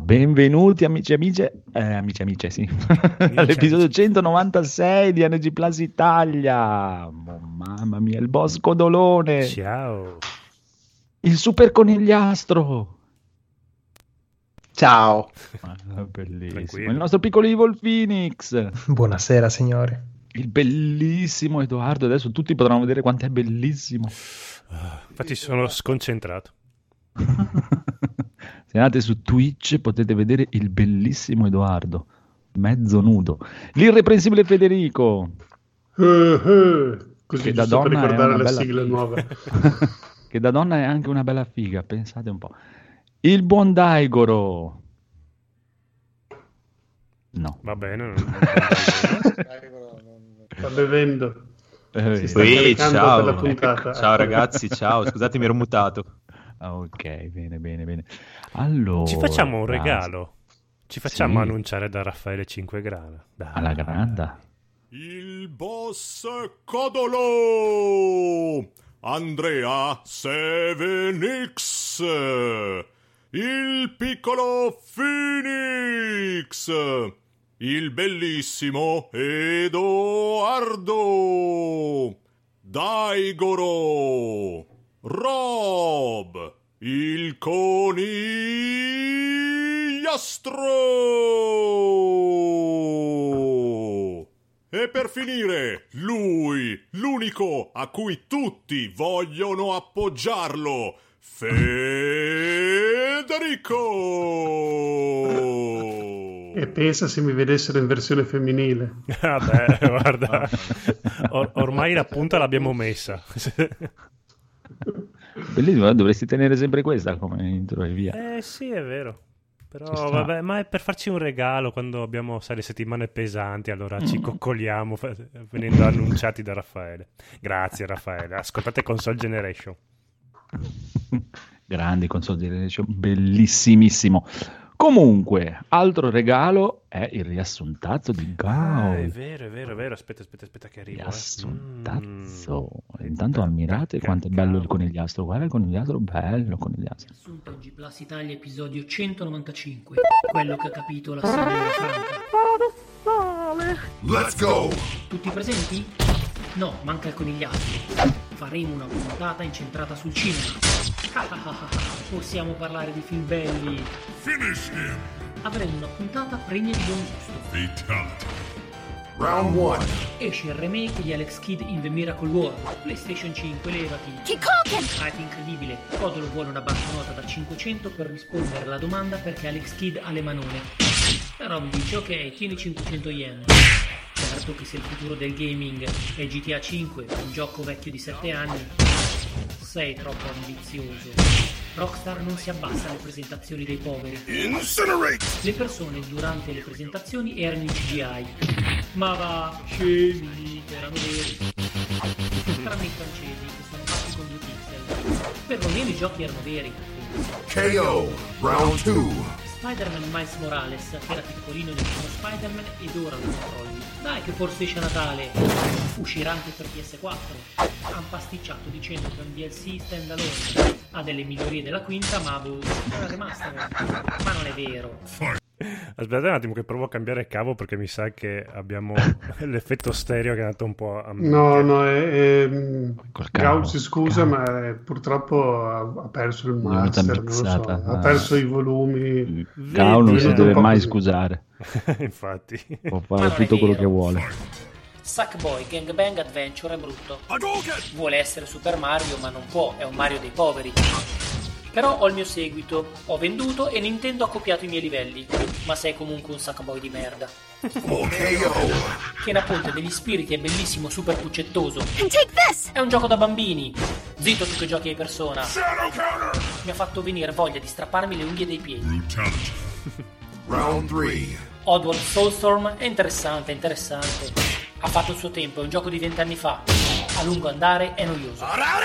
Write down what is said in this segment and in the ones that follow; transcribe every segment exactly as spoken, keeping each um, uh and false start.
benvenuti amici e amiche, eh, amici e amiche sì, all'episodio centonovantasei di N G Plus Italia. Oh, mamma mia, il boss Codolone. Ciao. Il super conigliastro. Ciao. Ah, bellissimo. Tranquillo. Il nostro piccolo Evil Phoenix. Buonasera signori. Il bellissimo Edoardo. Adesso tutti potranno vedere quanto è bellissimo. Ah, infatti sono sconcentrato. Se andate su Twitch potete vedere il bellissimo Edoardo, mezzo nudo. L'irreprensibile Federico. Uh, uh, così Che da giusto per donna è ricordare una la bella sigla figa. nuova. Che da donna è anche una bella figa, pensate un po'. Il buon Daigoro. No. Va bene. Non, non Sta bevendo. Eh, Si sta Sì, caricando ciao. per la puntata. Ciao ragazzi, ciao, scusate mi ero mutato. Ah, ok, bene, bene, bene. Allora, Ci facciamo un ragazzi, regalo. Ci facciamo Sì. annunciare da Raffaele Cinquegrana. Dai. alla granda. Il boss Codolo, Andrea sette X, il piccolo Phoenix, il bellissimo Edoardo, Daigoro, Rob, il conigliastro. E per finire, lui, l'unico a cui tutti vogliono appoggiarlo, Federico! E pensa se mi vedessero in versione femminile. Vabbè, guarda. Or- ormai la punta l'abbiamo messa. Bellissimo, dovresti tenere sempre questa come intro e via. Eh sì, è vero. Però Ci sta. vabbè, ma è per farci un regalo quando abbiamo, sai, le settimane pesanti, allora ci coccoliamo fa- venendo annunciati da Raffaele. Grazie Raffaele, ascoltate Console Generation. Grandi console generation, bellissimissimo. Comunque, altro regalo è il riassuntazzo di Ah, è Gao. vero, è vero, è vero, aspetta, aspetta, aspetta che arrivo. eh. Riassuntazzo. Mm. Intanto ammirate quanto è bello il Cavolo. conigliastro. Guarda il conigliastro, bello il conigliastro. Assunto N G Plus Italia episodio centonovantacinque, quello che ha capito la signora Franca. Let's go! Tutti presenti? No, manca il conigliastro. Faremo una puntata incentrata sul cinema. Ah ah ah ah, possiamo parlare di film belli. Finish him! Avremo una puntata pregna di buon gusto. Fatality. Round one. Esce il remake di Alex Kidd in The Miracle World. PlayStation cinque, levati. Hype incredibile. Codolo vuole una banconota da cinquecento per rispondere alla domanda perché Alex Kidd ha le manone. Però mi dice ok, tieni cinquecento yen. Certo che se il futuro del gaming è G T A cinque, un gioco vecchio di sette anni, sei troppo ambizioso. Rockstar non si abbassa alle presentazioni dei poveri. Incinerate! Le persone durante le presentazioni erano in C G I. Ma va, scemi, erano veri. Tranne i francesi che sono fatti con due pixel. Perlomeno i giochi erano veri. K O. Round two. Spider-Man Miles Morales, che era piccolino nel primo Spider-Man ed ora lo controlli. Dai che forse esce a Natale. Uscirà anche per P S quattro. Han pasticciato dicendo che è un D L C standalone. Ha delle migliorie della quinta, ma boh, è una remaster. Ma non è vero. Aspetta un attimo che provo a cambiare cavo perché mi sa che abbiamo l'effetto stereo che è andato un po' a... No, no, è, è... Col Gao cavo, si scusa, cavo. ma è- purtroppo ha, ha perso il È venuta master, non lo so, mixata, ha ah. perso i volumi. Gao non Vedi, si eh. deve Un po' mai così. scusare, Infatti. può Ma fare non è tutto quello vero. che vuole. Sackboy Gangbang Adventure è brutto. Hadouken! Vuole essere Super Mario, ma non può, è un Mario dei poveri. Però ho il mio seguito, ho venduto e Nintendo ha copiato i miei livelli. Ma sei comunque un Sackboy di merda. K O. Che la Ponte degli Spiriti è bellissimo, super puccettoso. È un gioco da bambini. Zitto tu che giochi ai Persona. Shadow counter! Mi ha fatto venire voglia di strapparmi le unghie dei piedi. Brutality. Round three. Oddworld Soulstorm è interessante, interessante. Ha fatto il suo tempo, è un gioco di vent'anni fa. A lungo andare è noioso.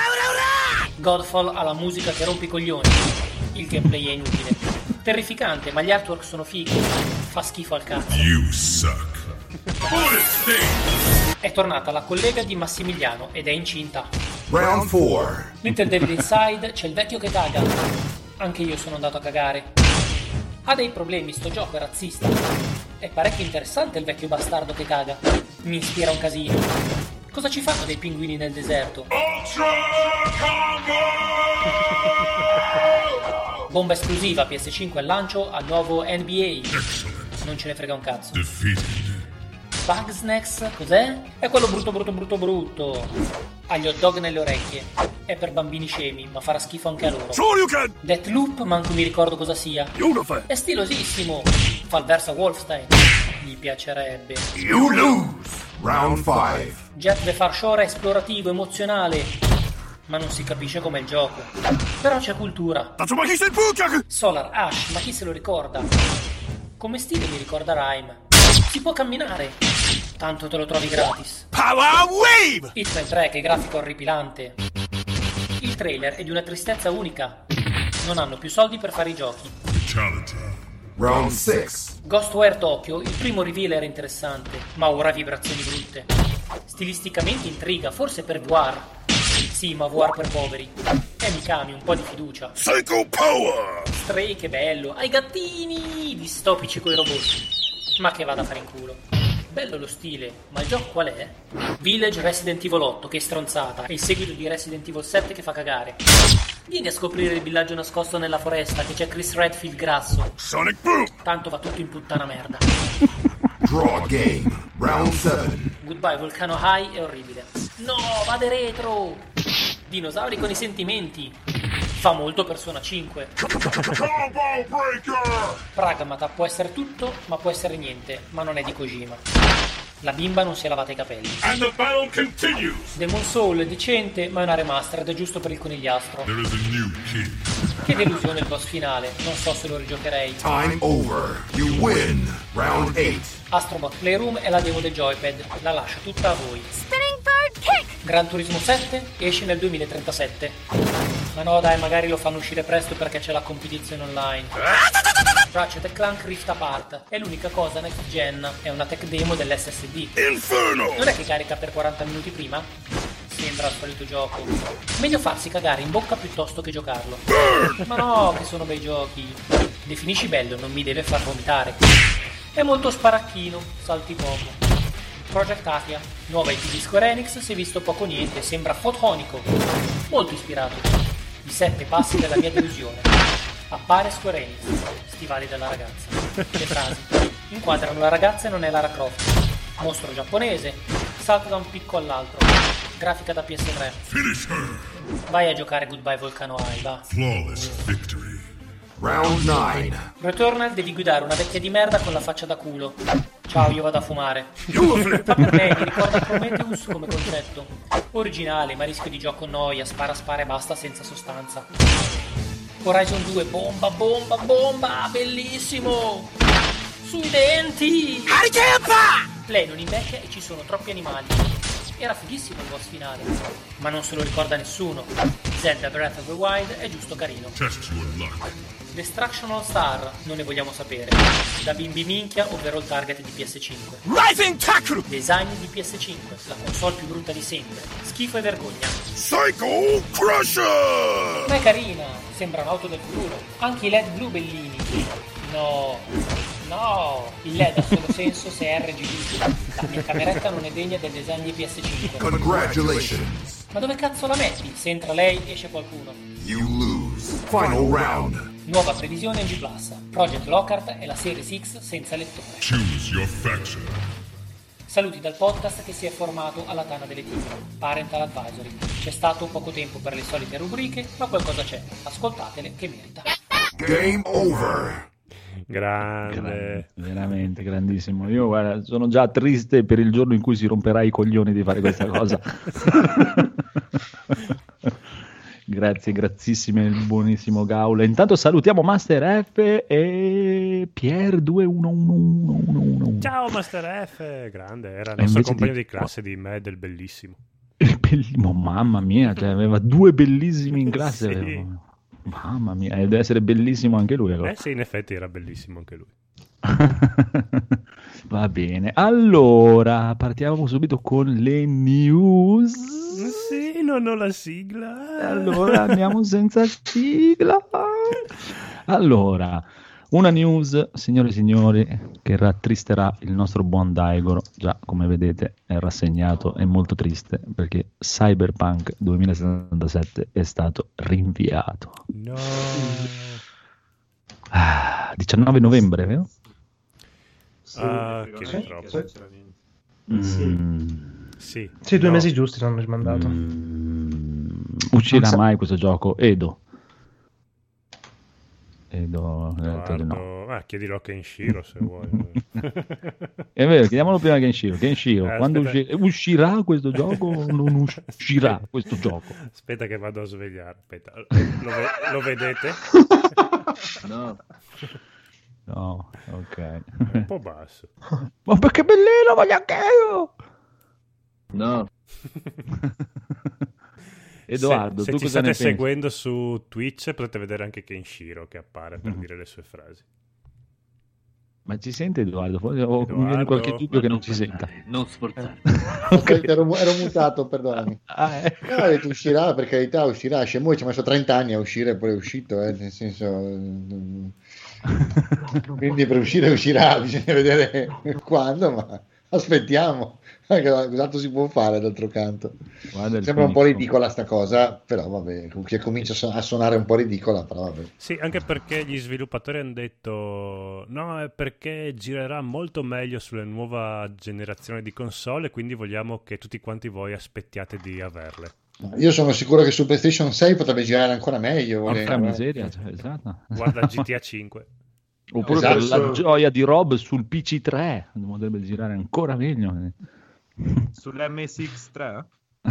Godfall ha la musica che rompe i coglioni. Il gameplay è inutile. Terrificante, ma gli artwork sono fighi. Fa schifo al cazzo. You suck. Bullet sting! È tornata la collega di Massimiliano ed è incinta. Round four. Little Devil Inside c'è il vecchio che caga. Anche io sono andato a cagare. Ha dei problemi, sto gioco è razzista. È parecchio interessante il vecchio bastardo che caga. Mi ispira un casino. Cosa ci fanno dei pinguini nel deserto? Ultra Combo! Bomba esclusiva P S cinque al lancio al nuovo N B A. Excellent. Non ce ne frega un cazzo. Defeated. Bugsnax, cos'è? È quello brutto brutto brutto brutto. Ha gli hot dog nelle orecchie. È per bambini scemi, ma farà schifo anche a loro. Shoryuken! Deathloop, manco mi ricordo cosa sia. Beautiful! È stilosissimo. Fa il verso a Wolfenstein. Gli piacerebbe. You lose! Round five. Jet the Far Shore è esplorativo, emozionale, ma non si capisce com'è il gioco. Però c'è cultura. Tatsumaki Senpukaku! Solar Ash, ma chi se lo ricorda? Come stile mi ricorda Rime. Si può camminare. Tanto te lo trovi gratis. Power Wave! Hitman tre, che grafico orripilante. Il trailer è di una tristezza unica. Non hanno più soldi per fare i giochi. Fatality. Round six. Ghostwire Tokyo, il primo reveal era interessante, ma ora vibrazioni brutte. Stilisticamente intriga, forse per V R. Sì, ma V R per poveri. E Mikami, un po' di fiducia. Psycho Power! Stray, che bello. Ai gattini! Distopici coi robot. Ma che vada a fare in culo. Bello lo stile, ma il gioco qual è? Village Resident Evil otto, che stronzata. È il seguito di Resident Evil sette che fa cagare. Vieni a scoprire il villaggio nascosto nella foresta, che c'è Chris Redfield grasso. Sonic Boom! Tanto va tutto in puttana merda. Draw game. Round seven. Goodbye Volcano High è orribile. No, vade retro! Dinosauri con i sentimenti. Fa molto Persona cinque. Combo Breaker! Pragmata può essere tutto, ma può essere niente, ma non è di Kojima. La bimba non si è lavata i capelli. And the battle continues! Demon Soul è decente, ma è una remastered, è giusto per il conigliastro. There is a new king. Che delusione il boss finale, non so se lo rigiocherei. Time over. You win. Round eight. Astrobot Playroom è la demo del joypad, la lascio tutta a voi. Spinning bird kick! Gran Turismo sette esce nel duemilatrentasette. Ma no dai, magari lo fanno uscire presto perché c'è la competizione online. Ratchet and Clank Rift Apart è l'unica cosa next gen, è una tech demo dell'S S D. Inferno! Non è che carica per quaranta minuti prima? Sembra il solito gioco. Meglio farsi cagare in bocca piuttosto che giocarlo. Ma no, che sono bei giochi. Definisci bello, non mi deve far vomitare. È molto sparacchino, salti poco. Project Athia, nuova I P di Square Enix, si è visto poco niente, sembra fotonico. Molto ispirato. I sette passi della mia delusione. Appare Square Enix, stivali della ragazza. Le frasi. Inquadrano la ragazza e non è Lara Croft. Mostro giapponese, salta da un picco all'altro. Grafica da P S tre. Finish her! Vai a giocare Goodbye Volcano High, va. Flawless victory. Round nine. Returnal devi guidare una vecchia di merda con la faccia da culo. Ciao, io vado a fumare. Fa per me, mi ricorda Prometheus come concetto. Originale, ma rischio di gioco noia, spara spara e basta senza sostanza. Horizon due, bomba, bomba, bomba, bellissimo! Sui denti! Lei non invecchia e ci sono troppi animali. Era fighissimo il boss finale, ma non se lo ricorda nessuno. Zelda Breath of the Wild è giusto carino. Test your luck. Destruction All Star, non ne vogliamo sapere. Da bimbi minchia, ovvero il target di P S cinque. Rising Tackle! Design di P S cinque, la console più brutta di sempre. Schifo e vergogna. Psycho Crusher! Ma è carina, sembra un'auto del futuro. Anche i L E D blu bellini. No, no, il L E D ha solo senso se è R G B. La mia cameretta non è degna del design di P S cinque. Congratulations. Ma dove cazzo la metti? Se entra lei, esce qualcuno. You lose. Final round. Nuova previsione G plus. Project Lockhart è la Series X senza lettore. Choose your faction. Saluti dal podcast che si è formato alla Tana delle Tigre, Parental Advisory. C'è stato poco tempo per le solite rubriche, ma qualcosa c'è. Ascoltatele che merita. Game over. Grande. Grande, veramente grandissimo. Io guarda, sono già triste per il giorno in cui si romperà i coglioni di fare questa cosa. Grazie, grazissime, il buonissimo Gaula. Intanto salutiamo Master F e Pier due uno uno uno uno uno. Ciao Master F, grande, era il nostro compagno di... di classe di Medel, bellissimo. Bellissimo, mamma mia, cioè, aveva due bellissimi in classe. Sì. Aveva... Mamma mia, deve essere bellissimo anche lui. Allora. Eh sì, in effetti era bellissimo anche lui. Va bene, allora partiamo subito con le news. Sì, non ho la sigla. Allora andiamo senza sigla. Allora, Una news, signore e signori, che rattristerà il nostro buon Daigoro. Già, come vedete, è rassegnato e molto triste perché Cyberpunk duemilasettantasette è stato rinviato. No. Ah, diciannove novembre, vero? Sì, Ah, che sì. troppo. Mm, Sì. Sì, due No. mesi giusti l'hanno rimandato. mm, uscirà Non sa- mai questo gioco? Edo. Edo, ha detto di no. Guardo... Ah, chiedilo a Kenshiro se vuoi. È vero, chiediamolo prima Kenshiro. Kenshiro, Eh, quando aspetta. usci- uscirà questo gioco o non uscirà questo gioco? Aspetta che vado a svegliare. Aspetta, lo, ve- lo vedete? No. No, ok. È un po' basso. Ma perché bellino, voglio anche io! No. Edoardo, se, se tu ci cosa ne state pensi? seguendo su Twitch potete vedere anche Kenshiro che appare per Mm. dire le sue frasi. Ma ci sente Edoardo? Forse ho mi viene Edoardo? qualche dubbio che non ci senta. Non sforzare. Ok. ero, ero mutato, perdonami. Ah, eh. No, ho detto uscirà, per carità, uscirà. Shenmue ci ha messo trenta anni a uscire e poi è uscito, eh, nel senso... eh, quindi per uscire uscirà, bisogna vedere quando, ma aspettiamo. Cos'altro si può fare d'altro canto? Guarda il Sembra un po' Phoenix. ridicola sta cosa, però vabbè, che comincia a su- a suonare un po' ridicola, però vabbè. Sì, anche perché gli sviluppatori hanno detto no, è perché girerà molto meglio sulla nuova generazione di console e quindi vogliamo che tutti quanti voi aspettiate di averle. Io sono sicuro che su PlayStation sei potrebbe girare ancora meglio. Porca volendo, eh. miseria, cioè, esatto. Guarda G T A cinque. Oppure Esatto. per la gioia di Rob sul P C tre potrebbe girare ancora meglio. Sull'M S X tre?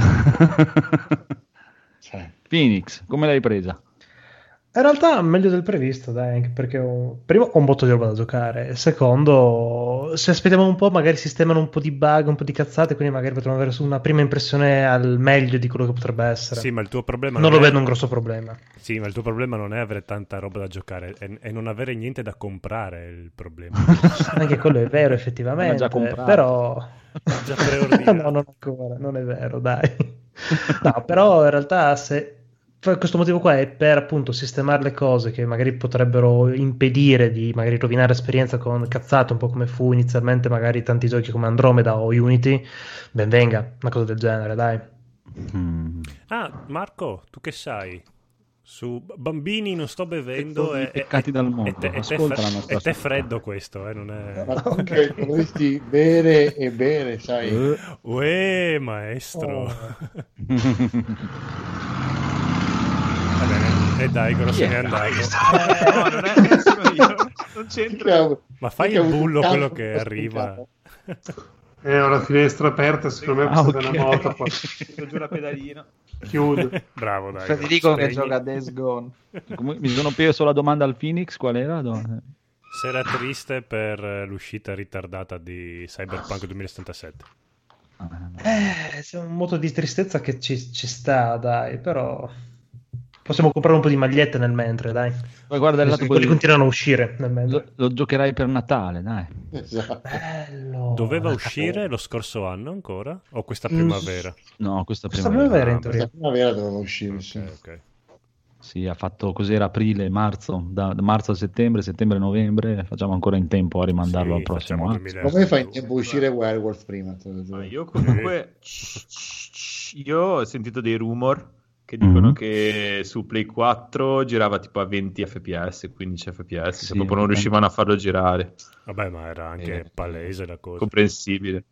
Cioè, Phoenix, come l'hai presa? In realtà meglio del previsto, dai, anche perché ho- primo ho un botto di roba da giocare, e secondo, se aspettiamo un po', magari sistemano un po' di bug, un po' di cazzate, quindi magari potremmo avere su una prima impressione al meglio di quello che potrebbe essere. Sì, ma il tuo problema Non non lo è... vedo un grosso problema. Sì, ma il tuo problema non è avere tanta roba da giocare, è, è non avere niente da comprare è il problema. Anche quello è vero, effettivamente, già comprato. però... Già preordinato. no, non ancora, non è vero, dai. No, però in realtà se... per questo motivo qua è per appunto sistemare le cose che magari potrebbero impedire di magari rovinare l'esperienza con cazzate, un po' come fu inizialmente magari tanti giochi come Andromeda o Unity, ben venga, una cosa del genere, dai. Mm. Ah, Marco, tu che sai? Su bambini non sto bevendo I e, peccati e- dal mondo. e te, e te Ascolta fre- la nostra e te storia. freddo questo, eh, non è... ma ok, dovresti bere e bere, sai. Eh. Uè, maestro. Oh. Va bene, e dai, che se n'è andato. No, non è sono io. Non c'entro. Ma fai il bullo quello che arriva. Eh, ho la finestra aperta, secondo me è Ah, passata ok. una moto, poi Metto giù la pedalina. chiudo. Bravo, dai. Federico che spegni. gioca a Days Gone. Come- Mi sono perso la domanda al Phoenix, qual era? Do- Se era triste per eh, l'uscita ritardata di Cyberpunk duemilasettantasette. Eh, c'è un moto di tristezza che ci, ci sta, dai, però possiamo comprare un po' di magliette nel mentre, dai. Poi guarda il lato Quelli positivo. continuano a uscire nel mentre. Lo, lo giocherai per Natale, dai. Esatto. Bello. Doveva Oh, uscire lo scorso anno ancora? O questa primavera? No, questa Questa primavera. primavera in Ah, teoria. Questa primavera doveva uscire, sì. Ok, ok. Sì, ha fatto cos'era aprile, marzo, da, da marzo a settembre, settembre a novembre, facciamo ancora in tempo a rimandarlo Sì, al prossimo facciamo anno. duemila. Come fai in tempo a uscire Werewolf prima? te lo giuro. Ma io comunque io ho sentito dei rumor che dicono Mhm. che su Play quattro girava tipo a venti F P S, quindici F P S, Sì, se proprio non riuscivano a farlo girare. Vabbè, ma era anche Eh. palese la cosa. Comprensibile.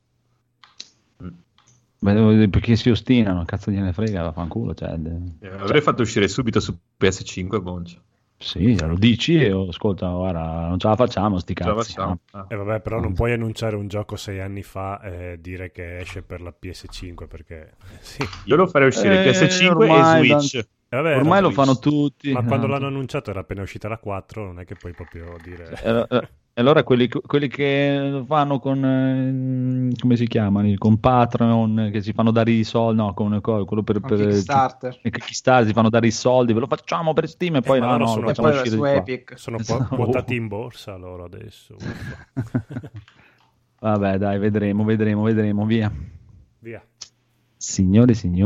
Beh, devo dire, perché si ostinano, cazzo gliene frega, vaffanculo. Cioè, de- Eh, Avrei fatto uscire subito su P S cinque, Boncio. sì, lo dici e oh, ascolta, guarda, non ce la facciamo sti Ce la cazzi. facciamo. no? Ah. E vabbè, però non puoi annunciare un gioco sei anni fa e dire che esce per la P S cinque perché sì. Io lo farei uscire Eh, P S cinque ormai, e Switch. E vabbè, Ormai era- lo fanno tutti. Ma quando eh. l'hanno annunciato era appena uscita la quattro, non è che puoi proprio dire... E allora- e allora quelli, quelli che lo fanno con, eh, come si chiamano, con Patreon, che si fanno dare i soldi, no, con con- quello per, Con per Kickstarter. e Kickstarter si fanno dare i soldi, ve lo facciamo per Steam e poi ma no, loro no, sono- lo E facciamo poi va uscire su di qua. Epic. Sono Esatto. qua- quotati in borsa loro adesso. Uffa. Vabbè, dai, vedremo, vedremo, vedremo, via. Via. Signore e signori,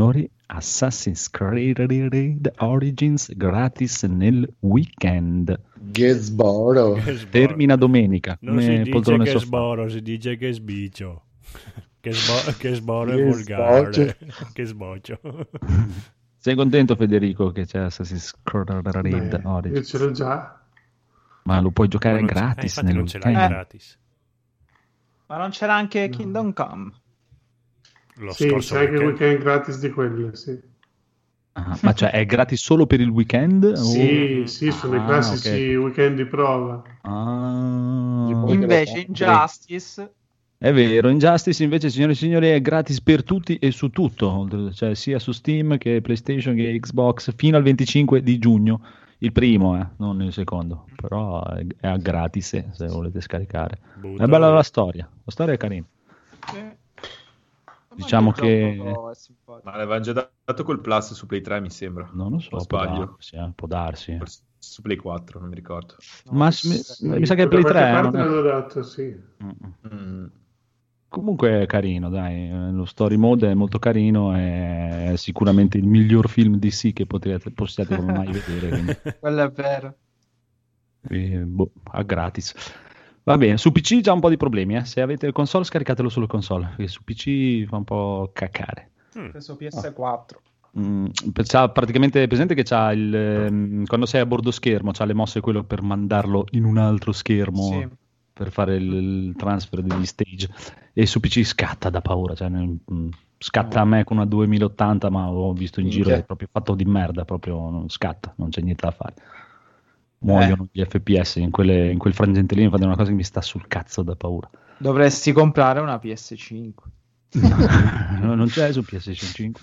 Assassin's Creed Origins gratis nel weekend. Gesboro. Termina domenica. Non si come dice poltrone che sofà. sboro, si dice che sbicio. Che, sbo- che sboro è Che volgare. sbocio. Che sbocio. Sei contento, Federico, che c'è Assassin's Creed Beh, io Origins? ce l'ho già. Ma lo puoi giocare Ma non c'è- eh, gratis infatti nel non ce l'hai weekend. gratis. Ma non c'era anche Kingdom Come? Lo Sì, scorso c'è anche il weekend. weekend gratis di quelle, sì. Ah, ma cioè è gratis solo per il weekend? o- Sì, sì, sono Ah, i classici ok. weekend di prova. Ah. Tipo- Invece lo Injustice È vero, Injustice invece, signore e signori, è gratis per tutti e su tutto, cioè sia su Steam che PlayStation che Xbox fino al venticinque di giugno, il primo, eh, non il secondo, però è, è a gratis eh, se volete scaricare. Butta È bella lì. la storia, la storia è carina. sì. Diciamo Ma anche il che- gioco è simpatico. Ma l'avevano già dato col Plus su Play tre, mi sembra. Non lo so, O può sbaglio? darsi, eh, può darsi. Forse su Play quattro, non mi ricordo. Ma sì, mi, sì. mi sa che è Da Play qualche tre, eh, parte non è- l'hanno dato, sì. Mm. Mm. Comunque è carino, dai, eh, lo story mode è molto carino, è sicuramente il miglior film D C che potrete, possiate mai vedere, quindi, Quello è vero. eh, boh, a gratis. Va bene, su P C già un po' di problemi, eh. Se avete il console scaricatelo sulle console, perché su P C fa un po' cacare. Mm. Preso P S quattro. Mm, c'ha praticamente presente che c'ha il ehm, quando sei a bordo schermo c'ha le mosse quello per mandarlo in un altro schermo Sì. per fare il, il transfer degli stage, e su P C scatta da paura, cioè, mm, scatta a me con una duemila ottanta, ma ho visto in giro Minchia. è proprio fatto di merda, proprio non scatta, non c'è niente da fare, muoiono gli F P S in, quelle- in quel frangente lì, infatti è una cosa che mi sta sul cazzo da paura. Dovresti comprare una P S cinque. No, non c'è su P S cinque.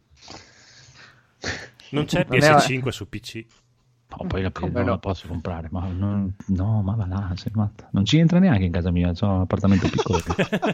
Non c'è Non è- P S cinque su P C. No, poi la, Come non no? la posso comprare, ma non, no, ma va là, sei matta. Non ci entra neanche in casa mia, c'ho un appartamento piccolo.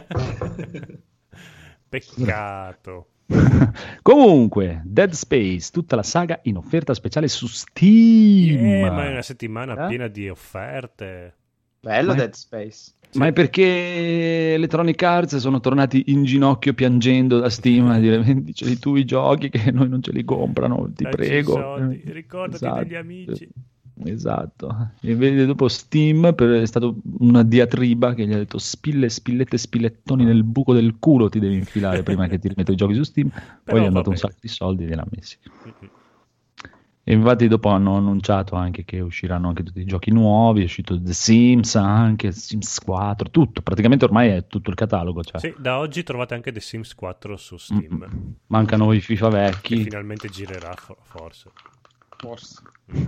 Peccato. Comunque, Dead Space, tutta la saga in offerta speciale su Steam. Eh, ma è una settimana Eh? piena di offerte. Bello Ma è- Dead Space. Ma è perché Electronic Arts sono tornati in ginocchio piangendo da Steam a dire vendiceli tu i giochi che noi non ce li comprano, ti Dacci i prego. soldi, ricordati Esatto. degli amici. Esatto. E vedi, dopo Steam per- è stata una diatriba che gli ha detto spille, spillette, spillettoni nel buco del culo ti devi infilare prima che ti rimetto i giochi su Steam. Poi gli hanno va dato un bene. sacco di soldi e gliel'ha messi. Mm-mm. E infatti dopo hanno annunciato anche che usciranno anche tutti i giochi nuovi, è uscito The Sims anche, Sims quattro, tutto, praticamente ormai è tutto il catalogo, cioè. Sì, da oggi trovate anche The Sims quattro su Steam. Mm-mm. Mancano i FIFA Che vecchi. finalmente girerà fo- forse. Forse.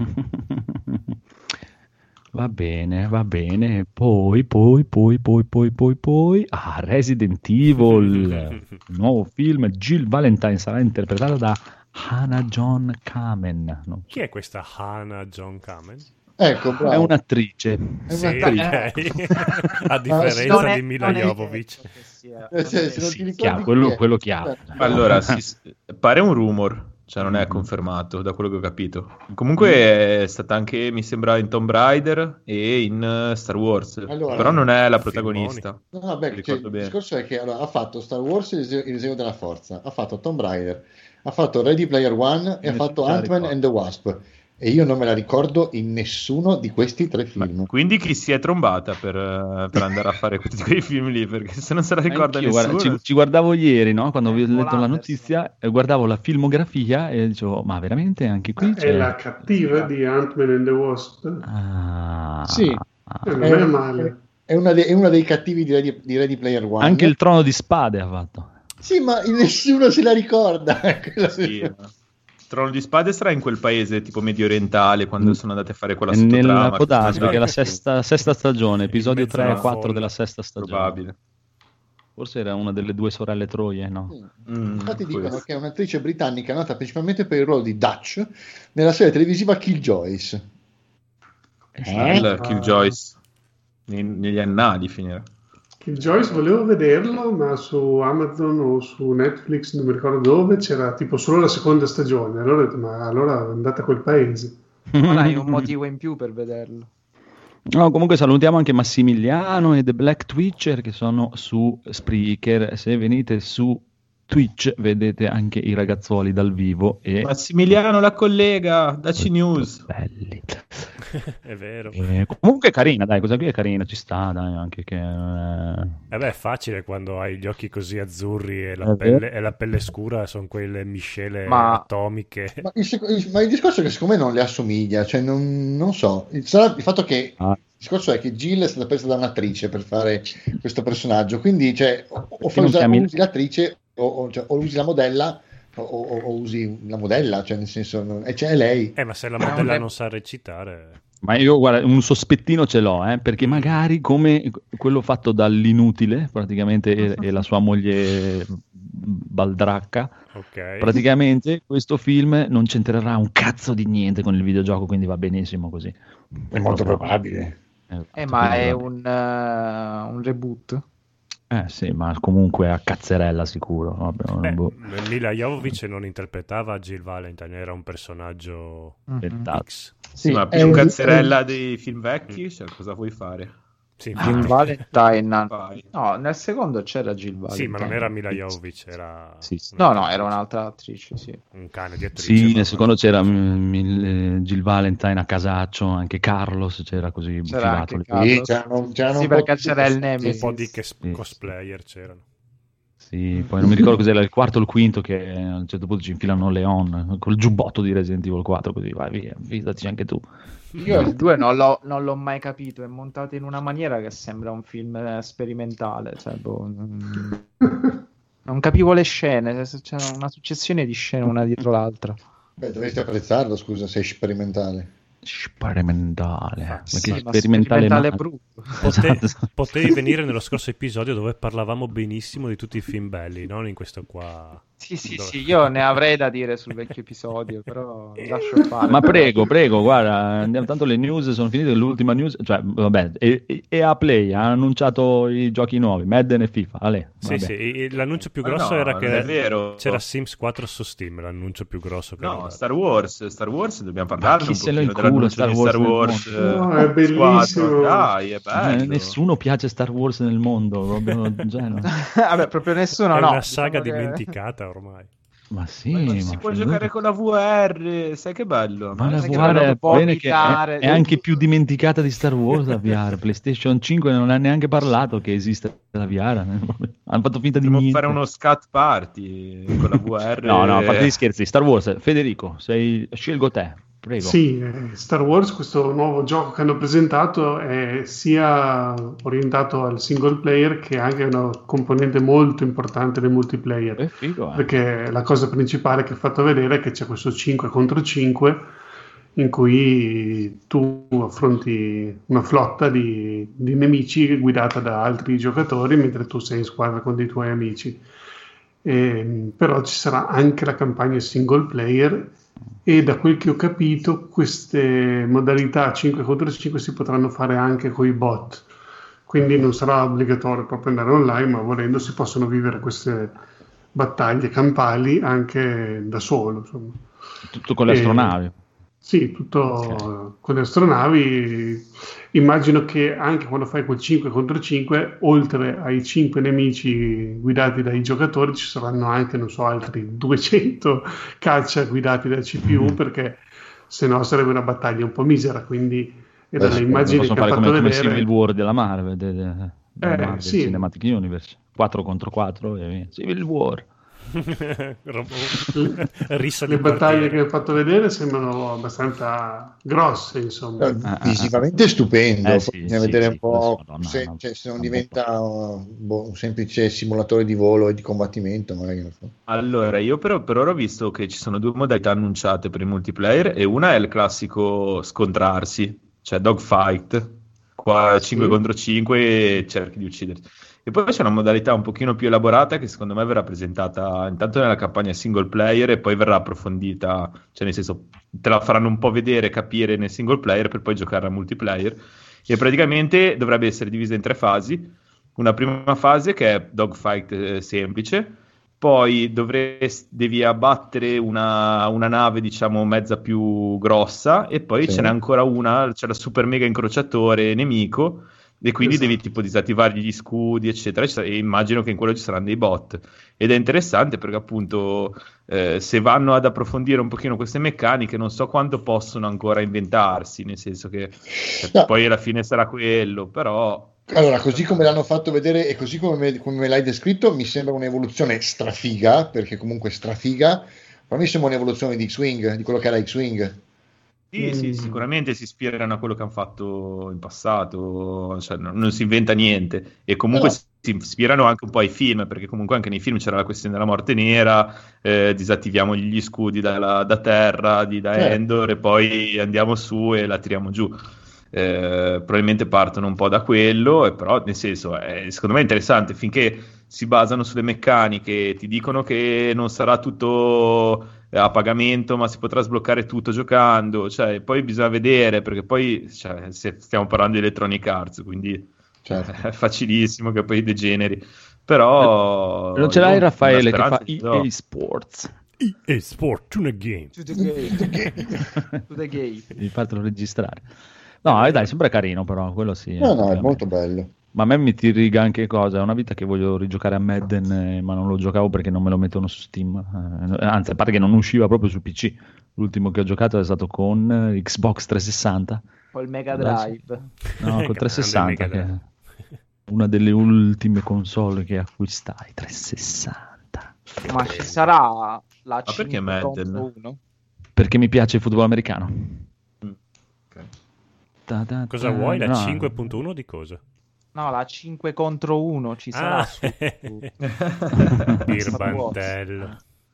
Va bene, va bene. Poi, poi, poi, poi, poi, poi, poi. Ah, Resident Evil, il nuovo film. Jill Valentine sarà interpretata da Hannah John Kamen. No? Chi è questa Hannah John Kamen? Ecco, È bravo. un'attrice. È Sì, un'attrice. ok. A Non differenza è- di Mila non è Jovovich. detto che sia- Eh, cioè, se non Sì, ti ricordi chiaro, chi quello, è. quello chiaro. Allora, si- pare un rumor, cioè non è Mm. confermato da quello che ho capito. Comunque è stata anche, mi sembra, in Tomb Raider e in eh, Star Wars. Allora, Però non è la filmoni. protagonista. No, no, beh, Mi cioè, ricordo il bene. discorso è che allora, ha fatto Star Wars il Riseg- il risveglio della forza, ha fatto Tomb Raider, ha fatto Ready Player One e ha Nessuno fatto se la Ant-Man ricorda. and the Wasp. E io non me la ricordo in nessuno di questi tre Ma film. quindi chi si è trombata per, eh, per andare a fare tutti quei film lì? Perché se non se la ricorda Anch'io, nessuno... guarda, ci, ci guardavo ieri, no? Quando ho Eh, letto la Paul notizia, e guardavo la filmografia e dicevo, ma veramente anche qui È c'è... la cattiva di Ant-Man and the Wasp. Ah, Sì. ah. Eh, non è male. È, una de- è uno dei cattivi di Ready, di Ready Player One. Anche il Trono di Spade ha fatto. Sì, ma nessuno se la ricorda. Quello- Sì, eh. Trono di Spade sarà in quel paese tipo medio orientale quando Mm. sono andate a fare quella Nella sottotrama. può darsi, che perché è la sono sesta, sesta stagione, episodio mezzo tre e alla quattro folla. della sesta stagione. probabile. Forse era una delle due sorelle Troie, no? Mm, Infatti può dicono essere. che è un'attrice britannica nota principalmente per il ruolo di Dutch nella serie televisiva Killjoys. Eh? Il Killjoys nei- negli annali finirà. Killjoys volevo vederlo, ma su Amazon o su Netflix, non mi ricordo dove, c'era tipo solo la seconda stagione. Allora ho detto, ma allora andate a quel paese. Non hai un motivo in più per vederlo. No, comunque salutiamo anche Massimiliano e The Black Twitcher che sono su Spreaker. Se venite su Twitch vedete anche i ragazzuoli dal vivo e Massimiliano la collega, dacci news. belli. È vero. E comunque è carina, dai, questa qui è carina, ci sta, dai, anche che eh, Eh beh, è facile quando hai gli occhi così azzurri e È la, vero. pelle, e la pelle scura, sono quelle miscele Ma- atomiche. Ma il, sec- il- ma il discorso è che secondo me non le assomiglia, cioè non, non so. Il, sarà il fatto che Ah. il discorso è che Jill è stata presa da un'attrice per fare questo personaggio, quindi cioè, o, o, Perché fai non usare- chiami- o usi l'attrice o, o, cioè, o usi la modella o, o- o usi la modella, cioè nel senso non- e c'è lei. Eh, ma se la Ma modella non è- non sa recitare... Ma io, guarda, un sospettino ce l'ho, eh, perché magari come quello fatto dall'inutile, praticamente, e, e la sua moglie baldracca, Ok. praticamente questo film non c'entrerà un cazzo di niente con il videogioco, quindi va benissimo così. È molto probabile. Eh, ma è quindi un, eh, un reboot. va- Eh sì, ma comunque a cazzerella sicuro. Vabbè, Beh, boh, Mila Jovovich non interpretava Jill Valentine, era un personaggio aspettate. X. Sì, ma è più un- cazzerella dei film vecchi, cioè, cosa vuoi fare? Sì, Jill infatti. Valentine. Vai. No, nel secondo c'era Jill Valentine. Sì, ma non era Mila Jovovich, era Sì, sì. No, no, era un'altra attrice, sì. un cane di attrice. Sì, ma- nel secondo c'era mm, il- eh, Jill Valentine a casaccio, anche Carlos c'era così C'era filato anche lì. Carlos. Sì, c'erano, c'erano Sì, un po' perché tutti c'era il questi- Nemesis. un po' di che- Sì. cosplayer c'erano. Sì, poi non mi ricordo cos'era il quarto o il quinto che a un certo punto ci infilano Leon col giubbotto di Resident Evil quattro, così vai via, fidati anche tu. Io il due non l'ho, non l'ho mai capito, è montato in una maniera che sembra un film eh, sperimentale, cioè, boh, non... non capivo le scene, se- c'era una successione di scene una dietro l'altra. Beh, dovresti apprezzarlo, scusa, sei sperimentale. Sperimentale. Ah, Perché Sì, ma sperimentale, sperimentale ma- brutto. Pote- Esatto. Potevi venire nello scorso episodio dove parlavamo benissimo di tutti i film belli, non in questo qua. Sì, sì, Dove- sì, io ne avrei da dire sul vecchio episodio, però lascio fare. Ma prego, prego, guarda, andiamo, tanto le news sono finite, l'ultima news, cioè, vabbè, e, e- E A Play ha annunciato i giochi nuovi, Madden e FIFA, Ale, Sì, vabbè. sì, e- l'annuncio più Ma grosso no, era non che è vero. c'era Sims quattro su Steam, l'annuncio più grosso che No, era. Star Wars, Star Wars dobbiamo parlare chi un se lo pochino incula dell'annuncio Star di Wars Star nel Wars. mondo? eh, No, è bellissimo. Squadron. Dai, è Eh, bello. nessuno piace Star Wars nel mondo, proprio, cioè, no. Vabbè, proprio nessuno, È no. una saga diciamo che- dimenticata ormai. Ma sì, Ma non ma si può figurati. giocare con la V R, sai che bello. Ma la non è che V R non è, può bene che è, evitare. è anche più dimenticata di Star Wars la V R. PlayStation cinque non ha neanche parlato che esiste la V R. Hanno fatto finta di Dobbiamo niente. fare uno scat party con la V R. No, no, a parte gli scherzi. Star Wars, Federico, sei... scelgo te, prego. Sì, eh, Star Wars, questo nuovo gioco che hanno presentato, è sia orientato al single player che anche una componente molto importante del multiplayer. È figo, eh. Perché la cosa principale che ha fatto vedere è che c'è questo cinque contro cinque in cui tu affronti una flotta di, di nemici guidata da altri giocatori mentre tu sei in squadra con dei tuoi amici. E, però ci sarà anche la campagna single player e da quel che ho capito queste modalità cinque contro cinque si potranno fare anche con i bot, quindi non sarà obbligatorio proprio andare online, ma volendo si possono vivere queste battaglie campali anche da solo, insomma. Tutto con le E- astronavi. Sì, tutto con le astronavi. Immagino che anche quando fai quel cinque contro cinque, oltre ai cinque nemici guidati dai giocatori, ci saranno anche, non so, altri duecento caccia guidati dal C P U, Mm. perché se no sarebbe una battaglia un po' misera. Quindi e Beh, dalle sì, immagini Possono che ha fare fatto come, come vedere, Civil War della Marvel, de, de, della Eh, Marvel sì. Cinematic Universe. quattro contro quattro e via. Civil War. Rissa di le battaglie quartiere. che ha fatto vedere sembrano abbastanza grosse, insomma. Eh, Ah, ah, visivamente stupendo, Eh, sì, bisogna sì, vedere sì, un po' Madonna, se, no, cioè, se non no, diventa uh, boh, un semplice simulatore di volo e di combattimento, magari non so. Allora, io però per ora ho visto che ci sono due modalità annunciate per il multiplayer e una è il classico scontrarsi, cioè dogfight, qua cinque contro cinque e cerchi di ucciderti. E poi c'è una modalità un pochino più elaborata che secondo me verrà presentata intanto nella campagna single player e poi verrà approfondita, cioè nel senso te la faranno un po' vedere, capire nel single player per poi giocare a multiplayer e praticamente dovrebbe essere divisa in tre fasi. Una prima fase che è dogfight eh, semplice, poi dovresti, devi abbattere una, una nave diciamo mezza più grossa e poi Sì. ce n'è ancora una, c'è la super mega incrociatore nemico e quindi Esatto. devi tipo disattivare gli scudi eccetera, eccetera, e immagino che in quello ci saranno dei bot, ed è interessante perché appunto eh, se vanno ad approfondire un pochino queste meccaniche non so quanto possono ancora inventarsi, nel senso che cioè, No. poi alla fine sarà quello, però Allora, così come l'hanno fatto vedere e così come me, come me l'hai descritto, mi sembra un'evoluzione strafiga, perché comunque strafiga, ma mi sembra un'evoluzione di X-Wing, di quello che era X-Wing. sì, Mm. sì, sicuramente si ispirano a quello che hanno fatto in passato, cioè, non, non si inventa niente, e comunque No. si ispirano anche un po' ai film, perché comunque anche nei film c'era la questione della morte nera, eh, disattiviamo gli scudi dalla- da terra, di, da Certo. Endor, e poi andiamo su e la tiriamo giù. Eh, probabilmente partono un po' da quello, e però nel senso è, secondo me è interessante finché si basano sulle meccaniche, ti dicono che non sarà tutto eh, a pagamento ma si potrà sbloccare tutto giocando, cioè poi bisogna vedere, perché poi cioè, se stiamo parlando di Electronic Arts, quindi Certo. è facilissimo che poi degeneri, però Non ce l'hai io Raffaele che una fa speranza ci do. E A Sports. E A Sport, to the game. To the game. To the game. Devi fartelo registrare. No, eh, dai, sembra carino però, quello sì. No, no, è effettivamente. molto bello. Ma a me mi ti riga anche cosa, è una vita che voglio rigiocare a Madden, eh, ma non lo giocavo perché non me lo mettono su Steam. Eh, anzi, a parte che non usciva proprio su P C. L'ultimo che ho giocato è stato con eh, Xbox trecentosessanta. Col Mega Adesso- Drive. No, col Grande trecentosessanta, Mega che Drive. è una delle ultime console che acquistai, trecentosessanta. Ma ci sarà la Ma perché cinque Madden? contro uno? Perché mi piace il football americano. Ok. Ta ta Cosa ta, vuoi? La no. cinque punto uno di cosa? No, la cinque contro uno ci sarà Ah, su. Birbantello.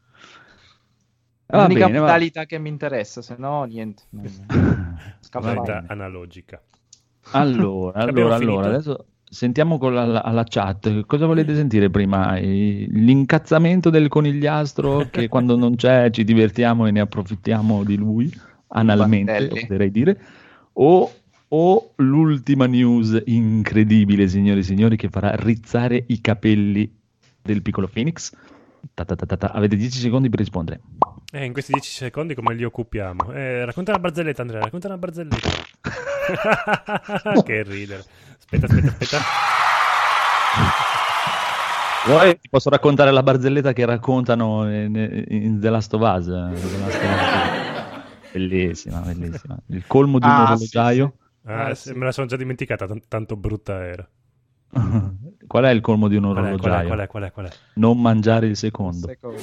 Va L'unica bene, va- modalità che mi interessa, se no niente. non- Scappa Modalità là. analogica. Allora, Abbiamo allora, finito? allora, adesso sentiamo con la, alla chat. Cosa volete sentire prima? I- L'incazzamento del conigliastro che quando non c'è ci divertiamo e ne approfittiamo di lui, analmente, Battelli. oserei dire, o, o l'ultima news incredibile, signori e signori, che farà rizzare i capelli del piccolo Phoenix? Ta ta ta ta ta. Avete dieci secondi per rispondere. Eh, in questi dieci secondi come li occupiamo? Eh, racconta una barzelletta, Andrea, racconta una barzelletta. Che ridere. Aspetta, aspetta, aspetta. Vuoi? Ti posso raccontare la barzelletta che raccontano in, in The Last of Us? The Last of Us. Bellissima, bellissima. Il colmo di un Ah, orologiaio. Ah, Eh, se- sì. me la sono già dimenticata, tant- tanto brutta era. Qual è il colmo di un Qual è, qual è, orologiaio? qual è, qual è, qual è? Non mangiare il secondo. Secondo.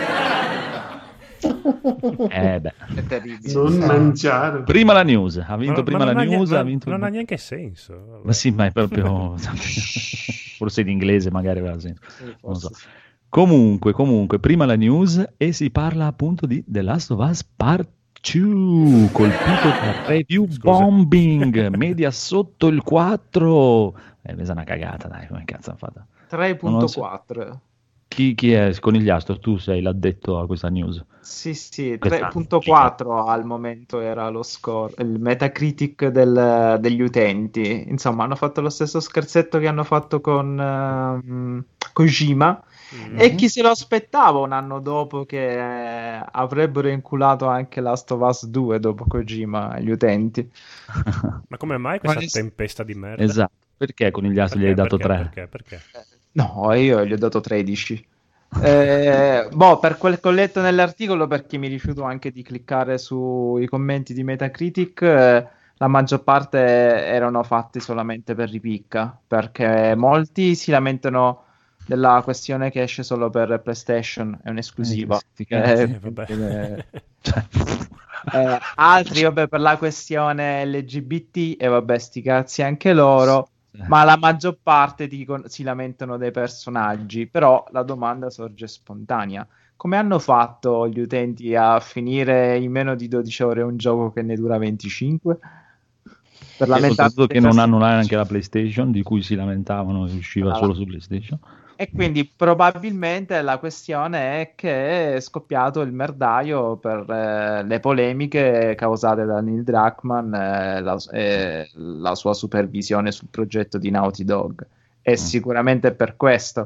Eh beh. È terribile. Non Sì. mangiare. Prima la news, ha vinto Ma- prima ma la non ha news, nie- ha ma vinto... non ha neanche senso. Vabbè. Ma sì, ma è proprio... Forse in inglese magari aveva senso. Sì, Non forse so. sì. Comunque, comunque, prima la news e si parla appunto di The Last of Us Part due, colpito da review Scusa. bombing, media sotto il quattro. Eh, questa è una cagata, dai, come cazzo hanno fatto? tre punto quattro. Chi, chi è Conigliastro? Tu sei l'addetto a questa news. Sì, sì, Questa- tre punto quattro al momento era lo score, il Metacritic del- degli utenti. Insomma, hanno fatto lo stesso scherzetto che hanno fatto con ehm, Kojima. Mm. E chi se lo aspettava un anno dopo che eh, avrebbero inculato anche Last of Us due dopo Kojima gli utenti? Ma come mai questa Ma- tempesta di merda? Esatto. Perché Conigliastro gli hai Perché, dato perché, tre? Perché? Perché? No, io gli ho dato tredici. Eh, boh, per quel che ho letto nell'articolo, perché mi rifiuto anche di cliccare sui commenti di Metacritic, eh, la maggior parte erano fatti solamente per ripicca, perché molti si lamentano della questione che esce solo per PlayStation, è un'esclusiva. Eh, Eh, Eh, vabbè. eh, Cioè, eh, altri, vabbè, per la questione L G B T, e vabbè, sti cazzi anche loro. Ma la maggior parte dicono, si lamentano dei personaggi, però la domanda sorge spontanea. Come hanno fatto gli utenti a finire in meno di dodici ore un gioco che ne dura venticinque? Per E lamentarsi soprattutto dei che non hanno personaggi. neanche la PlayStation, di cui si lamentavano e usciva Ah. solo su PlayStation. E quindi probabilmente la questione è che è scoppiato il merdaio per eh, le polemiche causate da Neil Druckmann e la, e la sua supervisione sul progetto di Naughty Dog. E Mm. sicuramente per questo.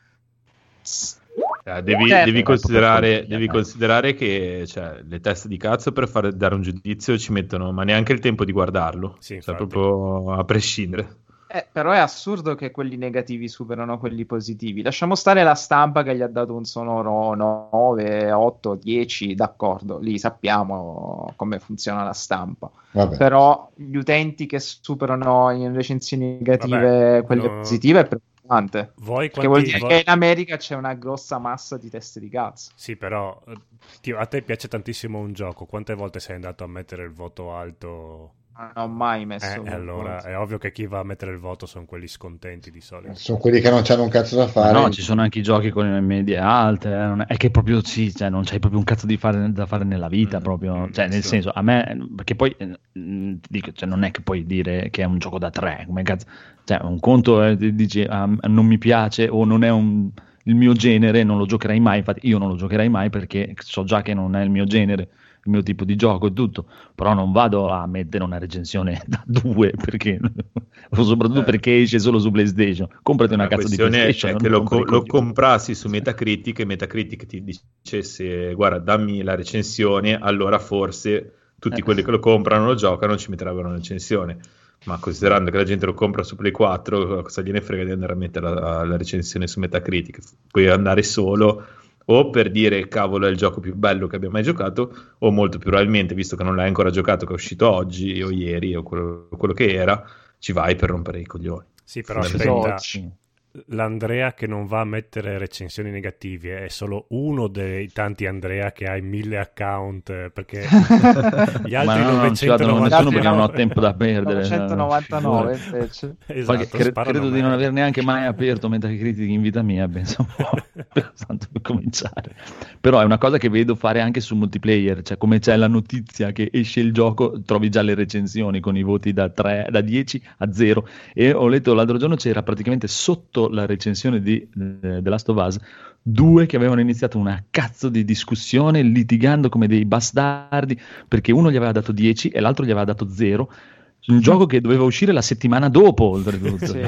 Eh, devi, Certo. devi considerare, Proprio devi considerare che cioè, le teste di cazzo per fare, dare un giudizio ci mettono, ma neanche il tempo di guardarlo, Sì, cioè, infatti. proprio a prescindere. Eh, però è assurdo che quelli negativi superano quelli positivi. Lasciamo stare la stampa che gli ha dato un sonoro nove, otto, dieci, d'accordo, lì sappiamo come funziona la stampa. Vabbè. Però gli utenti che superano in recensioni negative Vabbè, quelle no. positive è preoccupante. Voi Che vuol dire voi... che in America c'è una grossa massa di teste di cazzo. Sì, però eh, ti- a te piace tantissimo un gioco. Quante volte sei andato a mettere il voto alto? Non ho mai messo Eh, un allora voto. è ovvio che chi va a mettere il voto sono quelli scontenti di solito. Sono quelli che non hanno un cazzo da Ma fare. no, ci sono anche i giochi con le medie alte, eh, non è, è che proprio sì, cioè, non c'hai proprio un cazzo di fare, da fare nella vita, Mm, proprio, mm, cioè, nel sì. senso, a me, perché poi eh, mh, ti dico, cioè, non è che puoi dire che è un gioco da tre, come cazzo, cioè, un conto è, ti dici ah, non mi piace o non è un, il mio genere, non lo giocherei mai, infatti io non lo giocherei mai perché so già che non è il mio genere, il mio tipo di gioco e tutto, però non vado a mettere una recensione da due perché o soprattutto Eh. perché esce solo su PlayStation. Comprati una La cazzo di questione PlayStation, è non che lo, rompere co- i lo coglioni. comprassi su Metacritic e Metacritic ti dicesse guarda dammi la recensione, allora forse tutti Eh. quelli che lo comprano lo giocano ci metterebbero una recensione, ma considerando che la gente lo compra su Play quattro, cosa gliene frega di andare a mettere la, la recensione su Metacritic? Puoi andare solo o per dire cavolo è il gioco più bello che abbia mai giocato, o molto più probabilmente, visto che non l'hai ancora giocato, che è uscito oggi o ieri o quello, quello che era, ci vai per rompere i coglioni. Sì, però Fondamentalmente. aspetta, l'Andrea che non va a mettere recensioni negative è solo uno dei tanti Andrea che hai mille account, eh, perché gli Ma altri no, non ci vado nessuno novecentonovantanove perché non ho tempo da perdere. novecentonovantanove Figurati. invece. Esatto, Poi che cre- sparano credo di merda. non aver neanche mai aperto Metacritic in vita mia, penso un po', per, tanto per cominciare. Però è una cosa che vedo fare anche su multiplayer, cioè come c'è la notizia che esce il gioco, trovi già le recensioni con i voti da, tre, da dieci a zero, e ho letto l'altro giorno c'era praticamente sotto la recensione di eh, The Last of Us due che avevano iniziato una cazzo di discussione litigando come dei bastardi perché uno gli aveva dato dieci e l'altro gli aveva dato zero, un gioco che doveva uscire la settimana dopo oltretutto. Sì.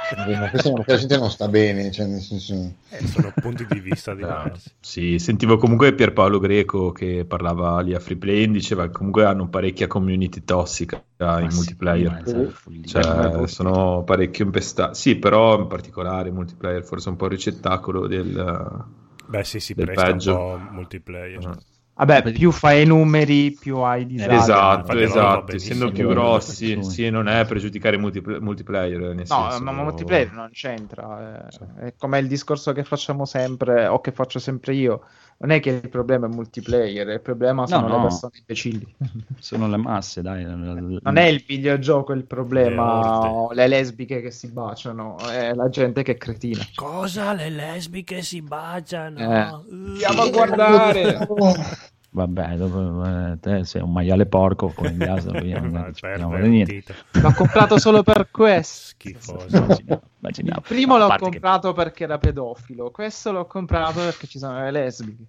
Ma questa la gente non sta bene, cioè nel senso... Eh, sono punti di vista diversi. Sì, sentivo comunque Pierpaolo Greco che parlava lì a Freeplay, diceva che comunque hanno parecchia community tossica Ma in sì, multiplayer. ma è follia. Cioè, sono parecchio impestati. Sì, però in particolare multiplayer forse un po' il ricettacolo del, Beh sì, si del presta peggio. un po' multiplayer. Uh-huh. Vabbè, più fai i numeri, più hai disagi. Esatto, infatti loro va esatto. benissimo. Essendo più Loro va grossi, benissimo. sì, non è per giudicare i multipl- multiplayer. Nel No, senso... ma ma multiplayer non c'entra. eh. È come il discorso che facciamo sempre, o che faccio sempre io. Non è che il problema è multiplayer, il problema sono No, le no. persone imbecilli. Sono le masse, dai. Non è il videogioco il Le problema, orde. o le lesbiche che si baciano, è la gente che è cretina. Cosa? Le lesbiche si baciano? Eh. Uh. a guardare! Vabbè, dopo, eh, te sei un maiale porco con il gas, via, non Ma ci parliamo di niente. pervertito. L'ho comprato solo per questo. Schifoso. Immaginiamo, immaginiamo. Il primo A l'ho parte che- comprato perché era pedofilo, questo l'ho comprato perché ci sono le lesbiche.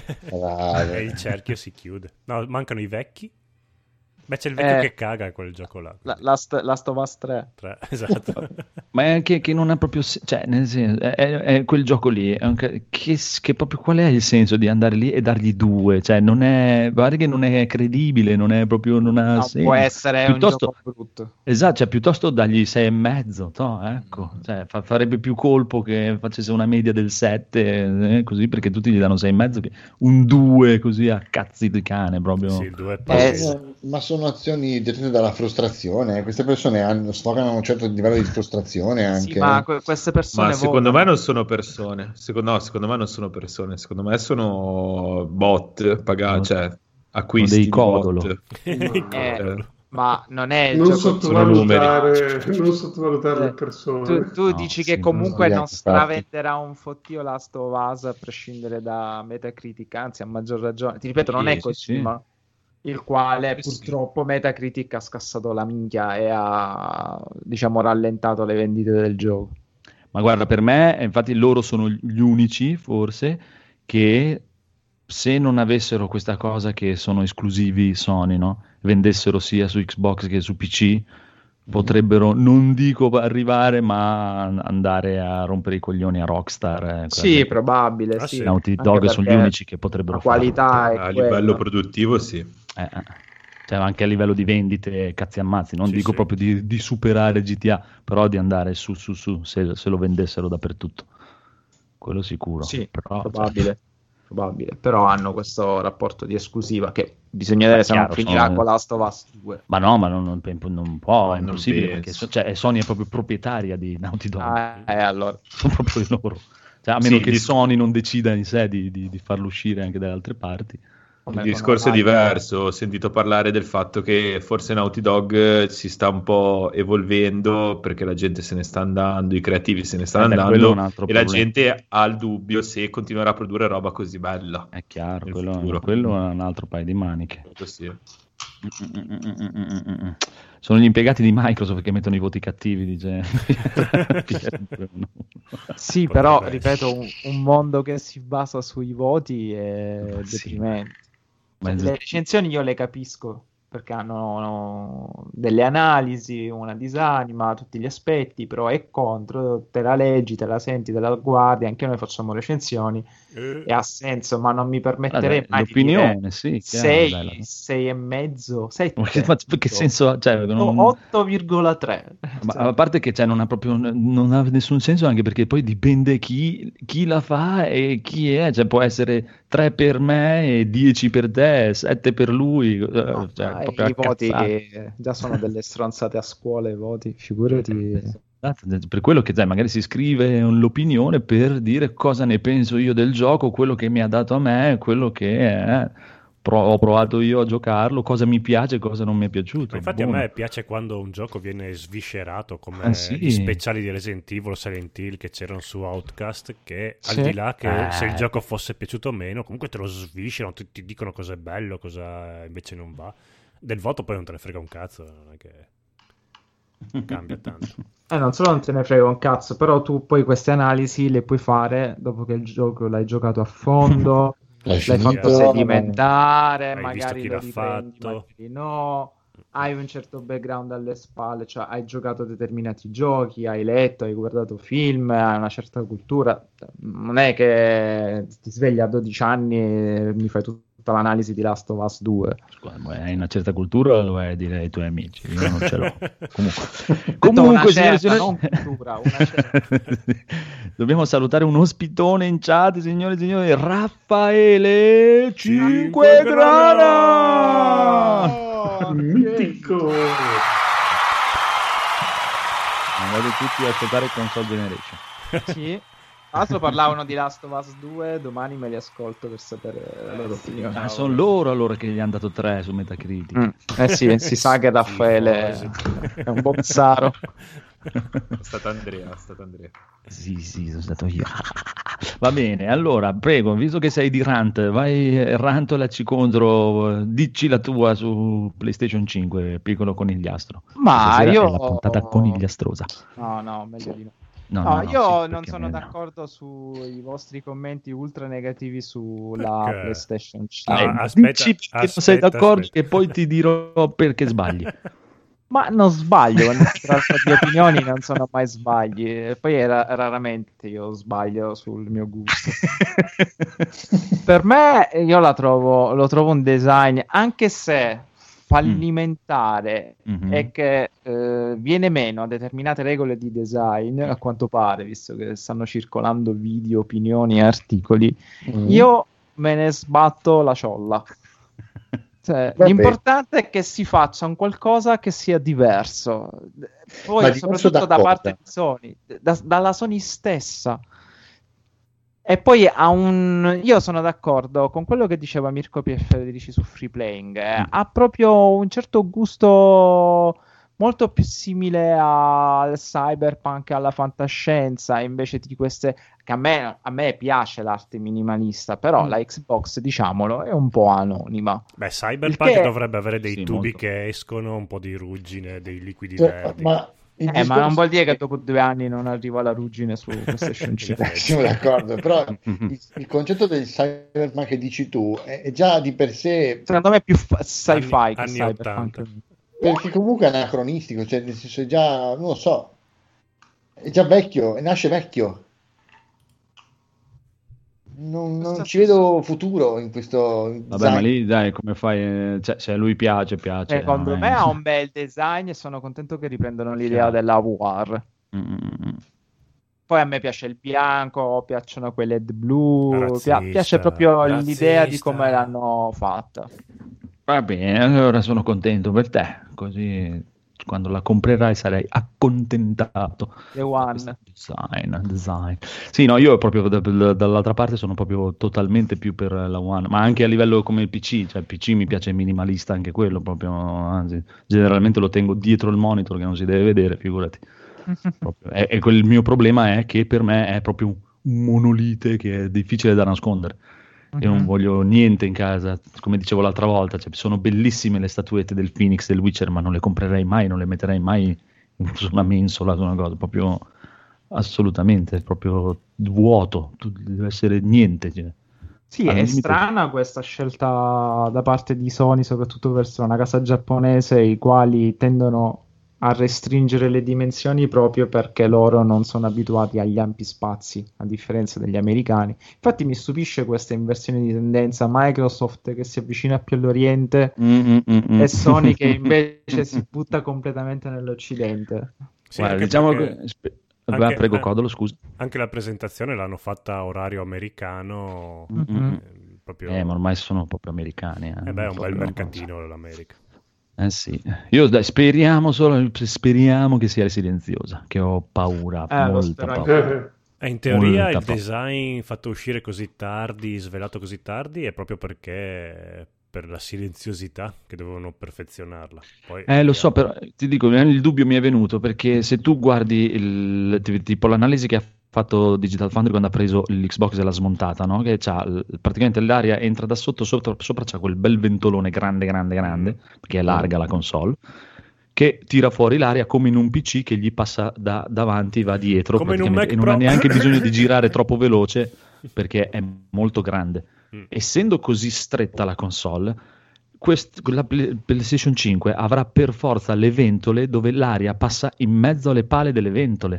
Bravo. E il cerchio si chiude. No, mancano i vecchi. Beh, c'è il vecchio Eh. che caga, quel gioco là. La, Last, Last of Us tre. Tre, esatto. Ma è anche che non ha proprio se- cioè nel senso è, è- è quel gioco lì è un ca- che, che proprio qual è il senso di andare lì e dargli due, cioè non è, guarda che non è credibile, non è proprio, non ha No, senso. può essere Piuttosto- un gioco brutto. Esatto, cioè piuttosto dagli sei e mezzo, toh, ecco, cioè, fa- farebbe più colpo che facesse una media del sette, eh, così, perché tutti gli danno sei e mezzo, che un due così a cazzi di cane proprio. Sì, il due è Ma, Eh, pazzesco. ma sono azioni dettute dalla frustrazione. Queste persone hanno, sfogano un certo livello di frustrazione anche. Sì, ma que- queste persone Ma secondo votano. me non sono persone. Secondo, no, secondo me non sono persone. Secondo me sono bot pagati, Sono- cioè acquisti dei di codolo. bot. Eh, ma non è il Non gioco sottovalutare, non sottovalutare le Eh, persone. tu, tu No, dici sì, che comunque no, non infatti. stravenderà un fottio Last of Us a prescindere da Metacritic, anzi a maggior ragione. Ti ripeto, non Sì, è sì, così, sì. ma il quale Sì, sì. purtroppo Metacritic ha scassato la minchia e ha, diciamo, rallentato le vendite del gioco. Ma guarda, per me, infatti loro sono gli unici, forse, che se non avessero questa cosa che sono esclusivi Sony, no? Vendessero sia su Xbox che su P C, potrebbero, non dico arrivare, ma andare a rompere i coglioni a Rockstar. eh, quella Sì, gente. probabile, Ah, sì. sì. Naughty Anche Dog sono gli perché unici che potrebbero la qualità è A quella. livello produttivo, sì. farlo. Eh, eh. Cioè anche a livello di vendite, cazzi ammazzi, non Sì, dico sì. proprio di, di superare G T A, però di andare su su su se, se lo vendessero dappertutto. Quello sicuro. Sì, però, probabile, probabile. Però hanno questo rapporto di esclusiva che bisogna vedere Beh, se non chiaro, finirà sono- con Last of Us due. Ma no, ma non, non, non può, Ma è non impossibile, penso. perché so- cioè, Sony è proprio proprietaria di Naughty Dog. Ah, eh, allora. Sono proprio di loro. Cioè, a meno Sì, che di- Sony non decida in sé di, di, di farlo uscire anche dalle altre parti. Il Come discorso è con Horizon. diverso, ho sentito parlare del fatto che forse Naughty Dog eh, si sta un po' evolvendo perché la gente se ne sta andando, i creativi se ne stanno Eh beh, quello è andando un altro e la problema. gente ha il dubbio se continuerà a produrre roba così bella. È chiaro, Nel quello, futuro. quello è un altro paio di maniche. Quello sì. Sono gli impiegati di Microsoft che mettono i voti cattivi, dice. Sì, Potrebbe però, essere. ripeto, un, un mondo che si basa sui voti è Sì. deprimente. Ma Cioè, es- le recensioni io le capisco, perché hanno, hanno delle analisi, una disanima, tutti gli aspetti, però è contro, te la leggi, te la senti, te la guardi, anche noi facciamo recensioni, Eh, e ha senso, ma non mi permetterei Vabbè, mai l'opinione, di dire sì, chiaro, sei, dai, la- sei e mezzo, Ma che, sette, ma che senso ha? Cioè, non- otto virgola tre. ma Cioè, a parte che cioè, non ha proprio non ha nessun senso, anche perché poi dipende chi, chi la fa e chi è. Cioè, può essere tre per me e dieci per te, sette per lui. eh, no, cioè, dai, proprio i voti accazzate. già sono delle stronzate a scuola, i voti, figurati. Esatto, per quello che sai, magari si scrive l'opinione per dire cosa ne penso io del gioco, quello che mi ha dato a me, quello che è. Pro- ho provato io a giocarlo, cosa mi piace e cosa non mi è piaciuto. Ma infatti Buono. a me piace quando un gioco viene sviscerato come Eh sì. gli speciali di Resident Evil o Silent Hill che c'erano su Outcast, che Sì. al di là che Eh. se il gioco fosse piaciuto o meno, comunque te lo sviscerano, ti, ti dicono cosa è bello, cosa invece non va. Del voto poi non te ne frega un cazzo, non è che cambia tanto. Eh, non solo non te ne frega un cazzo, però tu poi queste analisi le puoi fare dopo che il gioco l'hai giocato a fondo, L'hai l'hai finito, fatto sedimentare, Hai visto magari chi lo l'ha riprendi, fatto. magari no, hai un certo background alle spalle, cioè hai giocato determinati giochi, hai letto, hai guardato film, hai una certa cultura. Non è che ti svegli a dodici anni e mi fai tutta l'analisi di Last of Us due. Scusa, ma hai una certa cultura, lo vai a dire ai tuoi amici. Io non ce l'ho. Comunque, Detto Comunque una signori e certa, signori- non cultura, una certa. Dobbiamo salutare un ospitone in chat, signori e signori. Raffaele Cinque Grana. Oh, Mitico. Andate tutti a ascoltare Console Generation. Sì. Tra l'altro parlavano di Last of Us due, domani me li ascolto per sapere la loro opinione. Ah, sono loro allora che gli hanno dato tre su Metacritic. Mm. Eh sì, si sa che Raffaele è un bozzaro. È stato Andrea, è stato Andrea. Sì, sì, sono stato io. Va bene, allora, prego, visto che sei di rant, vai eh, rantolaci contro, eh, dici la tua su PlayStation cinque, piccolo conigliastro. Ma Stasera io- è la puntata conigliastrosa. No, no, meglio di no. No, No, no, no, io sì, non perché sono me- d'accordo sui vostri commenti ultra negativi sulla Perché? PlayStation cinque. Eh, Ah, aspetta, dici perché non sei aspetta, d'accordo aspetta. e poi ti dirò perché sbagli. Ma non sbaglio, quando si tratta di opinioni non sono mai sbagli. E poi era, raramente io sbaglio sul mio gusto. Per me io la trovo, lo trovo un design, anche se fallimentare Mhm. e che eh, viene meno a determinate regole di design, a quanto pare, visto che stanno circolando video, opinioni e articoli, Mm. io me ne sbatto la ciolla. Cioè, Vabbè. l'importante è che si faccia un qualcosa che sia diverso. Ma Poi, diverso soprattutto da da cosa? parte di Sony, da- dalla Sony stessa. E poi ha un. Io sono d'accordo con quello che diceva Mirko P. Federici su Free Playing. eh. Mm. Ha proprio un certo gusto molto più simile al cyberpunk, alla fantascienza, invece di queste. Che a me, a me piace l'arte minimalista, però Mm. la Xbox, diciamolo, è un po' anonima. Beh, Cyberpunk Il che- dovrebbe avere dei Sì, tubi molto. che escono, un po' di ruggine, dei liquidi Cioè, verdi. ma il Eh, ma discorso- non vuol dire che dopo due anni non arriva la ruggine su PlayStation cinque. Siamo d'accordo, però il, il concetto del cyberpunk che dici tu è, è già di per sé, Secondo me è più fa- sci-fi Anni- che anni cyberpunk. ottanta. perché comunque è anacronistico, cioè nel senso è già, non lo so, è già vecchio, e nasce vecchio. non, non ci vedo futuro in questo Vabbè, design. ma lì dai, come fai? Cioè, se a lui piace, piace. Secondo non me è- ha un bel design e sono contento che riprendono l'idea Chiaro. della War. Mm-mm. Poi a me piace il bianco, piacciono quelle blu, Razzista, pia- piace proprio l'idea di razzista. come l'hanno fatta. Va bene, allora sono contento per te, così quando la comprerai sarei accontentato. The One. Questo Design, design. Sì, no, io proprio da- da- dall'altra parte sono proprio totalmente più per la One, ma anche a livello come il P C, cioè il P C mi piace minimalista anche quello, proprio, anzi, generalmente lo tengo dietro il monitor che non si deve vedere, figurati. Proprio. E, e quel mio problema è che per me è proprio un monolite che è difficile da nascondere. Io non Mhm. voglio niente in casa, come dicevo l'altra volta, cioè, sono bellissime le statuette del Phoenix, del Witcher, ma non le comprerei mai, non le metterei mai su una mensola, su una cosa, proprio assolutamente, proprio vuoto, tu- deve essere niente. Cioè. Sì, Al è limite- strana questa scelta da parte di Sony, soprattutto verso una casa giapponese, i quali tendono a restringere le dimensioni proprio perché loro non sono abituati agli ampi spazi, a differenza degli americani. Infatti mi stupisce questa inversione di tendenza, Microsoft che si avvicina più all'Oriente Mm, mm, mm, mm. e Sony che invece si butta completamente nell'Occidente. Sì, Guarda, anche diciamo perché- che... spe- anche- Vai, prego, eh, Codolo, scusa. Anche la presentazione l'hanno fatta a orario americano. Mm-mm. eh, proprio... Eh, ma ormai sono proprio americani. Eh, Eh beh, è un bel proprio- mercatino l'America. Eh sì, io dai, speriamo solo, speriamo che sia silenziosa, che ho paura, Eh, lo molta spero paura. Eh, E in teoria Molta il pa- design fatto uscire così tardi, svelato così tardi, è proprio perché per la silenziosità che dovevano perfezionarla. Poi, Eh, lo so, però ti dico, il dubbio mi è venuto perché se tu guardi il, ti- tipo l'analisi che ha fatto Digital Foundry quando ha preso l'Xbox e l'ha smontata, no? Che c'ha l- praticamente l'aria entra da sotto, sopra, sopra c'ha quel bel ventolone grande, grande, grande, perché è larga la console, che tira fuori l'aria come in un P C che gli passa da davanti, va dietro, Come in un praticamente, Mac e non ha Pro. neanche bisogno di girare troppo veloce perché è molto grande. Mm. Essendo così stretta la console, quest- la Play- PlayStation cinque avrà per forza le ventole dove l'aria passa in mezzo alle pale delle ventole.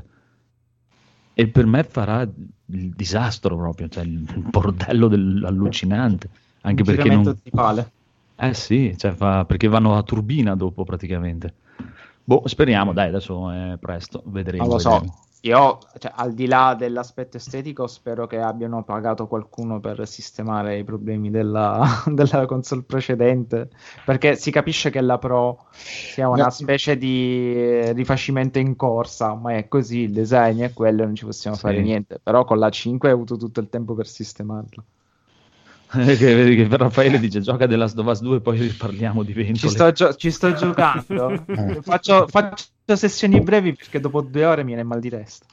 E per me farà il disastro proprio, cioè il bordello del- allucinante. Anche Un perché giramento non... di pale. Eh sì, cioè fa... perché vanno a turbina dopo praticamente. Boh, speriamo, dai, adesso è presto, vedremo. Non lo so. vedremo. Io, cioè, al di là dell'aspetto estetico, spero che abbiano pagato qualcuno per sistemare i problemi della, della console precedente, perché si capisce che la Pro sia una No. specie di rifacimento in corsa, ma è così, il design è quello, non ci possiamo Sì. fare niente, però con la cinque hai avuto tutto il tempo per sistemarlo. Eh, che, vedi che Raffaele dice gioca The Last of Us due, poi riparliamo di ventole. Ci sto, gio- ci sto giocando, faccio, faccio sessioni brevi perché dopo due ore mi viene mal di testa.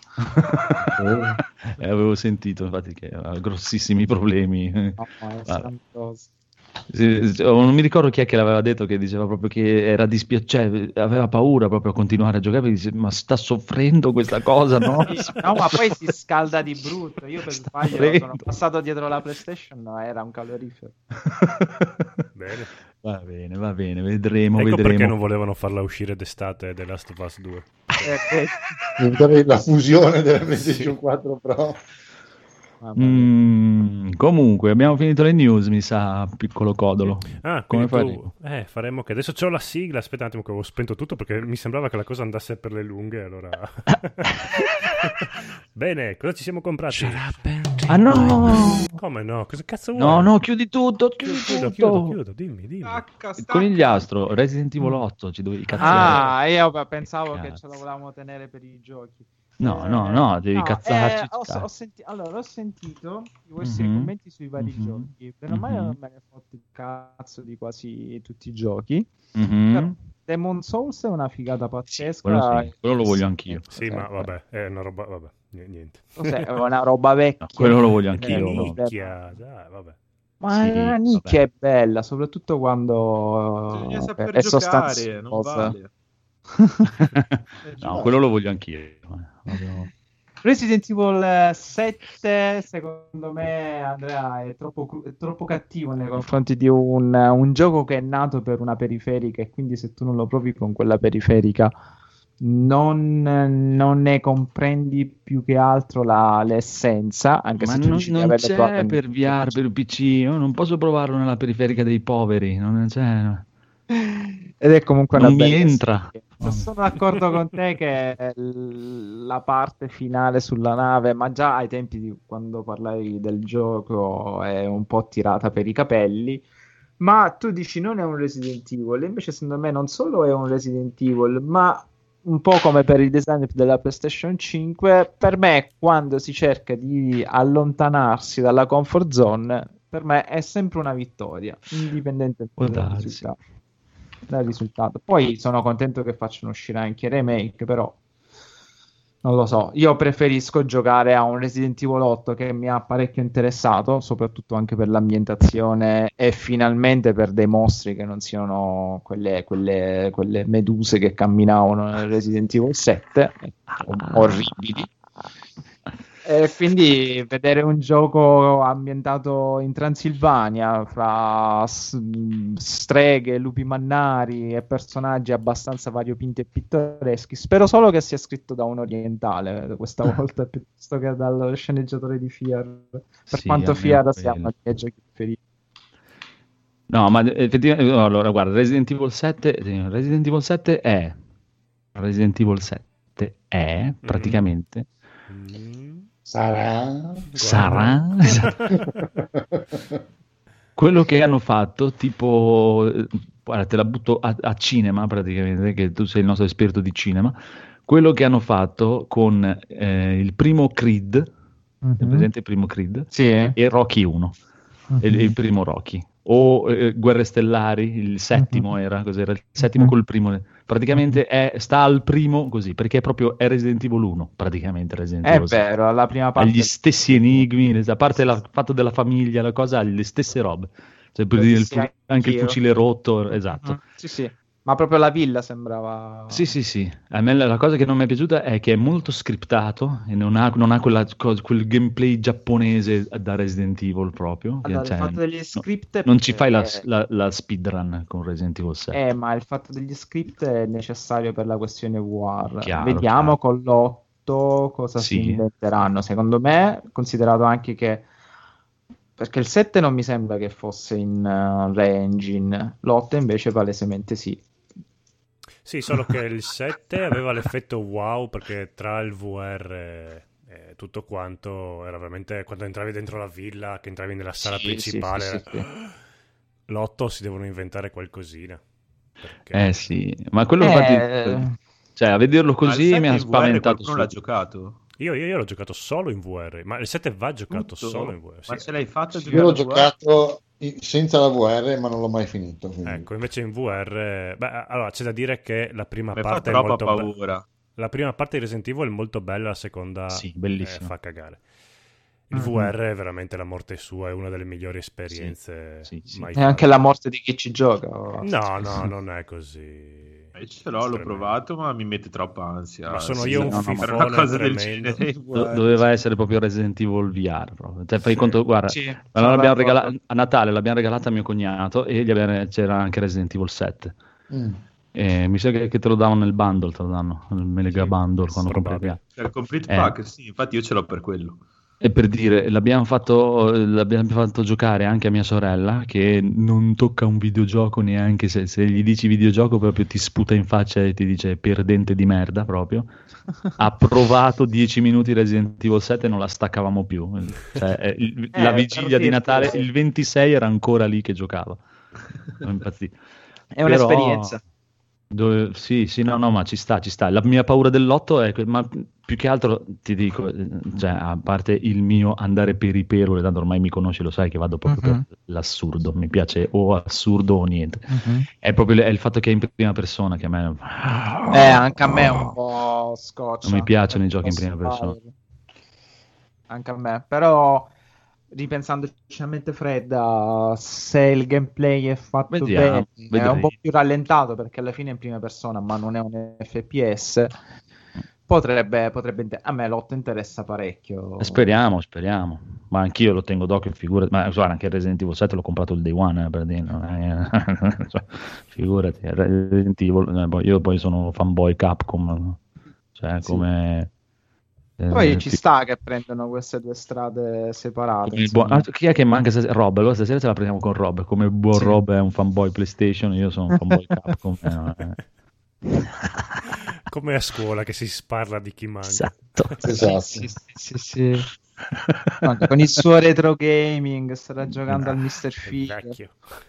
Eh, avevo sentito infatti che aveva grossissimi problemi. No, è Guarda. spaventoso. Sì, sì, non mi ricordo chi è che l'aveva detto, che diceva proprio che era dispiaciuto, cioè, aveva paura proprio a continuare a giocare, perché dice, ma sta soffrendo questa cosa, no? No, ma poi si scalda di brutto. Io per Sta sbaglio freddo. sono passato dietro la PlayStation, no, era un calorifero. Bene. Va bene, va bene, vedremo, Ecco vedremo. perché non volevano farla uscire d'estate The Last of Us due. Eh, eh, La fusione della PlayStation quattro Pro. mamma mia. Mm, comunque, abbiamo finito le news, mi sa, piccolo Codolo. Ah, Come quindi tu... Eh, faremo che adesso c'ho la sigla. Aspetta un attimo che avevo spento tutto perché mi sembrava che la cosa andasse per le lunghe, allora... Bene, cosa ci siamo comprati? Ah no! Come no? Cosa cazzo vuoi? No, no, chiudi tutto, chiudi Chiudo, tutto. chiudo, chiudo, dimmi, dimmi. Il conigliastro, Resident Evil otto, ci dovevi cazzare. Ah, io beh, pensavo che Cazzo. ce lo volevamo tenere per i giochi. No, Eh, no, no, devi no, cazzarci. eh, ho, sta. ho senti- allora, ho sentito i vostri Mhm. commenti sui vari Mhm. giochi. Bene o male Mhm. non me ne fotte il cazzo di quasi tutti i giochi. Mhm. Però Demon Souls è una figata pazzesca. Quello sì, quello lo voglio anch'io. Sì, ma vabbè, è una roba... Vabbè, n- niente. Cos'è? È una roba vecchia. No, quello lo voglio Eh, anch'io. no. Nicchia, dai, vabbè. Ma Sì, la nicchia vabbè. è bella, soprattutto quando Bisogna è, saper è giocare, sostanziosa. non vale. No, quello lo voglio anch'io. eh. Proprio- Resident Evil sette, secondo me, Andrea, è troppo, cru- è troppo cattivo nei confronti di un, un gioco che è nato per una periferica e quindi se tu non lo provi con quella periferica non, non ne comprendi più che altro la, l'essenza, anche Ma se tu non, dici di non averlo c'è provato per V R, per P C, io non posso provarlo nella periferica dei poveri, non c'è. ed è comunque Non una mi bella entra. esperienza. Sono d'accordo con te che l- la parte finale sulla nave, ma già ai tempi di quando parlavi del gioco è un po' tirata per i capelli, ma tu dici non è un Resident Evil, invece secondo me non solo è un Resident Evil, ma un po' come per il design della PlayStation cinque, per me quando si cerca di allontanarsi dalla comfort zone, per me è sempre una vittoria, indipendentemente dal risultato. dal risultato. Poi sono contento che facciano uscire anche remake, però non lo so, io preferisco giocare a un Resident Evil otto che mi ha parecchio interessato, soprattutto anche per l'ambientazione e finalmente per dei mostri che non siano quelle, quelle, quelle meduse che camminavano nel Resident Evil sette, orribili. E quindi vedere un gioco ambientato in Transilvania fra s- streghe, lupi mannari e personaggi abbastanza variopinti e pittoreschi, spero solo che sia scritto da un orientale questa volta piuttosto che dal sceneggiatore di F I A R, per Sì, quanto almeno F I A R sia quello. uno dei miei giochi preferiti. No, ma effettivamente, no, allora guarda, Resident Evil sette, sì, Resident Evil sette è Resident Evil sette è praticamente Sarà sarà quello che hanno fatto, tipo, eh, guarda, te la butto a, a cinema praticamente, che tu sei il nostro esperto di cinema, quello che hanno fatto con eh, il primo Creed, Mhm. è presente il primo Creed? Sì. E Rocky uno, Mhm. il, il primo Rocky, o eh, Guerre Stellari, il settimo era, cos'era? Il settimo Mhm. col primo, praticamente è, sta al primo così, perché è proprio è Resident Evil uno, praticamente Resident È Evil sette. vero, la prima Ha parte gli stessi enigmi, a parte il fatto della famiglia, la cosa, ha le stesse robe. Cioè, per Lo dire, il dissi fu- anche il anch'io. fucile rotto, esatto. Mhm. Sì, sì, ma proprio la villa sembrava... Sì, sì, sì. A me la la cosa che non mi è piaciuta è che è molto scriptato e non ha, non ha quella co- quel gameplay giapponese da Resident Evil proprio. che, Allora, il cioè, fatto degli no- script non ci fai la, è- la, la speedrun con Resident Evil sette. Eh, ma il fatto degli script è necessario per la questione V R. Chiaro, Vediamo chiaro. con l'otto cosa si Sì. inventeranno. Secondo me, considerato anche che perché il sette non mi sembra che fosse in uh, re-engine, l'otto invece palesemente sì. Sì, solo che il sette aveva l'effetto wow perché tra il V R e, e tutto quanto era veramente quando entravi dentro la villa, che entravi nella sala Sì, principale. sì, sì, sì, L'otto si devono inventare qualcosina. Perché... Eh sì, ma quello Eh, infatti, cioè a vederlo Ma il così sette mi ha in V R spaventato qualcuno l'ha subito. giocato? Io, io, io l'ho giocato solo in V R, ma il sette va giocato Tutto? solo in V R. Ma Sì. ce l'hai fatto Io l'ho giocare in V R? giocato i- senza la V R, ma non l'ho mai finito. quindi. Ecco, invece in V R, beh, allora c'è da dire che la prima Mi fa parte è troppa molto bella. paura. La prima parte di Resident Evil è molto bella, la seconda Sì, eh, bellissima. fa cagare. Il Mhm. V R è veramente la morte sua, è una delle migliori esperienze Sì, sì, sì. mai E anche fatte. la morte di chi ci gioca. oh. No, no, non è così. Eh, ce l'ho, l'ho Tremendo. provato, ma mi mette troppa ansia. Ma sono Sì, io un no, no, ma per fifone una cosa del tremendo. genere in V R. Do- doveva essere proprio Resident Evil V R proprio. Cioè, fai Sì. conto, guarda, Sì, allora sono l'abbiamo d'accordo. regala- a Natale l'abbiamo regalata a mio cognato e gli abbiamo- c'era anche Resident Evil sette. Mm. E mi sa che, che te lo davano nel bundle, te lo danno, nel mega Sì, bundle quando compri il probabile. V R. Cioè, il complete Eh. pack, sì, infatti io ce l'ho per quello. E per dire, l'abbiamo fatto, l'abbiamo fatto giocare anche a mia sorella che non tocca un videogioco neanche se, se gli dici videogioco proprio ti sputa in faccia e ti dice perdente di merda proprio. Ha provato dieci minuti Resident Evil sette e non la staccavamo più. Cioè, eh, il- Eh, la per vigilia di dirti, Natale, sì. il ventisei era ancora lì che giocava. Sono impazzito. È un'esperienza. Dove- sì, sì, no, no, ma ci sta, ci sta. La mia paura dell'otto è que- ma più che altro ti dico, eh, cioè, a parte il mio andare per i perole, tanto ormai mi conosci, lo sai che vado proprio Mhm. per l'assurdo, mi piace o assurdo o niente. Mhm. È proprio il, è il fatto che è in prima persona che a me Eh, anche a me è un po' scoccia. non mi piacciono i perché giochi in posso prima persona. farlo. Anche a me, però ripensandoci a mente fredda, se il gameplay è fatto Vediamo, bene, è vedremo. un po' più rallentato perché alla fine è in prima persona, ma non è un F P S. potrebbe, potrebbe inter- a me l'otto interessa parecchio. Speriamo, speriamo. Ma anch'io lo tengo d'occhio, figurati. Ma guarda, anche Resident Evil sette l'ho comprato il day one, eh, per dire, non è- cioè, figurati. Resident Evil, eh, poi- io poi sono fanboy Capcom, no? Cioè Sì. come... eh, Poi ci ti- sta che prendono queste due strade separate. come il buon- insomma. ah, chi è che manca stasera? Rob, allora stasera ce la prendiamo con Rob. Come il buon Sì. Rob è un fanboy PlayStation, io sono un fanboy Capcom. eh, no, eh. Come a scuola che si parla di chi manca. Esatto. Esatto. Sì, sì, sì, sì. Guarda, con il suo retro gaming starà giocando al mister È Figo. vecchio.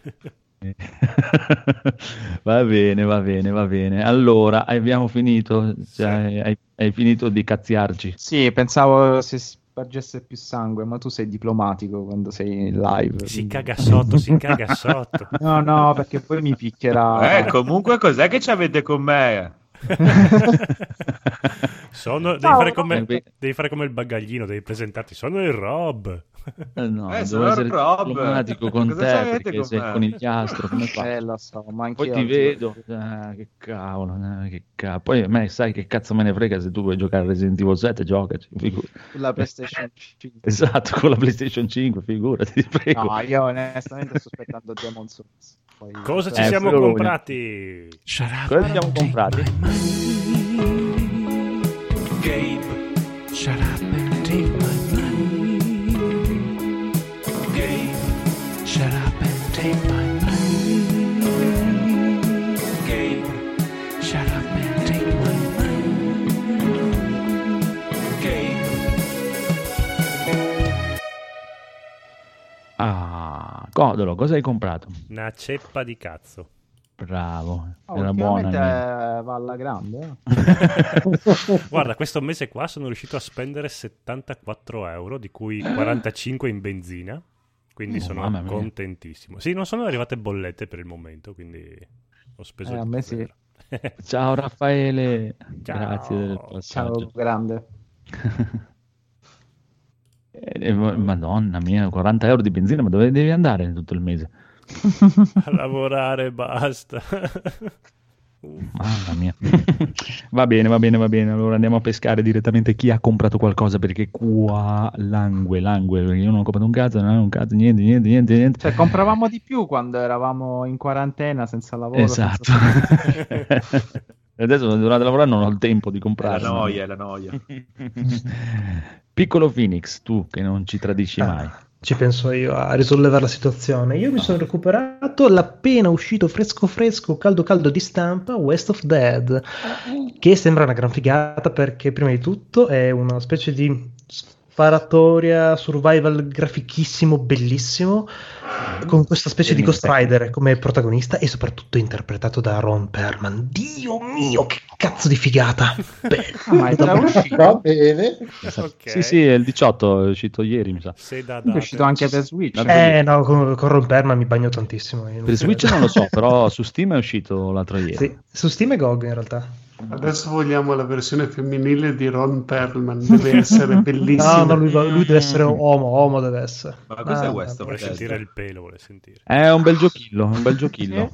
Va bene, va bene, va bene. Allora, abbiamo finito? Cioè, hai, hai finito di cazziarci? Sì, pensavo se spargesse più sangue, ma tu sei diplomatico quando sei in live. Si quindi- caga sotto, si caga sotto. No, no, perché poi mi picchierà. Eh, comunque cos'è che ci avete con me? Sono, devi, Ciao, fare come, Rob. devi fare come il bagaglino, devi presentarti. Sono il Rob. Eh, no, Eh, devo sono essere Rob. diplomatico con Cosa te c'avete perché con sei me? conigliastro, come fa? Eh, lo so, ma Poi anch'io ti oggi- vedo, eh, che cavolo, eh, che cavolo. Poi a me sai che cazzo me ne frega se tu vuoi giocare a Resident Evil sette, giocaci, figurati. sulla PlayStation cinque. Esatto, con la PlayStation cinque, figurati, ti prego. No, io onestamente sto aspettando Demon's Souls. Poi- Cosa ci Eh, siamo quello lo comprati? Cosa ci siamo comprati? Gabe, shut up and take my money. Gabe, shut up and take my money. Gabe, shut up and take my money. Gabe. Ah, Codolo, cosa hai comprato? Una ceppa di cazzo. Bravo, Oh, era ultimamente buona. eh, va alla grande. eh. Guarda, questo mese qua sono riuscito a spendere settantaquattro euro, di cui quarantacinque in benzina. Quindi Oh, sono mamma mia. contentissimo. Sì, non sono arrivate bollette per il momento, quindi ho speso Eh, a il me sì. zero. Ciao Raffaele, Ciao. grazie del Ciao, passaggio. grande. Eh, Madonna mia, quaranta euro di benzina, ma dove devi andare tutto il mese? A lavorare, basta. Mamma mia. Va bene, va bene, va bene. Allora andiamo a pescare direttamente chi ha comprato qualcosa, perché qua langue, langue, perché io non ho comprato un cazzo, non ho un cazzo, niente, niente, niente, niente. Cioè, compravamo di più quando eravamo in quarantena senza lavoro. Esatto. senza- E adesso durante a lavorare non ho il tempo di È comprare. la noia, è la noia. Piccolo Phoenix, tu che non ci tradisci mai. Ci penso io a risollevare la situazione. Io mi sono recuperato l'appena uscito fresco fresco, caldo caldo di stampa, West of Dead, che sembra una gran figata perché prima di tutto è una specie di sparatoria survival grafichissimo, bellissimo, con questa specie di Ghost Rider come protagonista e soprattutto interpretato da Ron Perlman. Dio mio, che cazzo di figata! Ah, ma è già uscito. Va bene. Ok. Sì, sì, è il diciotto, è uscito ieri, mi sa. Sei da È date. uscito anche per Switch. La- Eh no, con, con Ron Perlman mi bagno tantissimo. io non Per so- Switch non lo so, però su Steam è uscito l'altro ieri. Sì, su Steam e G O G in realtà. Adesso vogliamo la versione femminile di Ron Perlman, deve essere bellissima. No, no, lui, lui deve essere uomo, uomo deve essere. Ma cos'è Ah, West of Vuole Dead? sentire il pelo, vuole sentire. È un bel giochillo, un bel giochillo.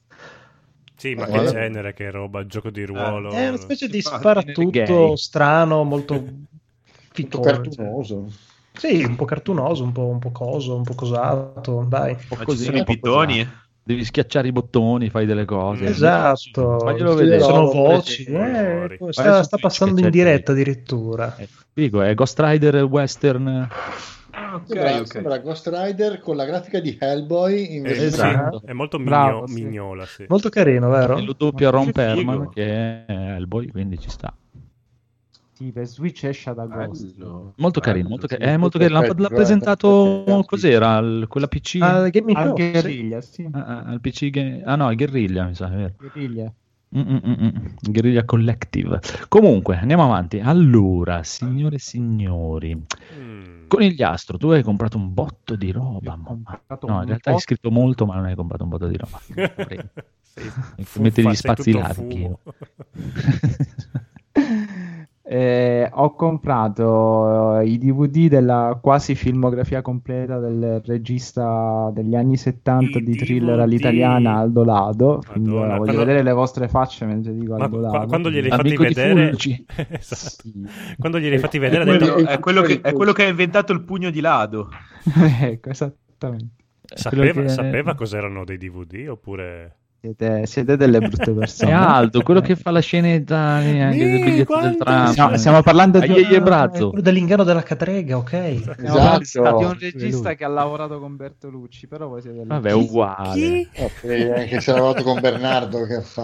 Sì, ma Eh, che guarda. genere, che roba, gioco di ruolo. È una specie di Gay. sparatutto strano, molto Tutto ficcone. cartunoso. Sì, un po' cartunoso, un po', un po' coso, un po' cosato, dai. Un po' Ma ci così, sono un i po' pitoni? così. Devi schiacciare i bottoni, fai delle cose. Esatto, Faglielo ci vedere. sono No, voci, fuori. eh, Vai sta, su sta Twitch passando che in c'è diretta addirittura. È figo, è Ghost Rider western. Ah, ok, Sembra, ok. sembra Ghost Rider con la grafica di Hellboy in Eh, versione- sì, Esatto. è molto migno- Bravo, sì. mignola, sì. Molto carino, vero? E lo doppia Ron Che Perlman, figo. che è Hellboy, quindi ci sta. Sì, per Switch esce ad agosto. Bello. Molto carino, Bello, molto sì. carino. È molto carino. L'ha, l'ha Perfetto, presentato, guarda, cos'era? Al- quella P C? Al Gaming Al Show, sì. Guerriglia, sì. Ah, ah, al P C Ga- ah no, al Guerriglia, mi sa, è vero. Guerriglia. Mm, mm, mm, mm. Guerriglia Collective. Comunque, andiamo avanti. Allora, signore e signori, Mm. Conigliastro, tu hai comprato un botto di roba. Ho mamma. comprato No, un in realtà hai botto. scritto molto, ma non hai comprato un botto di roba. Prego. Sei Metti gli fuffa, sei spazi tutto larghi. fumo. Eh, ho comprato i D V D della quasi filmografia completa del regista degli anni settanta I di D V D. thriller all'italiana Aldo Lado. Quindi Madonna, ora voglio quando- vedere le vostre facce mentre dico Ma Aldo qu- Lado. quando glieli hai fatti Amico di vedere Fulci. Esatto. Sì. Quando glieli hai fatti vedere ha Quello- detto è, quello che, è quello che ha inventato il pugno di Lado. Ecco, esattamente. sapeva, quello che- sapeva cos'erano dei D V D oppure Siete, siete delle brutte È persone. Aldo, quello che fa la scenetta anche del Mi, biglietto quanto- del tram. Stiamo, stiamo parlando di, Aie, aie, Ah, brazzo. quello dell'inganno della catrega, ok. stiamo parlando Esatto. di un regista che ha lavorato con Bertolucci, però voi siete delle- Vabbè, è uguale. chi? Eh, anche se lavorato con Bernardo, che fa?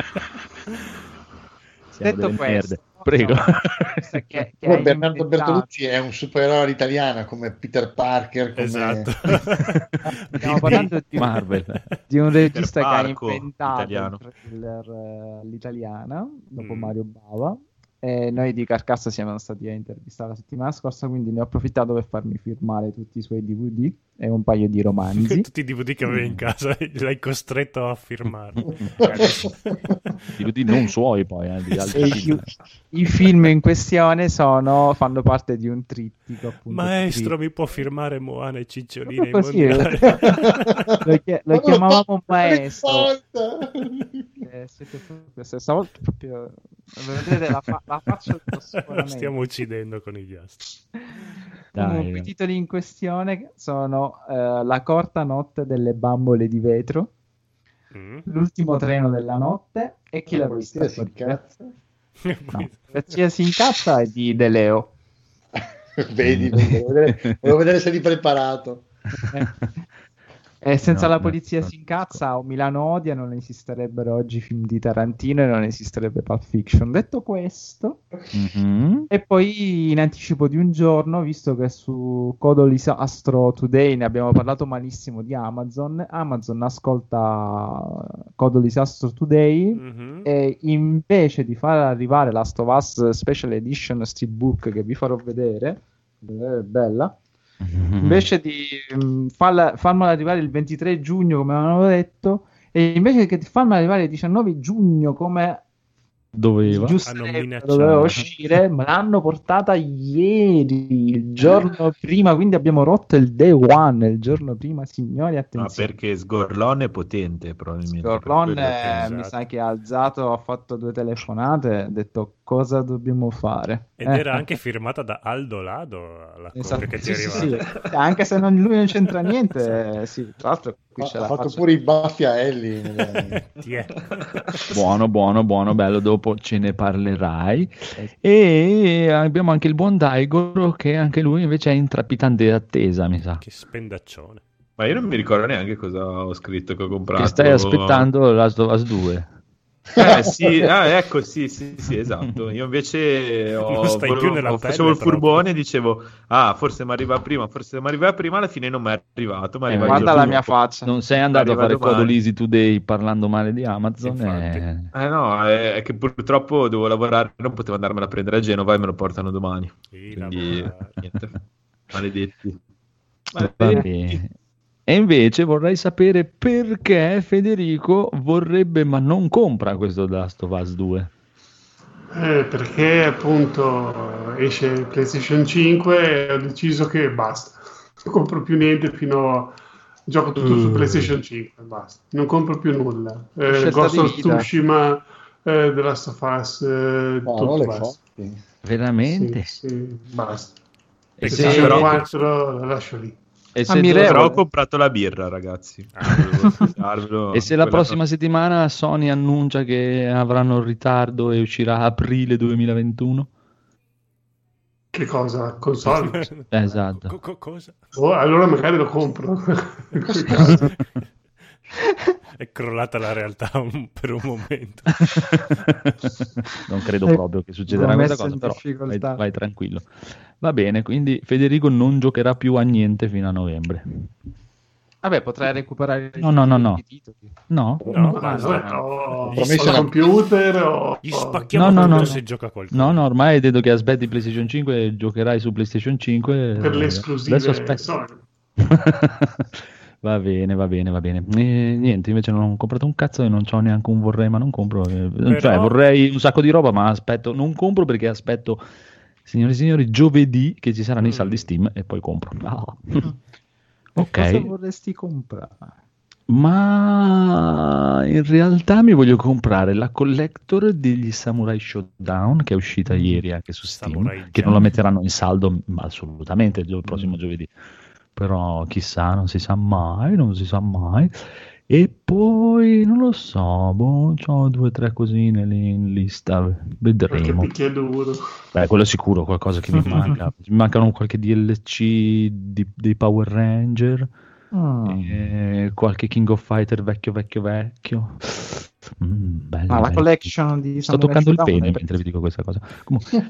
Siamo Detto delle questo, merde. Prego. insomma, questo è che, che Poi ha Bernardo inventato- Bertolucci è un supereroe all'italiana come Peter Parker, come... Esatto. Stiamo parlando di, Marvel. di un regista che ha Parco, inventato italiano. il thriller eh, all'italiana dopo Mm. Mario Bava, e noi di Carcassa siamo stati a intervistare la settimana scorsa, quindi ne ho approfittato per farmi firmare tutti i suoi D V D e un paio di romanzi. Tutti i D V D che avevi in casa l'hai costretto a firmarli. D V D non suoi poi, eh, di altri E i, film. i film in questione sono, fanno parte di un trittico, appunto. Maestro, mi può firmare Moana e Cicciolina Proprio ai così, mondiali? lo, chi- lo chiamavamo maestro. Volta! Eh, siete proprio, stavolta proprio vedete la, fa- la faccia dello Lo sforamento. stiamo uccidendo con i ghiacci. Comunque, Dai. i titoli in questione sono eh, La corta notte delle bambole di vetro, Mm. L'ultimo treno della notte e Chi la polizia si incazza. No, Polizia si incazza è di De Leo. Vedi, volevo vedere, volevo vedere se eri preparato. E senza No, la no, polizia no. si incazza o Milano odia, non esisterebbero oggi film di Tarantino e non esisterebbe Pulp Fiction. Detto questo, Mhm. e poi in anticipo di un giorno, visto che su Codolisastro Today ne abbiamo parlato malissimo di Amazon, Amazon ascolta Codolisastro Today Mhm. e invece di far arrivare Last of Us Special Edition Steelbook, che vi farò vedere, è bella, invece di mh, farla, farmela arrivare il ventitré giugno come avevano detto, e invece che farmela arrivare il diciannove giugno come Doveva. giusto Hanno sarebbe, minacciato. doveva uscire, me l'hanno portata ieri, il giorno prima, quindi abbiamo rotto il day one, il giorno prima, signori, Ma attenzione. perché Sgorlon è potente, probabilmente. per Orlon quello che- eh, mi esatto. sa che ha alzato, ha fatto due telefonate, ha detto cosa dobbiamo fare. Ed Eh, era eh. anche firmata da Aldo Lado la Esatto, copia che ti sì, è sì, arrivata. sì. Anche se non- lui non c'entra niente, eh, sì, tra l'altro qui c'è Ha la fatto faccia- pure i baffi a Ellie. nelle- Ti è. Buono, buono, buono, bello, dopo ce ne parlerai. E abbiamo anche il buon Daigoro che anche lui invece è in trepidante attesa, mi sa. Che spendaccione. Ma io non mi ricordo neanche cosa ho scritto che ho comprato. Che stai aspettando Last of Us due. Eh sì, ah, ecco, sì, sì, sì, esatto. Io invece ho, Non stai più nella ho- pelle, facevo il proprio. furbone e dicevo, ah, forse mi arriva prima, forse mi arriva prima, alla fine non mi è arrivato. Ma Eh, arriva il Guarda giorno la mia dopo. faccia. Non sei andato a Arriva fare domani. Codolisi Today parlando male di Amazon. Infatti. e- Eh no, è, è che purtroppo devo lavorare, non potevo andarmela a prendere a Genova e me lo portano domani. Sì, Quindi, lavora. niente, maledetti. Va bene. E invece vorrei sapere perché Federico vorrebbe ma non compra questo The Last of Us due. Eh, perché appunto esce il PlayStation cinque e ho deciso che basta, non compro più niente fino a... gioco tutto su Mm. PlayStation cinque, basta, non compro più nulla. Eh, Scelta Ghost di of vita. Tsushima, eh, The Last of Us, eh, tutto Parole basta. forti. Veramente? Sì, sì, basta. E Se se- c'è però- quattro la lascio lì. E se, Ammirevole. Però ho comprato la birra, ragazzi. Volevo darvelo- e se la quella- prossima settimana Sony annuncia che avranno il ritardo e uscirà a aprile duemilaventuno? Che cosa? Console? Esatto. Co- co- cosa? Oh, allora magari lo compro. È crollata la realtà un- per un momento. Non credo Eh, proprio che succederà l'ho questa messo cosa, in però vai, difficoltà. vai tranquillo. Va bene, quindi Federico non giocherà più a niente fino a novembre. Vabbè, potrai recuperare No, no, no, no. i titoli. No? No, Ma no, allora, no. ho, Gli ho spacca- il computer, ho, Gli ho- spacchiamo No, no, tutto no, se no. gioca qualcuno. No, no, ormai hai detto che aspetti PlayStation cinque e giocherai su PlayStation cinque. per le eh, esclusive Adesso aspetta. Sony. Va bene, va bene, va bene. E, niente, invece non ho comprato un cazzo e non c'ho neanche un vorrei, ma non compro. Eh, Però- Cioè, vorrei un sacco di roba, ma aspetto, non compro perché aspetto Signori e signori, giovedì che ci saranno mm. i saldi Steam e poi compro. Oh. Ok. Cosa vorresti comprare? Ma in realtà mi voglio comprare la collector degli Samurai Showdown che è uscita ieri anche su Steam, Samurai che non la metteranno in saldo ma assolutamente il prossimo mm. giovedì. Però chissà, non si sa mai, non si sa mai. E poi non lo so, boh, ho due o tre cosine lì in lista, vedremo. Beh, quello è sicuro, qualcosa che mi manca. Mi mancano qualche D L C di, dei Power Ranger, oh. e qualche King of Fighter vecchio vecchio vecchio. Mm, bello, ah, bello. La collection di Sto toccando il pene mentre vi dico questa cosa. Comunque...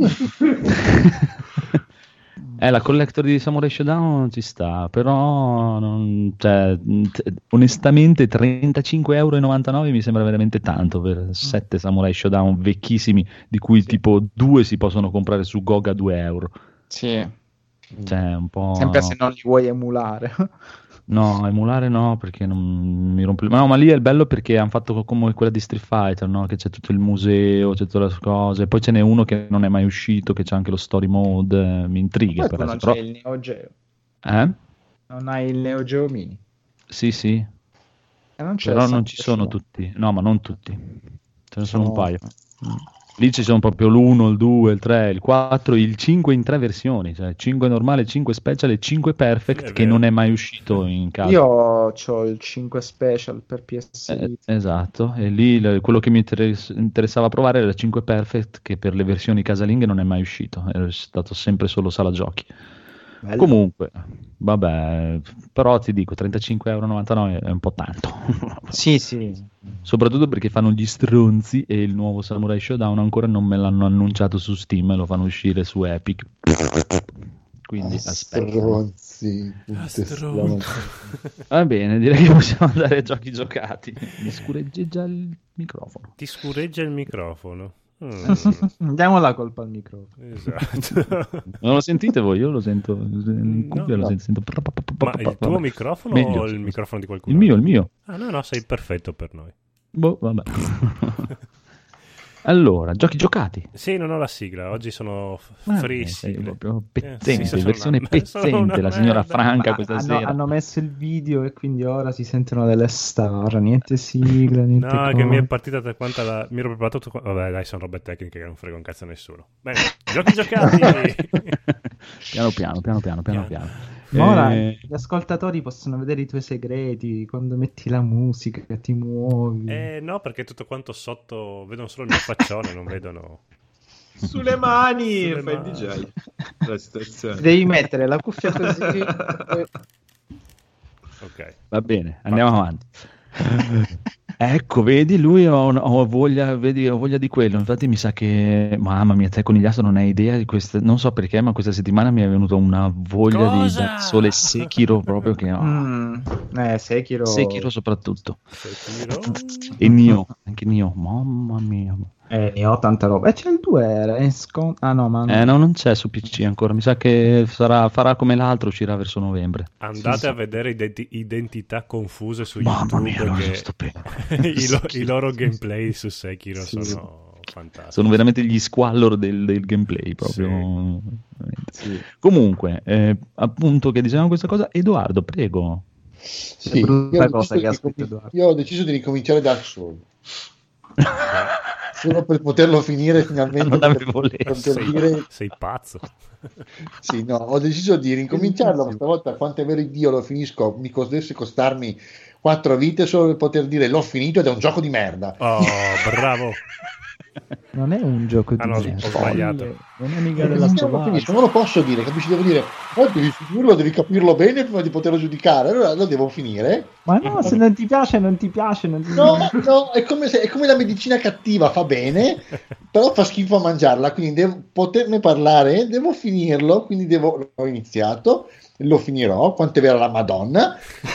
Eh, la collector di Samurai Showdown ci sta, però non, cioè, t- onestamente trentacinque virgola novantanove euro mi sembra veramente tanto per sette Samurai Showdown vecchissimi, di cui sì. tipo due si possono comprare su G O G a due euro. Sì. Cioè, un po'... Sempre se non li vuoi emulare. No, emulare no, perché non mi rompe... No, ma lì è il bello perché hanno fatto come quella di Street Fighter, no? Che c'è tutto il museo, c'è tutte le cose. Poi ce n'è uno che non è mai uscito, che c'è anche lo story mode, mi intriga. Poi tu non però... c'è il Neo Geo. Eh? Non hai il Neo Geo Mini? Sì, sì. E non c'è però non ci sono tutti. No, ma non tutti. Ce ne sono un paio. Mm. Lì ci sono proprio l'uno, il due, il tre, il quattro, il cinque in tre versioni, cioè cinque normale, cinque special e cinque perfect, sì, che non è mai uscito in casa. Io ho il cinque special per P S eh, esatto, e lì l- quello che mi interess- interessava provare era il cinque perfect, che per le versioni casalinghe non è mai uscito, è stato sempre solo sala giochi. Bello. Comunque, vabbè, però ti dico, trentacinque virgola novantanove euro è un po' tanto. Sì, sì. Soprattutto perché fanno gli stronzi e il nuovo Samurai Showdown ancora non me l'hanno annunciato su Steam e lo fanno uscire su Epic. Quindi aspetta. Stronzi. Stronzi. Va bene, direi che possiamo andare a giochi giocati. Mi scureggia il microfono. Ti scureggia il microfono. Mm. Diamo la colpa al microfono. Esatto. Non lo sentite voi? Io lo sento in cuffia, no, lo no. sento. Ma il tuo microfono meglio, o il microfono di qualcuno? Il mio, il mio. Ah no, no, sei perfetto per noi. Boh, vabbè. Allora, giochi giocati. Sì, non ho la sigla, oggi sono free ah, sigle. Proprio pezzente, eh, sì, versione una, pezzente, la signora Franca Ma questa hanno, sera. Hanno messo il video e quindi ora si sentono delle star, niente sigla, niente No, cosa. che mi è partita da quanta la... mi ero preparato tutto... Vabbè, dai, sono robe tecniche che non frega un cazzo a nessuno. Bene, giochi giocati! piano piano, piano piano, piano piano. Ma ora eh... gli ascoltatori possono vedere i tuoi segreti, quando metti la musica, ti muovi. Eh no, perché tutto quanto sotto vedono solo il mio faccione, non vedono... Sulle mani! Sulle Fai mani. il D J. La situazione. Devi mettere la cuffia così. Ok. Va bene, andiamo avanti. Ecco, vedi, lui ho, ho voglia, vedi, ho voglia di quello. Infatti mi sa che, mamma mia, te conigliato non hai idea di queste, non so perché, ma questa settimana mi è venuta una voglia Cosa? di Dark Souls e Sekiro proprio che ho. Mm. Eh, Sekiro. Sekiro soprattutto. Sekiro. E Nioh, anche Nioh, mamma mia. Eh, ne ho tanta roba. E c'è il due, era in scon- Ah no, ma... Eh no, non c'è su P C ancora, mi sa che sarà, farà come l'altro, uscirà verso novembre. Andate sì, a sì. vedere identi- identità confuse su Mamma YouTube, mia, che sto bene. I, lo- i loro gameplay su Sekiro Sì. sono fantastici. Sono veramente gli squallor del, del gameplay proprio. Sì. Sì. Comunque, eh, appunto che dicevamo questa cosa, Edoardo, prego. Sì, È brutta io, ho cosa che ha deciso scritto di, Edoardo. io ho deciso di ricominciare Dark Souls. Solo per poterlo finire finalmente. Non per avevo poter letto. Sei, dire... sei pazzo. Sì, no, ho deciso di ricominciarlo. Questa volta, quanto è vero Dio, lo finisco. Mi dovesse costarmi quattro vite solo per poter dire l'ho finito ed è un gioco di merda. Oh, bravo. Non è un gioco di Ah, no, ho merda. sbagliato. Non è mica Eh, della se non lo finisco, non lo posso dire, capisci? Devo dire, oh, devi finirlo, devi capirlo bene prima di poterlo giudicare. Allora lo devo finire. Ma no, se non ti piace, non ti piace. Non ti... No, no, è come, se, è come la medicina cattiva, fa bene, però fa schifo a mangiarla, quindi devo poterne parlare, devo finirlo, quindi devo, l'ho iniziato, lo finirò, quanto è vera la Madonna,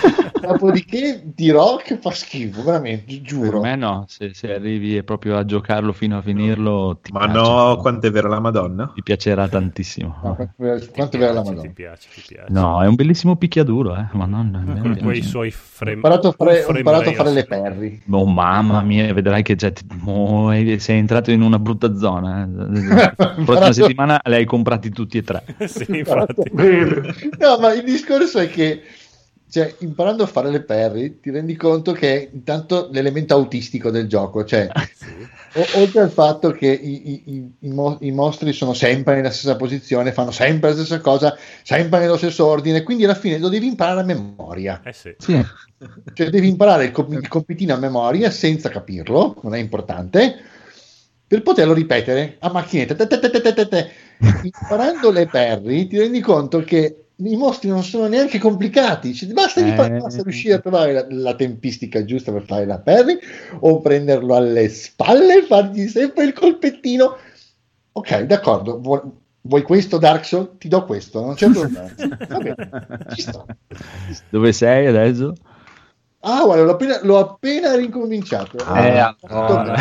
Dopodiché dirò che fa schifo, veramente, giuro. Per me no, se, se arrivi proprio a giocarlo fino a finirlo, ti Ma piace. no, quanto è vera la Madonna? Ti piacerà tantissimo. No, quanto, quanto è vera la Ti Madonna. piace, ti piace. No, è un bellissimo picchiaduro, eh. Madonna, mi Con piace. quei suoi frame. Ho imparato a fare, ho frame imparato a fare le rate. perri. Oh mamma mia, vedrai che già ti- oh, sei entrato in una brutta zona. eh. La prossima Imparato- settimana li hai comprati tutti e tre. Sì, infatti. Bene. No, ma il discorso è che, cioè, imparando a fare le parry, ti rendi conto che intanto l'elemento autistico del gioco, cioè, o- oltre al fatto che i, i- i- i mo- i mostri sono sempre nella stessa posizione, fanno sempre la stessa cosa, sempre nello stesso ordine, quindi alla fine lo devi imparare a memoria. Eh sì. Sì. Cioè, devi imparare il, com- il compitino a memoria senza capirlo, non è importante, per poterlo ripetere a macchinetta. Te, te, te, te, te, te, te. Imparando le parry, ti rendi conto che i mostri non sono neanche complicati, cioè, basta, Eh. fare- basta riuscire a trovare la, la tempistica giusta per fare la parry o prenderlo alle spalle e fargli sempre il colpettino. Ok, d'accordo, vuoi, vuoi questo Dark Souls? Ti do questo, non c'è problema. Va bene, ci sta. Dove sei adesso? Ah, guarda, l'ho appena, l'ho appena ricominciato. Eh, Ah, allora.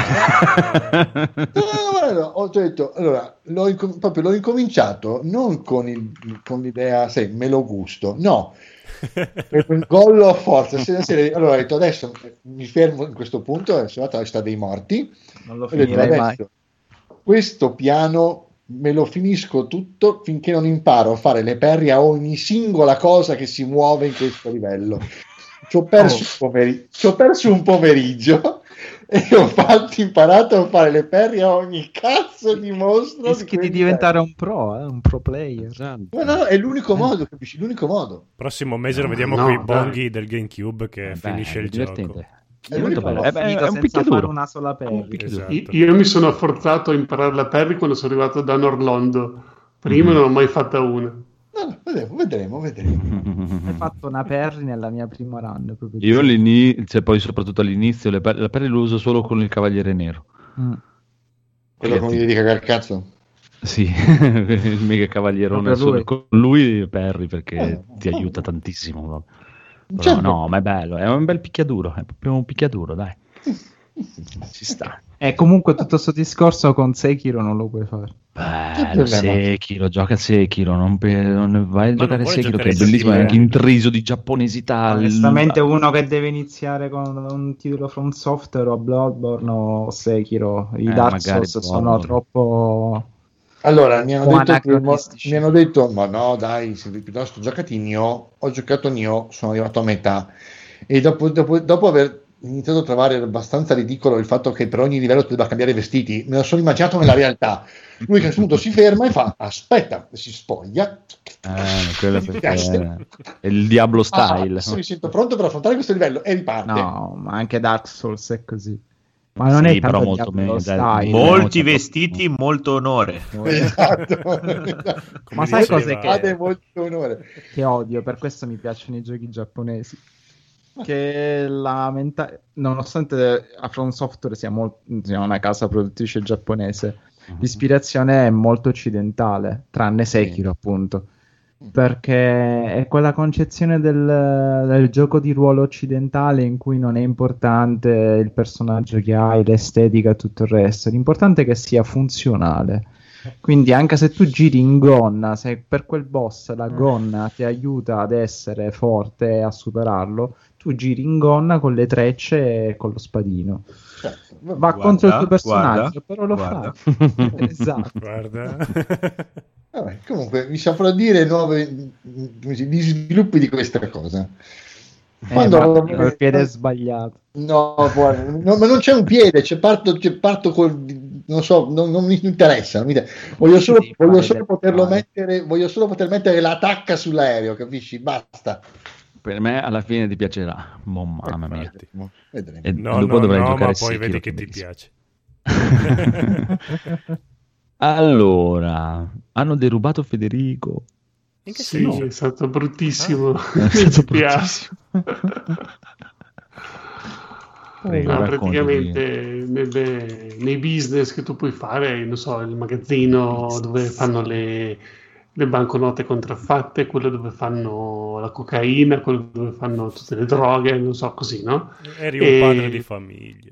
No, guarda, ho detto, allora, l'ho, incom- proprio l'ho incominciato non con, il, con l'idea, sai, me lo gusto, no, per un gollo a forza. Se- se- allora ho detto, adesso mi fermo in questo punto, sono andato alla città dei morti, Non lo ho detto, finirei mai. adesso questo piano me lo finisco tutto finché non imparo a fare le parry a ogni singola cosa che si muove in questo livello. Ci ho perso, un, pomeri- ci ho perso un pomeriggio e ho fatto, imparato a fare le parry a ogni cazzo di mostro. Rischi di quel diventare un pro, eh, un pro player. livello. No, no, no, è l'unico modo, capisci? L'unico modo. Prossimo mese lo No, vediamo no, con i dai. bonghi del GameCube che Eh, finisce beh, il è divertente. gioco. È molto bello. L'ho Eh, beh, finito è un senza picchiaduro. fare una sola parry. Esatto. I- Io mi sono forzato a imparare la parry quando sono arrivato da Norlondo. Prima Mhm. non ho mai fatta una. No, no, vedremo, vedremo, vedremo. Hai fatto una parry nella mia prima run. Proprio Io all'inizio, cioè poi soprattutto all'inizio, le per- la pelle lo uso solo con il Cavaliere Nero. Mm. Quello con gli di cagare il cazzo. Sì, il mega cavalierone Proprio solo lui. con lui Perry perché Eh, ti no. aiuta tantissimo. Però Certo. no, ma è bello, è un bel picchiaduro, è proprio un picchiaduro, dai. Ci sta. E comunque tutto questo discorso con Sekiro non lo puoi fare. Bello, problema. Sekiro, gioca Sekiro, non, pe- non vai a Ma giocare non vuole Sekiro giocare che è bellissimo, è Sekiro, anche eh. intriso di giapponesità. Onestamente uno che deve iniziare con un titolo From Software o Bloodborne o Sekiro, i Eh, Dark magari Souls sono Bloodborne. troppo... Allora, mi hanno, O detto che, anacronistici. mi hanno detto, ma no, dai, se piuttosto giocati Nioh, ho giocato Nioh, sono arrivato a metà e dopo, dopo, dopo aver iniziato a trovare abbastanza ridicolo il fatto che per ogni livello tu debba cambiare i vestiti, me lo sono immaginato nella realtà. Lui che a un punto si ferma e fa, aspetta, si spoglia. Eh, quello si perché veste. è il Diablo Ah, style. adesso mi sento pronto per affrontare questo livello e riparte. No, ma anche Dark Souls è così. Ma non Sì, è però tanto molto Diablo meno, dai, style. Molti Eh, vestiti, molto onore. Esatto. Come Ma sai diceva- cos'è che- Fate molto onore. che odio, per questo mi piacciono i giochi giapponesi. Che la menta- nonostante a From Software sia, mol- sia una casa produttrice giapponese, l'ispirazione è molto occidentale, tranne Sekiro, appunto. Perché è quella concezione del, del gioco di ruolo occidentale in cui non è importante il personaggio che hai, l'estetica e tutto il resto. L'importante è che sia funzionale. Quindi anche se tu giri in gonna, se per quel boss la gonna ti aiuta ad essere forte e a superarlo, tu giri in gonna con le trecce e con lo spadino. Certo. Va Guarda, contro il tuo personaggio, guarda, però lo guarda. fa. Esatto. Guarda. Vabbè, comunque mi saprò dire nuove, come si- gli sviluppi di questa cosa. Eh, Quando- ma col piede sbagliato. No, guarda, no, ma non c'è un piede, c'è parto, c'è parto col, non so, non, non mi interessa. Non mi inter- voglio solo, Sì, voglio fare solo del poterlo fare. mettere, voglio solo poter mettere la tacca sull'aereo, capisci? Basta. Per me alla fine ti piacerà. Oh, mamma mia. Vedremo, vedremo. E No, dopo no, dovrai no, giocare ma poi Sekiro, vedi che è ti bellissimo. piace. Allora, hanno derubato Federico. In che Sì, senso? è stato bruttissimo. È Mi stato dispiace. Prego, No, racconti. praticamente nelle- nei business che tu puoi fare, non so, il magazzino dove fanno le, le banconote contraffatte, quello dove fanno la cocaina, quello dove fanno tutte le droghe, non so, così, no? Eri un E- padre di famiglia.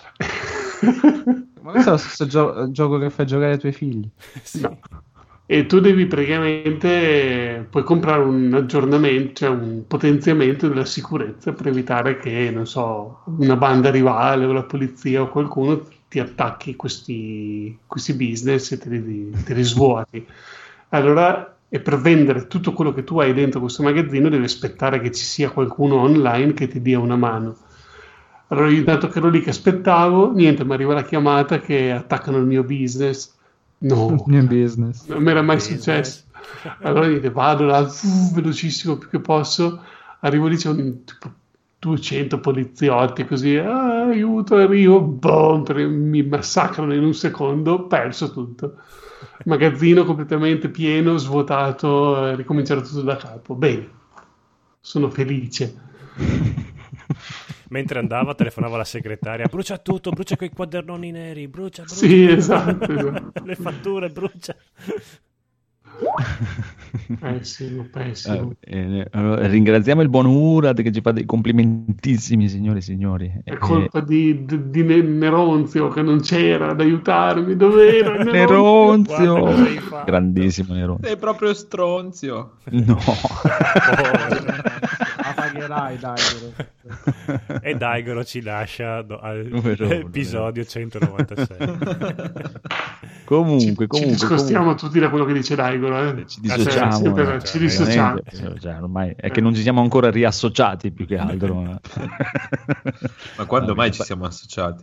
Ma questo è lo stesso gio- gioco che fai giocare ai tuoi figli. Sì. No. E tu devi praticamente puoi comprare un aggiornamento, cioè un potenziamento della sicurezza per evitare che, non so, una banda rivale o la polizia o qualcuno ti attacchi questi, questi business e te li, te li svuoti. Allora, e per vendere tutto quello che tu hai dentro questo magazzino devi aspettare che ci sia qualcuno online che ti dia una mano. Allora io intanto che ero lì che aspettavo, niente, mi arriva la chiamata che attaccano il mio business. No, Mio business. non mi era mai Business. successo. Allora niente, vado là, uh, velocissimo più che posso, arrivo lì, c'è un, tipo duecento poliziotti, così, ah, aiuto, arrivo, boom, per- mi massacrano in un secondo, perso tutto. Magazzino completamente pieno, svuotato, eh, ricominciare tutto da capo. Bene, sono felice. Mentre andava telefonava alla segretaria: brucia tutto, brucia quei quadernoni neri, brucia, brucia Sì, tutto. esatto, esatto. Le fatture, brucia. Pessimo, pessimo. Eh, eh, allora, ringraziamo il buon Urad che ci fa dei complimentissimi, signore e signori. È Eh, colpa di, di, di Ne- Neronzio che non c'era ad aiutarmi. Dov'era eh, Neronzio? Guarda cosa hai Neronzio, fatto. grandissimo Neronzio. Sei proprio stronzio. No. La pagherai, dai. E Daigoro ci lascia do- al Numero uno, episodio centonovantasei. Comunque, Ci comunque, discostiamo comunque, tutti da quello che dice Daigoro. Eh? ci Cioè, dissociamo. sì, per- eh, ci dissociamo. veramente, cioè, ormai è che non ci siamo ancora riassociati più che altro. ma- Ma quando Vabbè, mai ci pa- siamo associati?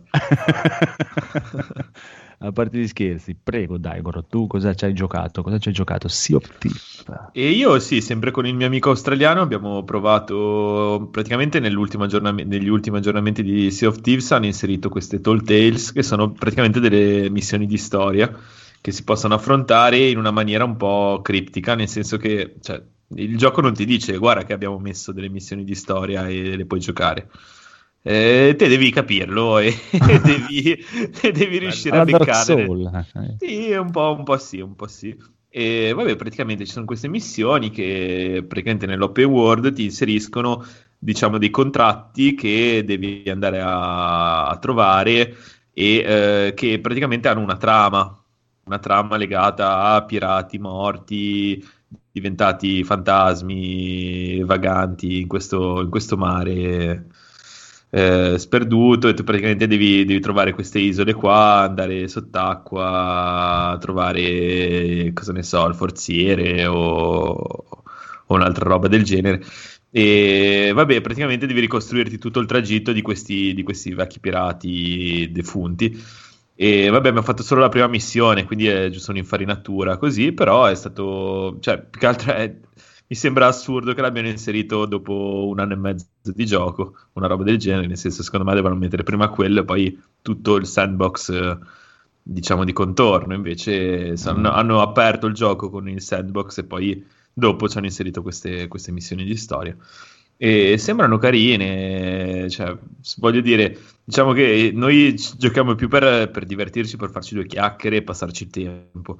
A parte gli scherzi, prego Daigoro, tu cosa ci hai giocato? Cosa ci hai giocato? Sea of Thieves. E io sì, sempre con il mio amico australiano abbiamo provato praticamente nell'ultimo aggiornam- negli ultimi aggiornamenti di Sea of Thieves hanno inserito queste Tall Tales che sono praticamente delle missioni di storia che si possono affrontare in una maniera un po' criptica, nel senso che cioè, il gioco non ti dice guarda che abbiamo messo delle missioni di storia e le puoi giocare. Eh, te devi capirlo e devi, e devi riuscire Alla a Dark beccarle. Soul. eh. Sì, un po', un po' sì, un po' sì. E vabbè, praticamente ci sono queste missioni che praticamente nell'open world ti inseriscono, diciamo, dei contratti che devi andare a, a trovare e eh, che praticamente hanno una trama, una trama legata a pirati morti, diventati fantasmi vaganti in questo, in questo mare eh, sperduto, e tu praticamente devi, devi trovare queste isole qua, andare sott'acqua, trovare, cosa ne so, il forziere o, o un'altra roba del genere. E vabbè, praticamente devi ricostruirti tutto il tragitto di questi, di questi vecchi pirati defunti. E vabbè, abbiamo fatto solo la prima missione, quindi è giusto un'infarinatura così, però è stato, cioè, più che altro è, mi sembra assurdo che l'abbiano inserito dopo un anno e mezzo di gioco, una roba del genere, nel senso, secondo me devono mettere prima quello e poi tutto il sandbox, eh, diciamo, di contorno. Invece s- hanno, hanno aperto il gioco con il sandbox e poi dopo ci hanno inserito queste, queste missioni di storia. E sembrano carine, cioè, s- voglio dire, diciamo che noi ci giochiamo più per, per divertirci, per farci due chiacchiere e passarci il tempo.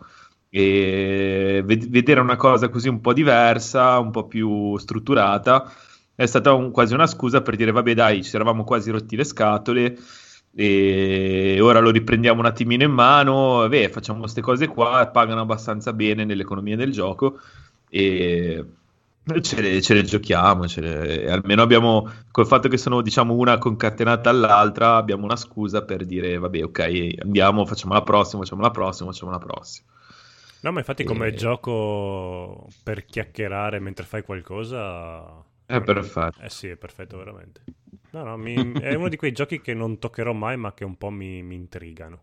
E ved- vedere una cosa così un po' diversa, un po' più strutturata, è stata un- quasi una scusa per dire vabbè dai, ci eravamo quasi rotti le scatole e ora lo riprendiamo un attimino in mano, vabbè, facciamo queste cose qua, pagano abbastanza bene nell'economia del gioco e ce le, ce le giochiamo, ce le- almeno abbiamo, col fatto che sono, diciamo, una concatenata all'altra, abbiamo una scusa per dire vabbè, ok, andiamo, facciamo la prossima, facciamo la prossima, facciamo la prossima. No, ma infatti come E- gioco per chiacchierare mentre fai qualcosa... È perfetto. Eh sì, è perfetto veramente. No, no, mi- è uno di quei giochi che non toccherò mai, ma che un po' mi, mi intrigano.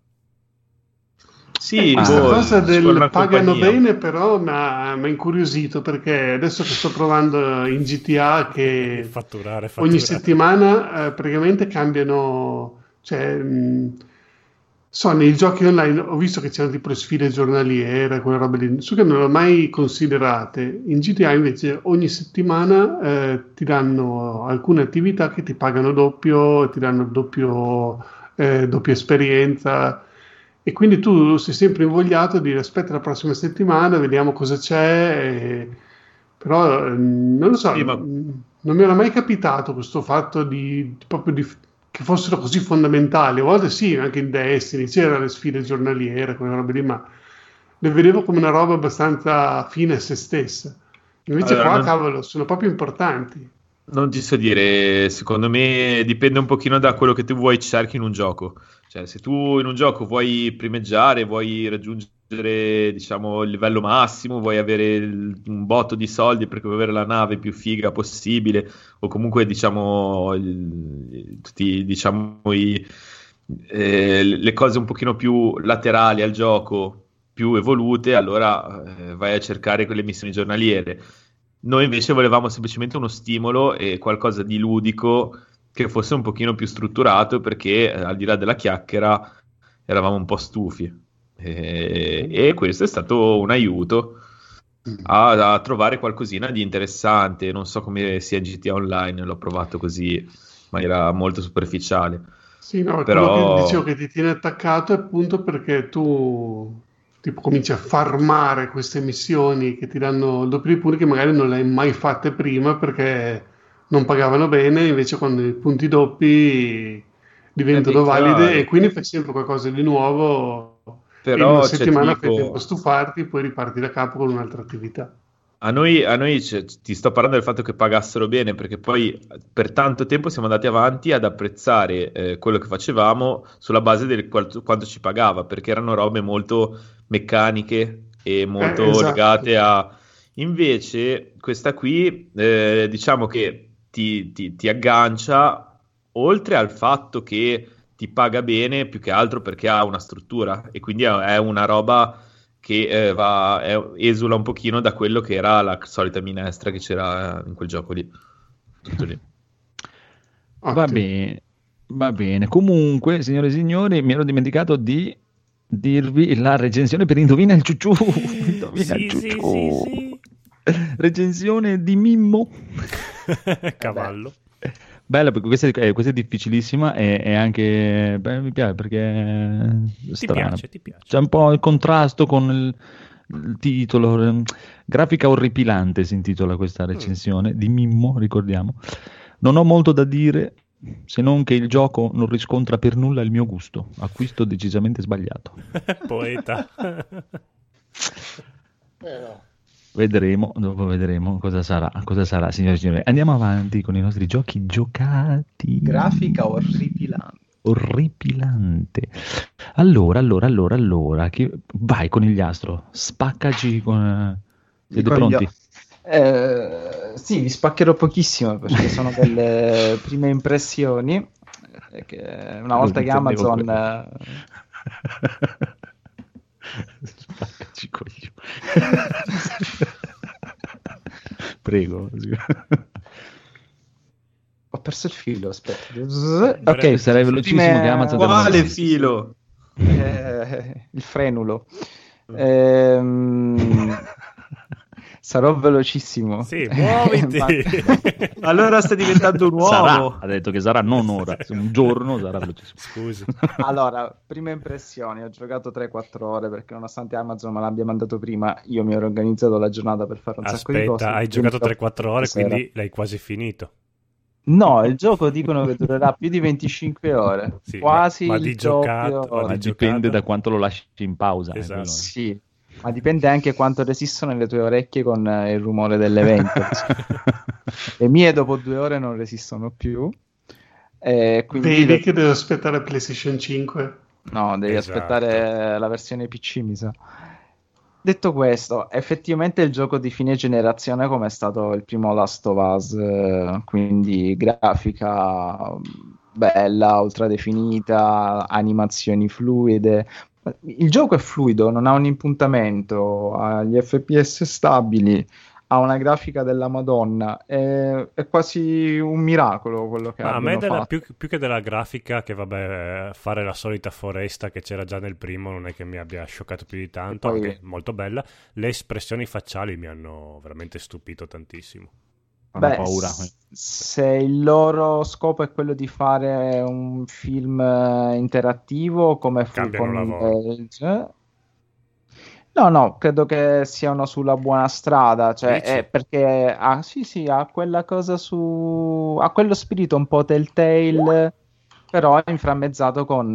Sì, Questa boh, cosa ci vuole del una pagano compagnia. bene però mi ha mi ha incuriosito, perché adesso che sto provando in G T A che Fatturare, ogni fatturare. settimana eh, praticamente cambiano, cioè mh, so, nei giochi online ho visto che c'erano tipo le sfide giornaliere, quelle robe lì, so che non le ho mai considerate. In G T A invece ogni settimana eh, ti danno alcune attività che ti pagano doppio, ti danno doppio, eh, doppia esperienza. e quindi tu sei sempre invogliato a dire aspetta la prossima settimana, vediamo cosa c'è, e... però non lo so, sì, ma... non mi era mai capitato questo fatto di, di proprio di, che fossero così fondamentali. A volte sì, anche in Destiny c'erano le sfide giornaliere, quelle robe lì, ma le vedevo come una roba abbastanza fine a se stessa. Invece allora, qua, non... cavolo, sono proprio importanti. Non ti so dire, secondo me dipende un pochino da quello che tu vuoi cerchi in un gioco. Cioè, se tu in un gioco vuoi primeggiare, vuoi raggiungere, diciamo, il livello massimo, vuoi avere il, un botto di soldi per avere la nave più figa possibile, o comunque, diciamo, il, tutti, diciamo, i, eh, le cose un pochino più laterali al gioco, più evolute, allora eh, vai a cercare quelle missioni giornaliere. Noi invece volevamo semplicemente uno stimolo e qualcosa di ludico che fosse un pochino più strutturato, perché eh, al di là della chiacchiera eravamo un po' stufi e, e questo è stato un aiuto a, a trovare qualcosina di interessante. Non so come sia in G T A Online, l'ho provato così in maniera molto superficiale. Sì, no, però quello che dicevo che ti tiene attaccato è appunto perché tu tipo cominci a farmare queste missioni che ti danno il doppio di punti che magari non le hai mai fatte prima perché non pagavano bene, invece quando i punti doppi diventano valide e quindi fai sempre qualcosa di nuovo. Però in una settimana fai tempo a stufarti, poi riparti da capo con un'altra attività. A noi, a noi ti sto parlando del fatto che pagassero bene, perché poi per tanto tempo siamo andati avanti ad apprezzare eh, quello che facevamo sulla base del quanto, quanto ci pagava, perché erano robe molto meccaniche e molto eh, esatto. legate a... Invece questa qui eh, diciamo che ti, ti, ti aggancia, oltre al fatto che ti paga bene, più che altro perché ha una struttura e quindi è una roba che eh, va, è, esula un pochino da quello che era la solita minestra che c'era in quel gioco lì. Tutto lì. Va bene, va bene. Comunque, signore e signori, mi ero dimenticato di dirvi la recensione per Indovina il ciucciù. Indovina sì, il ciucciù. Sì, sì, sì. Recensione di Mimmo. Cavallo. Bella, perché questa è, questa è difficilissima e, e anche beh, mi piace perché è ti strana. piace, ti piace. C'è un po' il contrasto con il, il titolo. Grafica orripilante si intitola questa recensione mm. di Mimmo, ricordiamo. Non ho molto da dire se non che il gioco non riscontra per nulla il mio gusto. Acquisto decisamente sbagliato. Poeta. Però Vedremo, dopo vedremo cosa sarà, cosa sarà, signore e signori. Andiamo avanti con i nostri giochi giocati. Grafica orripilante. Orripilante. Allora, allora, allora, allora, che... vai conigliastro, spaccaci con... Siete pronti? Eh, sì, vi spaccherò pochissimo perché sono delle prime impressioni. Che una volta che Amazon... Spaccaci coglioni. Prego. Ho perso il filo, aspetta. Ok, sarei velocissimo prime... che Amazon... Quale filo? Eh, il frenulo. Ehm... Sarò velocissimo. Sì, muoviti. Allora stai diventando un uomo. Sarà, ha detto che sarà non ora, un giorno sarà velocissimo. Scusi. Allora, prime impressioni, ho giocato tre quattro ore perché nonostante Amazon me l'abbia mandato prima, io mi ero organizzato la giornata per fare un Aspetta, sacco di cose. Aspetta, hai giocato tre quattro ore, sera. quindi l'hai quasi finito. No, il gioco dicono che durerà più di venticinque ore. Sì, quasi ma, ma il di giocato, doppio. Ma dipende da quanto lo lasci in pausa. Esatto. Eh, sì. Ma dipende anche quanto resistono le tue orecchie con eh, il rumore dell'evento. Le mie dopo due ore non resistono più. Eh, quindi Vedi le... che devo aspettare PlayStation cinque? No, devi Esatto. aspettare la versione P C, mi sa. Detto questo, effettivamente il gioco di fine generazione come è stato il primo Last of Us, eh, quindi grafica bella, ultra definita, animazioni fluide. Il gioco è fluido, non ha un impuntamento, ha gli F P S stabili, ha una grafica della Madonna, è, è quasi un miracolo quello che Ma a me della, fatto. più, più che della grafica, che vabbè, fare la solita foresta che c'era già nel primo non è che mi abbia scioccato più di tanto, Poi... anche molto bella, le espressioni facciali mi hanno veramente stupito tantissimo. Fanno Beh, paura. s- se il loro scopo è quello di fare un film eh, interattivo come fu Cambiano con lavoro. il- cioè- No, no, credo che siano sulla buona strada, cioè, Dici? è perché ah, sì, sì, ha quella cosa su... ha quello spirito un po' Telltale, però inframmezzato con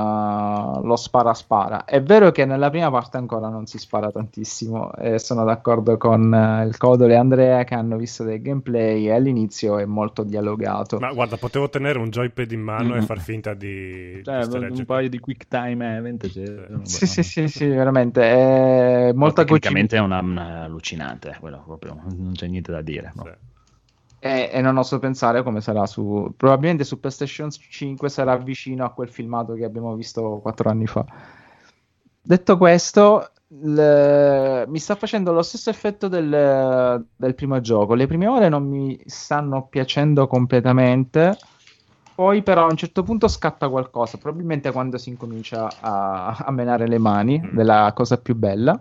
eh, lo spara spara. È vero che nella prima parte ancora non si spara tantissimo, e sono d'accordo con eh, il Codolo e Andrea che hanno visto dei gameplay e all'inizio è molto dialogato. Ma guarda, potevo tenere un joypad in mano e Mm. far finta di, di Cioè, stare a un giocare. paio di quick time event c'erano, Sì, però- sì, sì, sì, veramente, è No, molta tecnicamente è una, una allucinante, quello proprio, non c'è niente da dire. no. Sì. E, e non oso pensare come sarà su... Probabilmente su PlayStation cinque sarà vicino a quel filmato che abbiamo visto quattro anni fa. Detto questo, l- mi sta facendo lo stesso effetto del, del primo gioco. Le prime ore non mi stanno piacendo completamente, poi però a un certo punto scatta qualcosa, probabilmente quando si incomincia a, a menare le mani, Mm. della cosa più bella.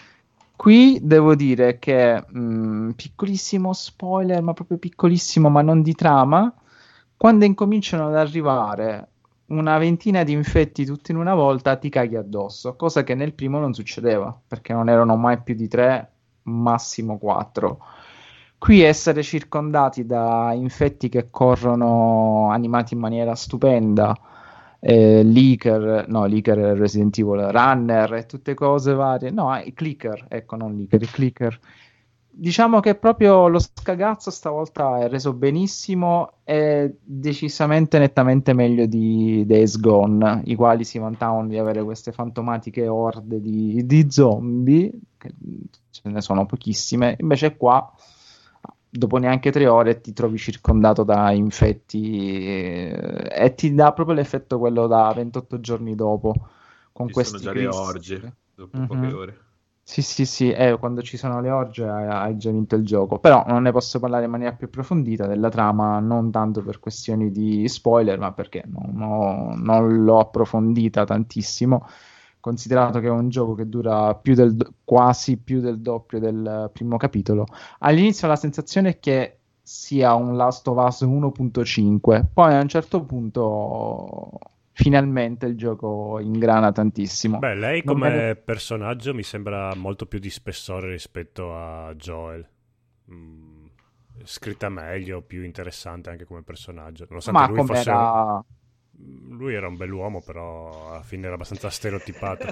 Qui devo dire che, mh, piccolissimo spoiler, ma proprio piccolissimo, ma non di trama, quando incominciano ad arrivare una ventina di infetti tutti in una volta, ti caghi addosso, cosa che nel primo non succedeva, perché non erano mai più di tre, massimo quattro. Qui essere circondati da infetti che corrono animati in maniera stupenda, eh, leaker, no, leaker è Resident Evil, runner e tutte cose varie, no, i clicker, ecco, non leaker, i clicker. Diciamo che proprio lo scagazzo stavolta è reso benissimo, è decisamente nettamente meglio di Days Gone, i quali si vantavano di avere queste fantomatiche orde di, di zombie, che ce ne sono pochissime, invece qua dopo neanche tre ore ti trovi circondato da infetti eh, e ti dà proprio l'effetto quello da ventotto giorni dopo, con Ci questi sono già le cristi. orge dopo Mhm. poche ore. Sì, sì, sì, eh, quando ci sono le orge hai, hai già vinto il gioco, però non ne posso parlare in maniera più approfondita della trama, non tanto per questioni di spoiler, ma perché non, ho- non l'ho approfondita tantissimo, considerato che è un gioco che dura più del, do- quasi più del doppio del primo capitolo. All'inizio la sensazione è che sia un Last of Us uno punto cinque, poi a un certo punto finalmente il gioco ingrana tantissimo. Beh, lei Non come me ne- personaggio mi sembra molto più di spessore rispetto a Joel. Mm, scritta meglio, più interessante anche come personaggio. Nonostante Ma lui come fosse... era... Lui era un bell'uomo, però alla fine era abbastanza stereotipato.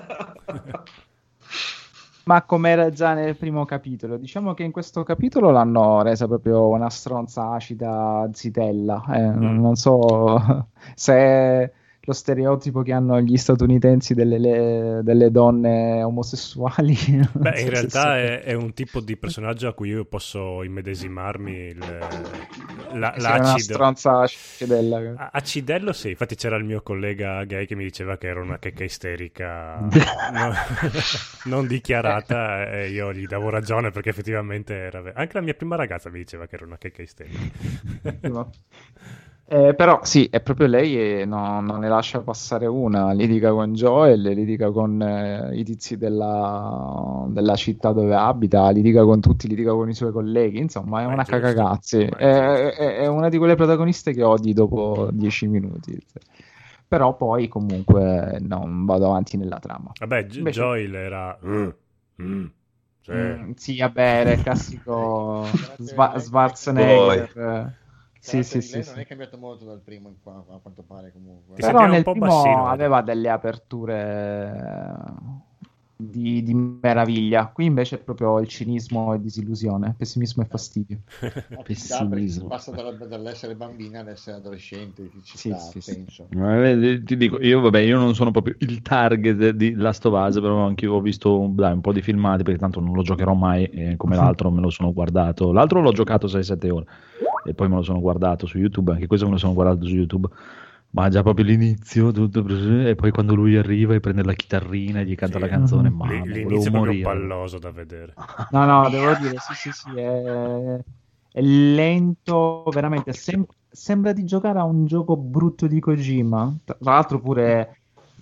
Ma come era già nel primo capitolo, diciamo che in questo capitolo l'hanno resa proprio una stronza acida zitella. Eh, non, Mm. non so se lo stereotipo che hanno gli statunitensi delle, le- delle donne omosessuali. non Beh, so in se realtà sia- è, è un tipo di personaggio a cui io posso immedesimarmi. Il, la, che sia una l'acido. stronza acidella. A- Acidello sì, infatti c'era il mio collega gay che mi diceva che era una checca isterica no- non dichiarata e io gli davo ragione perché effettivamente era vero. Anche la mia prima ragazza mi diceva che era una checca isterica. Ottimo. Eh, però sì, è proprio lei e no- non ne lascia passare una, litiga con Joel, litiga con eh, i tizi della, della città dove abita, litiga con tutti, litiga con i suoi colleghi, insomma è Ma è una giusto, cagacazzi, ma è è, giusto. è- è una di quelle protagoniste che odi dopo dieci minuti, però poi comunque non vado avanti nella trama. Vabbè, G- Invece- Joel era... Mm, mm, sì. Mm, sì, vabbè, era il classico Sva- Schwarzenegger. Sì, sì, sì, Lei sì. non è cambiato molto dal primo, in qua- a quanto pare comunque. Ti Però sentiva un nel po' primo bassino, vedi? aveva delle aperture di, di meraviglia. Qui invece è proprio il cinismo e disillusione, pessimismo e fastidio. Ah, ci sta, perché Pessimismo. passa dalla- dall'essere bambina all'essere adolescente, ci Sì, sta, sì, sì. penso. Eh, Ti dico, io vabbè, io non sono proprio il target di Last of Us, però anche io ho visto dai, un po' di filmati perché tanto non lo giocherò mai, e come l'altro me lo sono guardato. L'altro l'ho giocato sei sette ore e poi me lo sono guardato su YouTube, anche questo me lo sono guardato su YouTube. Ma già proprio l'inizio, tutto, e poi quando lui arriva e prende la chitarrina e gli canta Sì. la canzone, Mhm. mamma, L- volevo L'inizio è proprio morire. palloso da vedere. No, no, devo dire, sì, sì, sì, è, è lento, veramente, sem- sembra di giocare a un gioco brutto di Kojima. Tra tra l'altro pure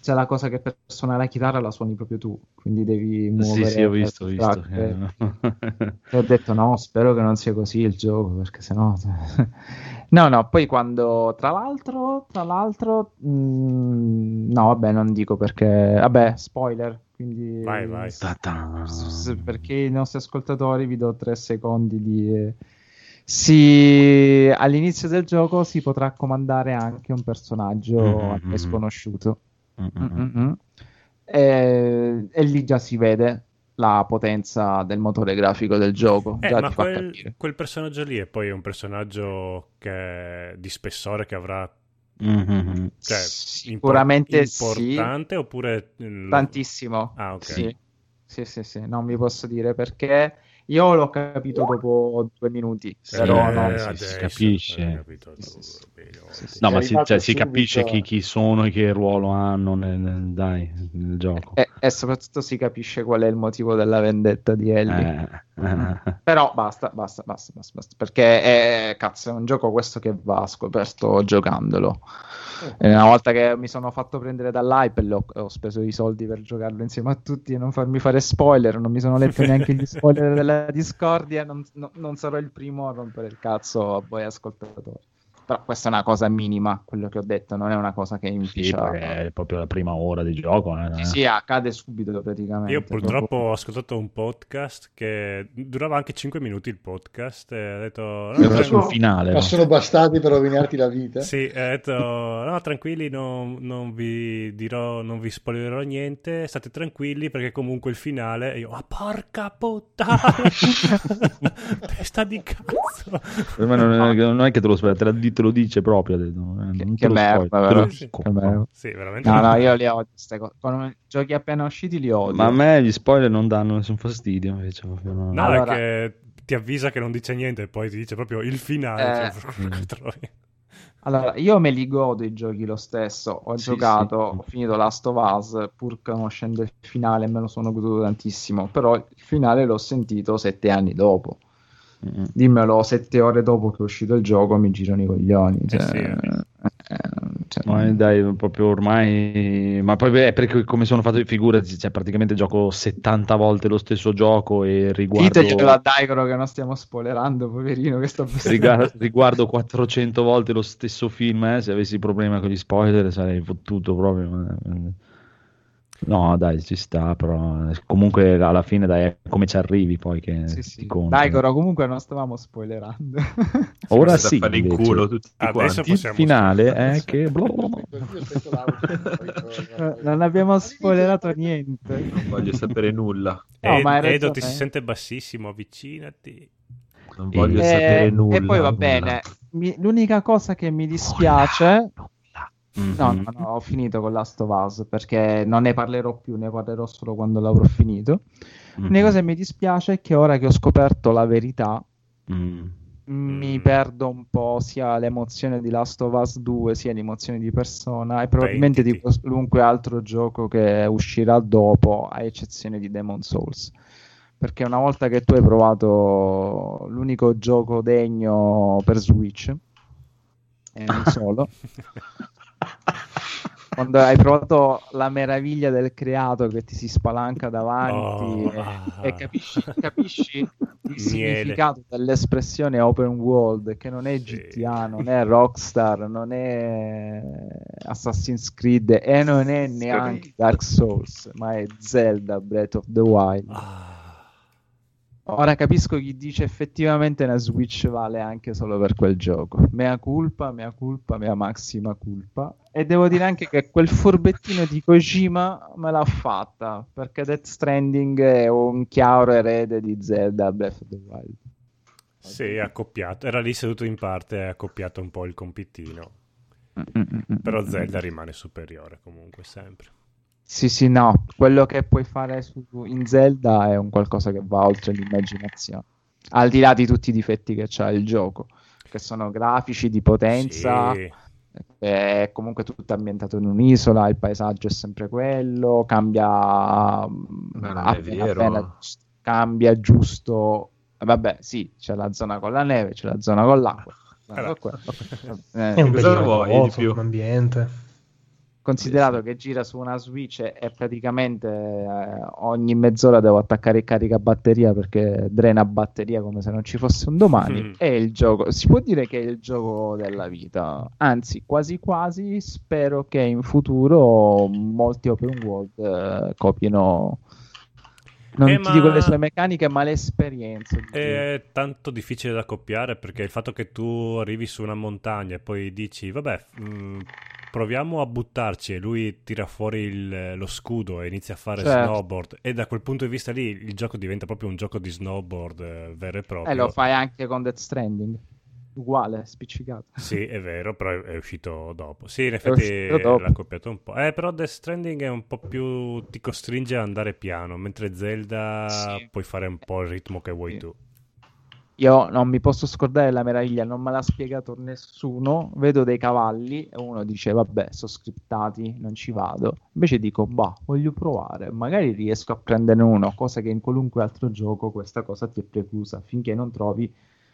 c'è la cosa che per suonare la chitarra la suoni proprio tu, quindi devi muovere. Sì, sì, ho visto, ho visto. E ho detto no, spero che non sia così il gioco, perché sennò... no, no, poi quando, tra l'altro, tra l'altro, mh, no, vabbè, non dico perché, vabbè, spoiler, quindi... Vai, vai. S- perché i nostri ascoltatori vi do tre secondi di... Eh, si... all'inizio del gioco si potrà comandare anche un personaggio Mm-hmm. a me sconosciuto. Mm-hmm. Mm-mm. E, e lì già si vede la potenza del motore grafico del gioco. Eh, Già ma ti fa quel, capire. quel personaggio lì è poi un personaggio che di spessore che avrà, Mm-hmm. cioè, Sicuramente impor- importante sì. oppure lo- Tantissimo. Ah, ok. Sì. Sì, sì, sì, non vi posso dire perché io l'ho capito dopo due minuti, Sì, però eh, no. sì, adesso, si capisce. hai capito tu, Sì, sì, bene, sì, sì. No, ma Sei si, arrivato cioè, si subito. capisce chi, chi sono e che ruolo hanno nel, nel- dai, nel gioco. E, e soprattutto si capisce qual è il motivo della vendetta di Ellie. Eh, eh. Però basta, basta, basta, basta, basta, perché è, cazzo, è un gioco questo che va scoperto giocandolo. E una volta che mi sono fatto prendere dall'hype e ho, ho speso i soldi per giocarlo insieme a tutti e non farmi fare spoiler, non mi sono letto neanche gli spoiler della Discordia, non, no- non sarò il primo a rompere il cazzo a voi ascoltatori. Però questa è una cosa minima, quello che ho detto, non è una cosa che Sì, inficia. perché è proprio la prima ora di gioco. Eh. Sì, sì, accade subito praticamente. Io purtroppo Dopo- ho ascoltato un podcast che durava anche cinque minuti il podcast e ho detto no, Era tran- sul finale. Ma no? sono bastati per rovinarti la vita? sì, ho detto no, tranquilli, non, non vi dirò, non vi spoilerò niente, state tranquilli perché comunque il finale e io, ah porca puttana, testa di cazzo. Per me non è, non è che te lo spoiler, te, la- te lo dice proprio. ha detto, eh, Che- non che te lo merda, spoiler, te però. lo Sì. dico. Che merda. Sì, veramente. No, no, io li odio queste cose. Quando giochi appena usciti li odio. Ma a me gli spoiler non danno nessun fastidio. Invece, proprio no. No, Allora- è che ti avvisa che non dice niente e poi ti dice proprio il finale. Eh. cioè, che trovi. Allora, io me li godo i giochi lo stesso. Ho Sì, giocato, sì. ho finito Last of Us, pur conoscendo il finale, me lo sono goduto tantissimo. Però il finale l'ho sentito sette anni dopo. Mm. Dimmelo sette ore dopo che è uscito il gioco, mi girano i coglioni. Cioè, sì, eh. eh, cioè, Ma dai, proprio ormai. Ma poi è perché come sono fatto, figurati, cioè, praticamente gioco settanta volte lo stesso gioco e riguardo. diteglielo a Daigoro che non stiamo spoilerando, poverino, che sta Riga- riguardo quattrocento volte lo stesso film, eh, se avessi problema con gli spoiler sarei fottuto proprio. ma- No, dai, ci sta, però comunque alla fine dai, è come ci arrivi poi che Sì, ti sì. conta. Daigoro, comunque non stavamo spoilerando. Ora Siete sì, a fare in invece. culo tutti Adesso quanti. Il possiamo finale è che Non abbiamo spoilerato niente. Non voglio sapere nulla. No, Ed- ma hai Edo ragione. ti si sente bassissimo, avvicinati. Non voglio Eh, sapere nulla. E poi va nulla. bene. Mi- l'unica cosa che mi dispiace. Mhm. No, no, no, ho finito con Last of Us perché non ne parlerò più, ne parlerò solo quando l'avrò finito. Mhm. L'unica cosa che mi dispiace è che ora che ho scoperto la verità, Mm. mi Mm. perdo un po' sia l'emozione di Last of Us due, sia l'emozione di Persona e probabilmente di Pentiti. qualunque altro gioco che uscirà dopo, a eccezione di Demon Souls. Perché una volta che tu hai provato l'unico gioco degno per Switch, e non solo, quando hai provato la meraviglia del creato che ti si spalanca davanti Oh, e, ah. e capisci, capisci il Miele. significato dell'espressione open world, che non è G T A, non è Rockstar, non è Assassin's Creed e non è neanche Dark Souls, ma è Zelda Breath of the Wild. Ah. Ora capisco chi dice effettivamente una Switch vale anche solo per quel gioco. Mea culpa, mea culpa, mea massima culpa. E devo dire anche che quel furbettino di Kojima me l'ha fatta, perché Death Stranding è un chiaro erede di Zelda Breath of the Wild. Sì, è accoppiato. Era lì seduto in parte e ha accoppiato un po' il compitino. Però Zelda rimane superiore comunque sempre. Sì, sì, no, quello che puoi fare su, in Zelda è un qualcosa che va oltre l'immaginazione. Al di là di tutti i difetti che c'ha il gioco, che sono grafici, di potenza, Sì. è comunque tutto ambientato in un'isola, il paesaggio è sempre quello, cambia Ma non è appena, vero. appena cambia giusto. Vabbè, sì, c'è la zona con la neve, c'è la zona con l'acqua. Allora. Eh, È un cosa bel vuoi gioco, di più? un ambiente. Considerato che gira su una Switch e praticamente eh, ogni mezz'ora devo attaccare il caricabatteria perché drena batteria come se non ci fosse un domani, Mm. è il gioco, si può dire che è il gioco della vita. Anzi, quasi quasi spero che in futuro molti open world eh, copino, non Eh, ti ma- dico le sue meccaniche, ma l'esperienza. di gioco. È tanto difficile da copiare perché il fatto che tu arrivi su una montagna e poi dici vabbè mh, proviamo a buttarci e lui tira fuori il- lo scudo e inizia a fare Certo. snowboard e da quel punto di vista lì il gioco diventa proprio un gioco di snowboard eh, vero e proprio. E lo fai anche con Death Stranding, uguale, spiccicato. Sì, è vero, però è, è uscito dopo. Sì, in È effetti uscito dopo. l'ha copiato un po'. Eh, però Death Stranding è un po' più... ti costringe ad andare piano, mentre Zelda Sì. puoi fare un po' il ritmo che vuoi Sì. tu. Io non mi posso scordare la meraviglia, non me l'ha spiegato nessuno. Vedo dei cavalli e uno dice: vabbè, sono scriptati, non ci vado. Invece dico: bah, voglio provare, magari riesco a prenderne uno. Cosa che in qualunque altro gioco questa cosa ti è preclusa finché non trovi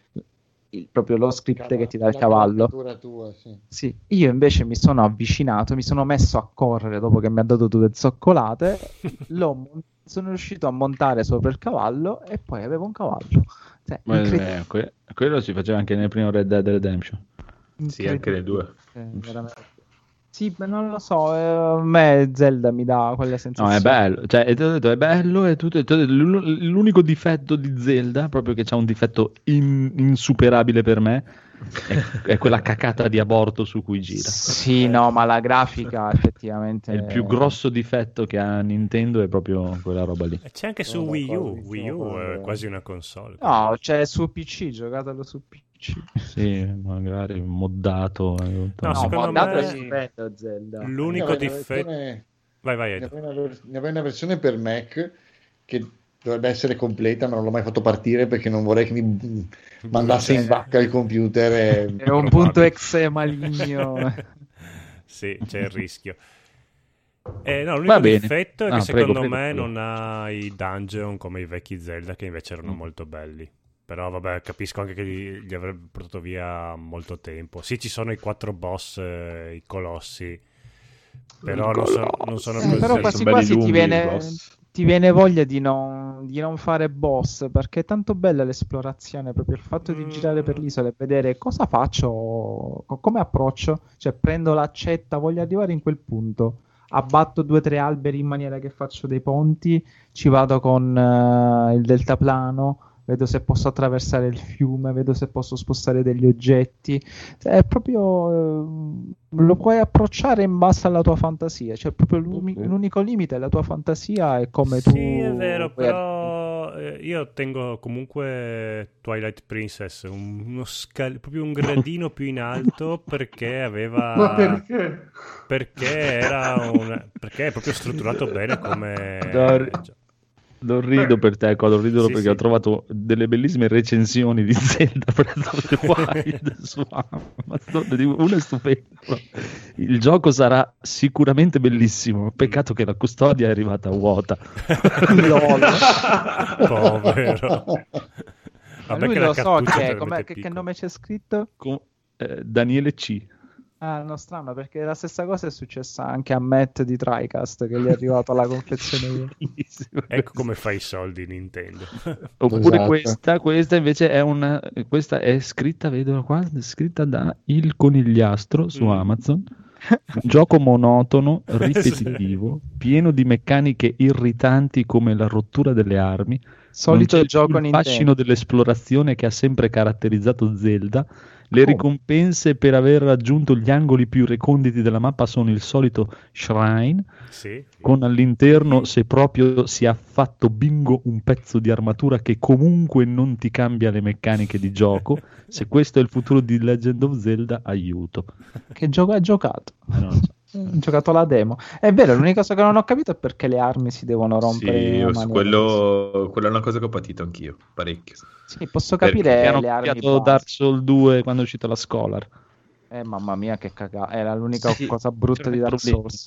il- proprio lo script che ti dà il La cavallo. creatura tua, sì. Sì, io invece mi sono avvicinato, mi sono messo a correre dopo che mi ha dato due zoccolate, l'ho mon- sono riuscito a montare sopra il cavallo e poi avevo un cavallo. Cioè, Ma, incredibile. eh, que- quello si faceva anche nel primo Red Dead Redemption. Sì, anche nel due. Eh, veramente. Sì, ma non lo so, eh, a me Zelda mi dà quelle No, sensazioni. è bello, cioè, e ti ho detto, è bello, è tutto, ti ho detto, l'u- l'unico difetto di Zelda, proprio che c'ha un difetto in- insuperabile per me, è, è quella cacata di aborto su cui gira. Sì, no, ma la grafica effettivamente... È il più grosso difetto che ha Nintendo è proprio quella roba lì. E c'è anche su Sono Wii U. d'accordissimo Wii U con- è quasi una console. No, c'è su P C, giocatelo su P C. Sì, magari moddato. eh, No, No, secondo modato me- è stupendo Zelda. L'unico Ne avrei una difetto... versione- Vai, vai, ne Edo. avrei una ver- ne avrei una versione per Mac che dovrebbe essere completa, ma non l'ho mai fatto partire perché non vorrei che mi mm, mandasse in vacca il computer. E... È un punto exe maligno. Sì, c'è il rischio. Eh, no, Va l'unico bene. difetto è che No, secondo prego, prego, me prego. non ha i dungeon come i vecchi Zelda che invece erano Mm. molto belli. Però vabbè, capisco anche che gli, gli avrebbe portato via molto tempo. Sì, ci sono i quattro boss, eh, i colossi, però non sono, non sono Eh, così. però quasi sono belli quasi ti lunghi i viene, boss. ti viene voglia di non, di non fare boss perché è tanto bella l'esplorazione, proprio il fatto di Mm. girare per l'isola e vedere cosa faccio, co- come approccio, cioè prendo l'accetta, voglio arrivare in quel punto, abbatto due o tre alberi in maniera che faccio dei ponti, ci vado con eh, il deltaplano, vedo se posso attraversare il fiume, vedo se posso spostare degli oggetti. Cioè, è proprio eh, lo puoi approcciare in base alla tua fantasia, cioè proprio l'uni- Ok. l'unico limite è la tua fantasia e come tu Sì, è vero, puoi però eh, io tengo comunque Twilight Princess un- uno scal- proprio un gradino più in alto perché aveva Ma perché? perché era un perché è proprio strutturato bene come Dar- gio- Non rido per te, Codolo, rido Sì, perché sì. ho trovato delle bellissime recensioni di Zelda Breath of the Wild su Amazon. Una è stupenda. Il gioco sarà sicuramente bellissimo. Peccato che la custodia è arrivata vuota. LOL. povero. Ma Vabbè lui che lo la so cartuccia che, è com'è- veramente che, che piccola. nome c'è scritto? Con, eh, Daniele C. Ah, no, strano, perché la stessa cosa è successa anche a Matt di TriCast, che gli è arrivato alla confezione. Ecco come fai i soldi Nintendo. Oppure Esatto. questa, questa invece è una. Questa è scritta, vedo qua, è scritta da Il Conigliastro su Mm. Amazon. Un gioco monotono, ripetitivo, pieno di meccaniche irritanti come la rottura delle armi. Solito Non c'è gioco il fascino Nintendo. dell'esplorazione che ha sempre caratterizzato Zelda. Le Come? ricompense per aver raggiunto gli angoli più reconditi della mappa sono il solito shrine, Sì. con all'interno, se proprio si è fatto bingo, un pezzo di armatura che comunque non ti cambia le meccaniche di gioco. Se questo è il futuro di Legend of Zelda, aiuto. Che gioco ha giocato? Eh, non lo so. Ho giocato la demo. È vero, l'unica cosa che non ho capito è perché le armi si devono rompere. Sì, in io una su maniera quello, quella è una cosa che ho patito anch'io, parecchio. così. Sì, posso Perché capire Hanno le armi copiato base. Dark Souls due quando è uscita la Scholar. Eh, mamma mia, che cagata. Era l'unica Sì, cosa brutta di c'erano Dark problemi. Souls.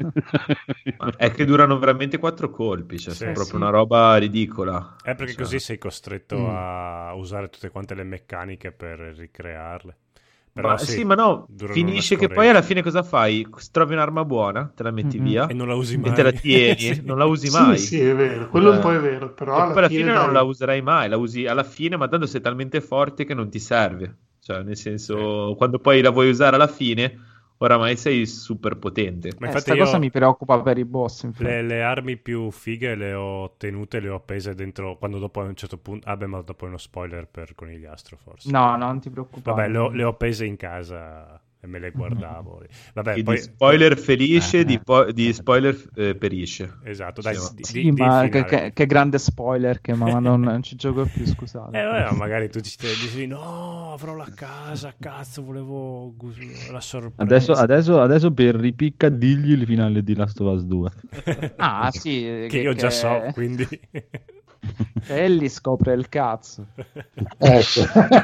Ma è che durano veramente quattro colpi, cioè Sì. sono Eh, proprio sì. una roba ridicola. È perché Cioè, così sei costretto Mm. a usare tutte quante le meccaniche per ricrearle. Però ma sì, sì, ma no, durano finisce una che poi alla fine cosa fai? Trovi un'arma buona, te la metti Mhm. via e non la usi mai. e te la tieni, Sì. non la usi Sì, mai. sì, è vero, quello un Eh, po' è vero, però e alla poi alla fine, fine dai, non la userai mai, la usi alla fine, ma tanto sei talmente forte che non ti serve. Cioè, nel senso, quando poi la vuoi usare alla fine, oramai sei super potente. Ma Eh, infatti sta cosa io mi preoccupa per i boss, infatti. le, le armi più fighe le ho tenute, le ho appese dentro, quando dopo a un certo punto... Ah beh, ma dopo è uno spoiler per Conigliastro forse. No, no, non ti preoccupare. Vabbè, le ho, le ho appese in casa e me le guardavo. Vabbè, Che poi... di spoiler felice, Eh, di, po- di spoiler eh, perisce. Esatto, dai, Sì, di, Sì, di- di ma il che, finale. che- che grande spoiler che ma non, non ci gioco più, scusate. Eh, vabbè, magari tu ci dici no, avrò la casa, cazzo, volevo gus- la sorpresa. Adesso, adesso, adesso per ripicca digli il finale di Last of Us due. Ah, sì, che io già so, quindi... che Ellie scopre il cazzo. Ecco.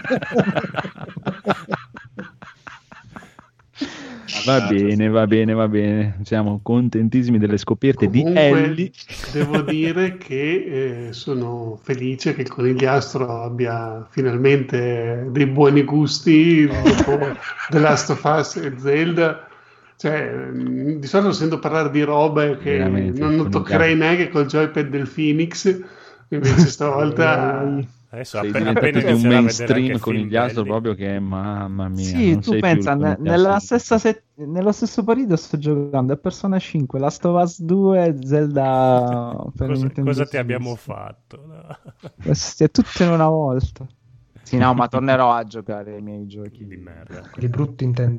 Va bene, va bene, va bene. Siamo contentissimi delle scoperte di Comunque, Ellie. devo dire che eh, sono felice che il Conigliastro abbia finalmente dei buoni gusti dopo The Last of Us e Zelda. Cioè, mh, di solito sento parlare di robe che Veramente, non, non toccherei neanche col joypad del Phoenix, invece stavolta... Adesso Sei appena, diventato appena più un inizierà a vedere mainstream anche con film gli astro belli. proprio che mamma mia. Sì, non tu sei più pensa, il ne- conigliastro. nella stessa set- nello stesso periodo sto giocando a Persona cinque, Last of Us due, Zelda per Cosa, Nintendo cosa ti Switch. abbiamo fatto? No. Questi è tutto in una volta. Sì, no, ma tornerò a giocare ai miei giochi Di merda. Quelli brutti intendi?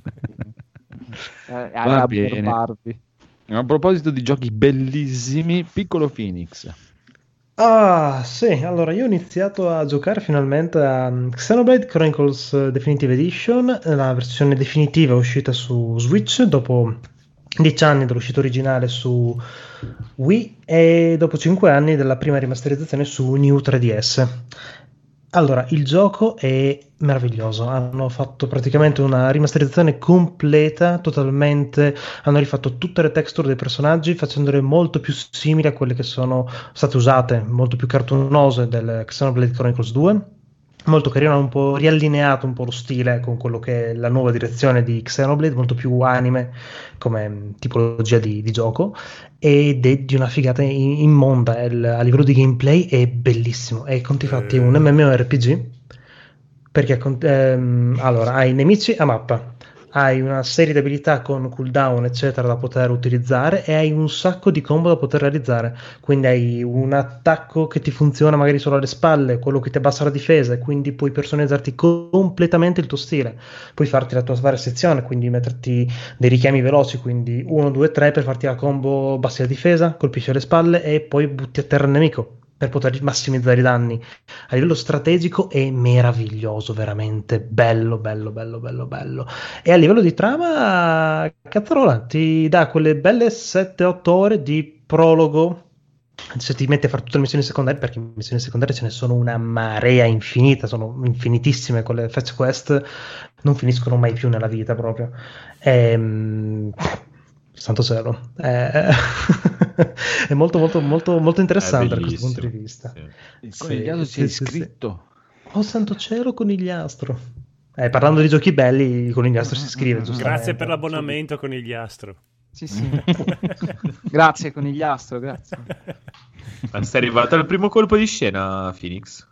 Eh, Va a bene. abborbarvi. A proposito di giochi bellissimi, Piccolo Phoenix. Ah, sì, allora io ho iniziato a giocare finalmente a um, Xenoblade Chronicles Definitive Edition, la versione definitiva è uscita su Switch dopo dieci anni dall'uscita originale su Wii e dopo cinque anni della prima rimasterizzazione su New tre D S. Allora, il gioco è meraviglioso, hanno fatto praticamente una rimasterizzazione completa, totalmente, hanno rifatto tutte le texture dei personaggi facendole molto più simili a quelle che sono state usate, molto più cartoonose del Xenoblade Chronicles due. Molto carino, hanno un po' riallineato un po' lo stile con quello che è la nuova direzione di Xenoblade, molto più anime come tipologia di, di gioco, ed è di una figata in- immonda. Il- a livello di gameplay è bellissimo, è conti fatti un MMORPG perché con- ehm, allora hai nemici a mappa, hai una serie di abilità con cooldown eccetera da poter utilizzare e hai un sacco di combo da poter realizzare, quindi hai un attacco che ti funziona magari solo alle spalle, quello che ti abbassa la difesa e quindi puoi personalizzarti co- completamente il tuo stile, puoi farti la tua varia sezione, quindi metterti dei richiami veloci, quindi uno, due, tre per farti la combo bassi la difesa, colpisci alle spalle e poi butti a terra il nemico per poter massimizzare i danni. A livello strategico è meraviglioso, veramente bello, bello, bello, bello, bello. E a livello di trama, cazzarola, ti dà quelle belle sette otto ore di prologo. Se ti metti a fare tutte le missioni secondarie, perché missioni secondarie ce ne sono una marea infinita, sono infinitissime, quelle fetch quest non finiscono mai più nella vita proprio. Ehm... Santo cielo, è, è molto molto molto molto interessante da questo punto di vista. Sì. Il Sì, conigliastro sì, si è sì, iscritto. sì. Oh santo cielo, conigliastro. Eh, parlando di giochi belli, il conigliastro si scrive giustamente. Grazie per l'abbonamento con il Conigliastro. Sì, sì. Grazie Conigliastro, grazie. Ma sei arrivato al primo colpo di scena, Phoenix?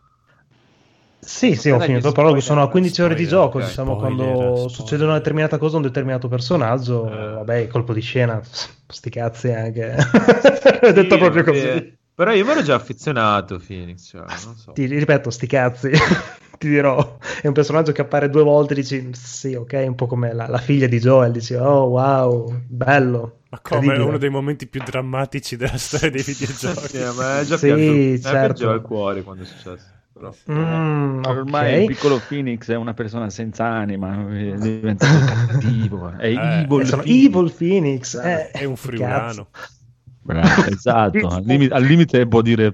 Sì, sì, ho Dai, finito il spoiler, prologo, sono a quindici ore di spoiler, gioco, ok, diciamo, spoiler, quando spoiler. succede una determinata cosa a un determinato personaggio, Eh. vabbè, colpo di scena, sti cazzi anche. È detto Sì, proprio vabbè. così. Però io mi ero già affezionato, Phoenix, cioè, non so. Ti ripeto, sti cazzi, ti dirò, è un personaggio che appare due volte e dici, sì, ok, un po' come la, la figlia di Joel, dici, oh wow, bello. Ma come è incredibile. uno dei momenti più drammatici della storia dei videogiochi. Sì, ma è già Sì, pianto, mi certo. piangeva il cuore quando è successo. Però. Mm, Ormai ok. il Piccolo Phoenix è una persona senza anima, è diventato cattivo, è Eh, evil. Eh, sono Phoenix. Evil Phoenix, eh, È un cazzo. friulano. Bravo, esatto, al, limi- al limite può dire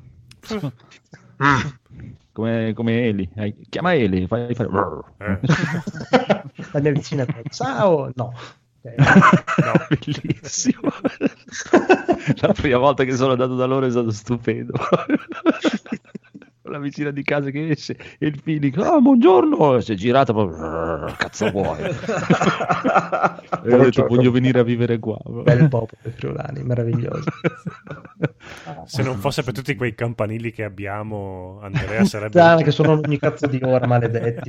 come, come Eli. Eh, chiama Eli, fai fare Eh. La mia vicina, ciao, no. Ok. bellissimo. La prima volta che sono andato da loro è stato stupendo. la vicina di casa che esce e il Phoenix, ah, buongiorno, si è girata proprio, cazzo vuoi? E ho detto, voglio venire a vivere qua. Bel popolo dei friulani, meraviglioso. Se non fosse per tutti quei campanili che abbiamo, Andrea sarebbe... Puttana, che sono ogni cazzo di ora, maledetti.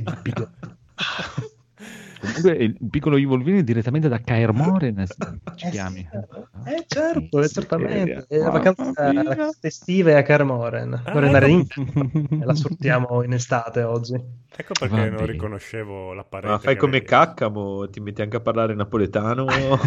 Comunque il piccolo Evil Villain direttamente da Kaer Morhen ci Eh, chiami. Eh certo, Che certamente. seria. È la vacanza, Mamma mia. la vacanza estiva è a Kaer Morhen. Ah, Vorrei andare ecco. in e la sortiamo in estate oggi. Ecco perché Va non bene. riconoscevo la parete. Ma fai che come avevi. Caccamo, ti metti anche a parlare napoletano.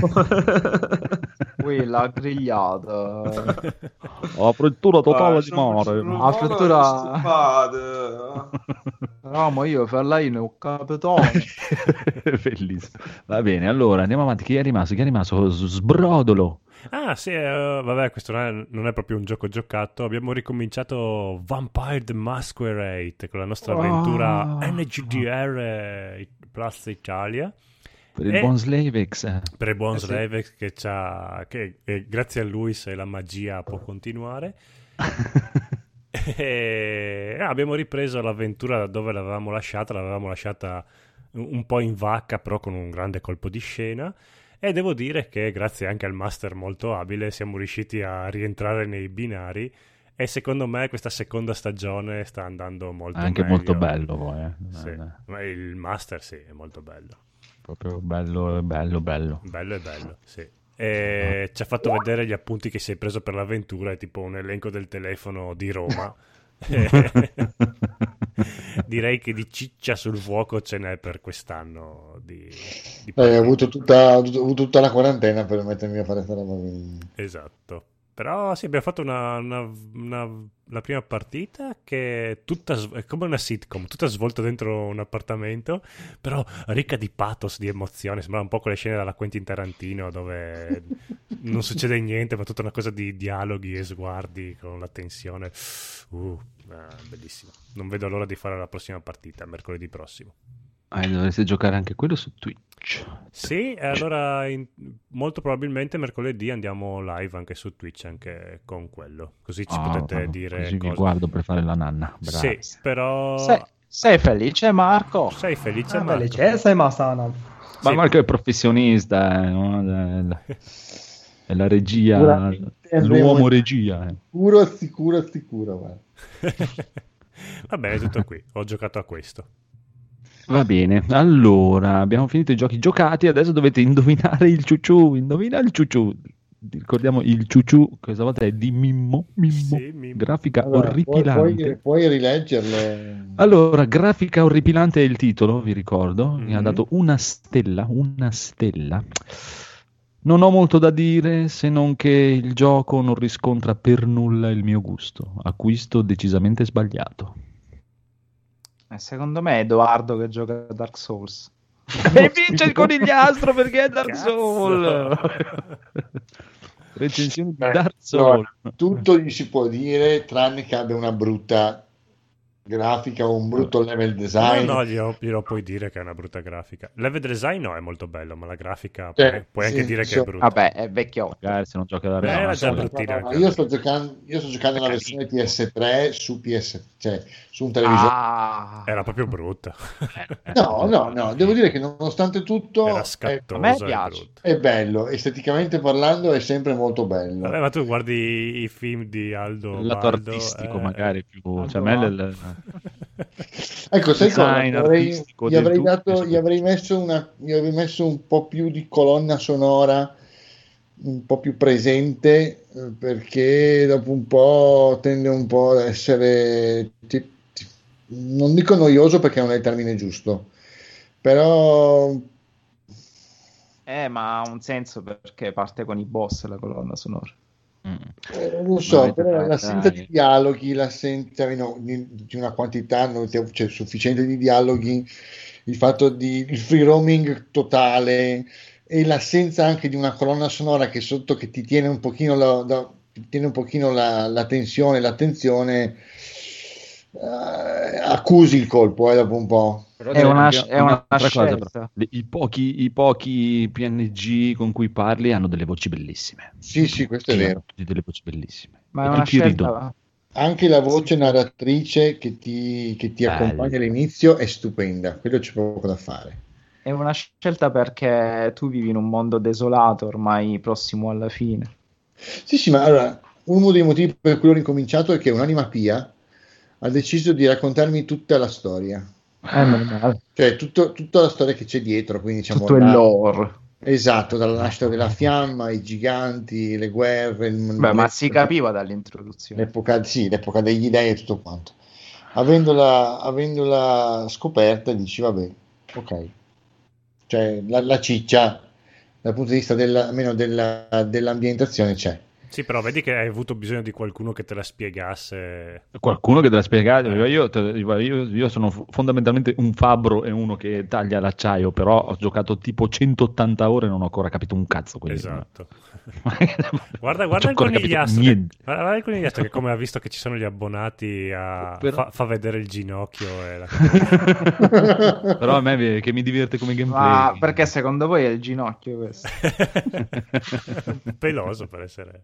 Poi la grigliata. La frittura totale Ah, di sono- mare. sono- La frittura... Stupade. No, ma io per lei ne ho capitone. Bellissimo. Va bene, allora andiamo avanti. Chi è rimasto? Chi è rimasto? S- Sbrodolo. Ah sì, eh, vabbè, questo non è, non è proprio un gioco giocato. Abbiamo ricominciato Vampire the Masquerade con la nostra avventura Oh. N G D R Plus Italia. Per il E- buon Slavex. eh. Per il buon Eh sì. Slavex che, c'ha, che eh, grazie a lui se la magia può continuare. E ah, abbiamo ripreso l'avventura da dove l'avevamo lasciata, l'avevamo lasciata un un po' in vacca, però con un grande colpo di scena. E devo dire che grazie anche al master molto abile siamo riusciti a rientrare nei binari. E secondo me questa seconda stagione sta andando molto Anche meglio. molto bello poi. Eh. Sì, Eh, ma il master sì, è molto bello. Proprio bello, bello, bello. Bello e bello, sì. E ci ha fatto vedere gli appunti che si è preso per l'avventura, è tipo un elenco del telefono di Roma. Direi che di ciccia sul fuoco ce n'è per quest'anno. Di, di Eh, ho avuto tutta, ho avuto tutta la quarantena per mettermi a fare questa roba qui. Esatto. Però sì, abbiamo fatto una, una, una- la prima partita che è tutta sv- è come una sitcom, tutta svolta dentro un appartamento, però ricca di pathos, di emozione. Sembrava un po' quelle scene dalla Quentin Tarantino dove non succede niente, ma tutta una cosa di dialoghi e sguardi con la tensione. Uh, ah, bellissimo. Non vedo l'ora di fare la prossima partita, mercoledì prossimo. Ah, dovreste giocare anche quello su Twitch. Sì, e allora in- molto probabilmente mercoledì andiamo live anche su Twitch, anche con quello. Così ci Ah, potete ah, dire così vi cose. guardo per fare la nanna. Bravo. Sì, però Sei, sei felice, Marco? sei felice, Ah, Marco? beh, sei Masana. Ma Sì. Marco è professionista, eh, no? È la regia, Sicuramente l'uomo andremo- regia. eh. Sicuro, sicuro, sicuro. Guarda. Va bene, tutto qui. Ho giocato a questo. Va bene, allora abbiamo finito i giochi giocati, adesso dovete indovinare il ciuciù, indovina il ciuciù. Ricordiamo il ciuciù, questa volta è di Mimmo, Mimmo. Sì, Mimmo. Grafica Allora, puoi, orripilante. puoi, puoi rileggerle. Allora, grafica orripilante è il titolo, vi ricordo, mi ha Mhm. dato una stella, una stella. Non ho molto da dire se non che il gioco non riscontra per nulla il mio gusto, acquisto decisamente sbagliato. Eh, secondo me è Edoardo che gioca a Dark Souls. E vince il conigliastro perché è Dark Cazzo! Souls. Recensioni di Beh, Dark Souls. allora, tutto gli si può dire tranne che abbia una brutta grafica o un brutto level design. No, no, glielo, glielo puoi dire che è una brutta grafica. Level design no, è molto bello, ma la grafica Cioè, puoi, puoi sì, anche dire che so- è brutta. Vabbè, è vecchio. Magari se non gioca da Eh, Real, era ma già so- bruttina. No, no, io sto giocando, io sto giocando la versione P S tre su P S, cioè su un televisore. Ah, Era proprio brutta. No, no, no, devo dire che nonostante tutto Era è, scattosa a me e piace. brutta. è bello, esteticamente parlando è sempre molto bello. Vabbè, ma tu guardi i film di Aldo il lato Baldo, artistico eh, magari più... Aldo Cioè, a me Baldo. il- Ecco, sai cosa? design Gli avrei, artistico gli del avrei tutto, dato, sì. gli avrei messo una, gli avrei messo un po' più di colonna sonora, un po' più presente, eh, perché dopo un po' tende un po' ad essere, ti- ti- non dico noioso perché non è il termine giusto, però eh, ma ha un senso perché parte con i boss la colonna sonora. Mm. Eh, non lo so, Vai, però dai, l'assenza dai. di dialoghi, l'assenza no, di, di una quantità non cioè, sufficiente di dialoghi, il fatto di il free roaming totale e l'assenza anche di una colonna sonora che sotto che ti tiene un pochino la, da- ti tiene un pochino la, la tensione, l'attenzione, eh, accusi il colpo eh, dopo un po'. Però È direi una, anche è una un'altra cosa, scelta. però. Le- I pochi, i pochi P N G con cui parli hanno delle voci bellissime. Sì, sì, questo è Sì, vero. hanno tutti delle voci bellissime. Ma E è una tutti ridono. scelta, anche la voce narratrice che ti, che ti Bello. accompagna all'inizio è stupenda, quello c'è poco da fare. È una scelta perché tu vivi in un mondo desolato, ormai prossimo alla fine. Sì, sì, ma allora, uno dei motivi per cui ho ricominciato è che un'anima pia ha deciso di raccontarmi tutta la storia. È normale. Cioè, tutto- tutta la storia che c'è dietro, quindi diciamo... Tutto il la- lore. Esatto, dalla nascita della fiamma, i giganti, le guerre... il- Beh, ma si capiva dall'introduzione. L'epoca, sì, l'epoca degli dei e tutto quanto. Avendola, avendola scoperta, dici, vabbè, ok. Cioè, la, la ciccia, dal punto di vista della, almeno della, dell'ambientazione, c'è. Sì, però vedi che hai avuto bisogno di qualcuno che te la spiegasse. Qualcuno che te l'ha spiegato. Io, io, io sono fondamentalmente un fabbro e uno che taglia l'acciaio, però ho giocato tipo centottanta ore e non ho ancora capito un cazzo. Quindi... Esatto. guarda guarda il conigliastro che, guarda, guarda il conigliastro che come ha visto che ci sono gli abbonati a, Però... fa, fa vedere il ginocchio e la... Però a me che mi diverte come gameplay. Ma perché secondo voi è il ginocchio questo? Peloso per essere...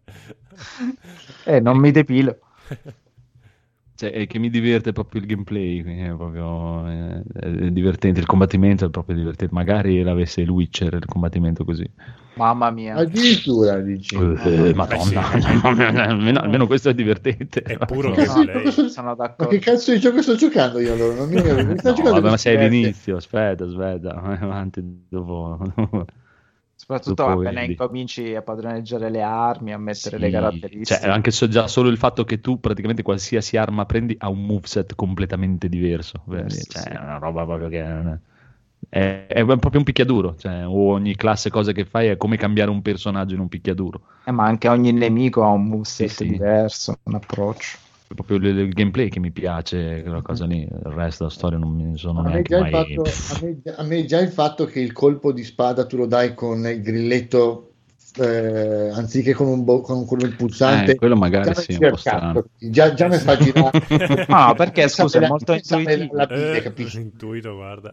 Eh, non mi depilo. Cioè, è che mi diverte proprio il gameplay, quindi è proprio è, è divertente, il combattimento è proprio divertente. Magari l'avesse il Witcher il combattimento così. Mamma mia. Addirittura dici. Eh, Madonna, almeno, almeno questo è divertente. È puro Ma che, gameplay. sto- Sono ma d'accordo. che cazzo di gioco sto giocando io allora? Non mi mi sto No, giocando vabbè, ma sei queste- all'inizio, aspetta, aspetta, vai avanti dopo. Soprattutto Dopo appena vedi. incominci a padroneggiare le armi, a mettere le Sì, caratteristiche. cioè, anche so- già solo il fatto che tu praticamente qualsiasi arma prendi ha un moveset completamente diverso, vedi? Sì, Cioè, sì. è una roba proprio che è, è proprio un picchiaduro, cioè, ogni classe cosa che fai è come cambiare un personaggio in un picchiaduro. Eh, ma anche ogni nemico ha un moveset Sì, sì. diverso, un approccio. È proprio il, il gameplay che mi piace, quella cosa lì, il resto della storia non mi sono A me, neanche già il mai... fatto, a, me, a me già il fatto che il colpo di spada tu lo dai con il grilletto eh, anziché con un, bo- con, con il pulsante, Eh, quello magari già mi sì, un gira po' il cazzo. strano. Già, già mi fa girare. Ah, perché Pensate scusa, è la- molto pensate intuitivo. la bile, Eh, capisci? intuito, guarda.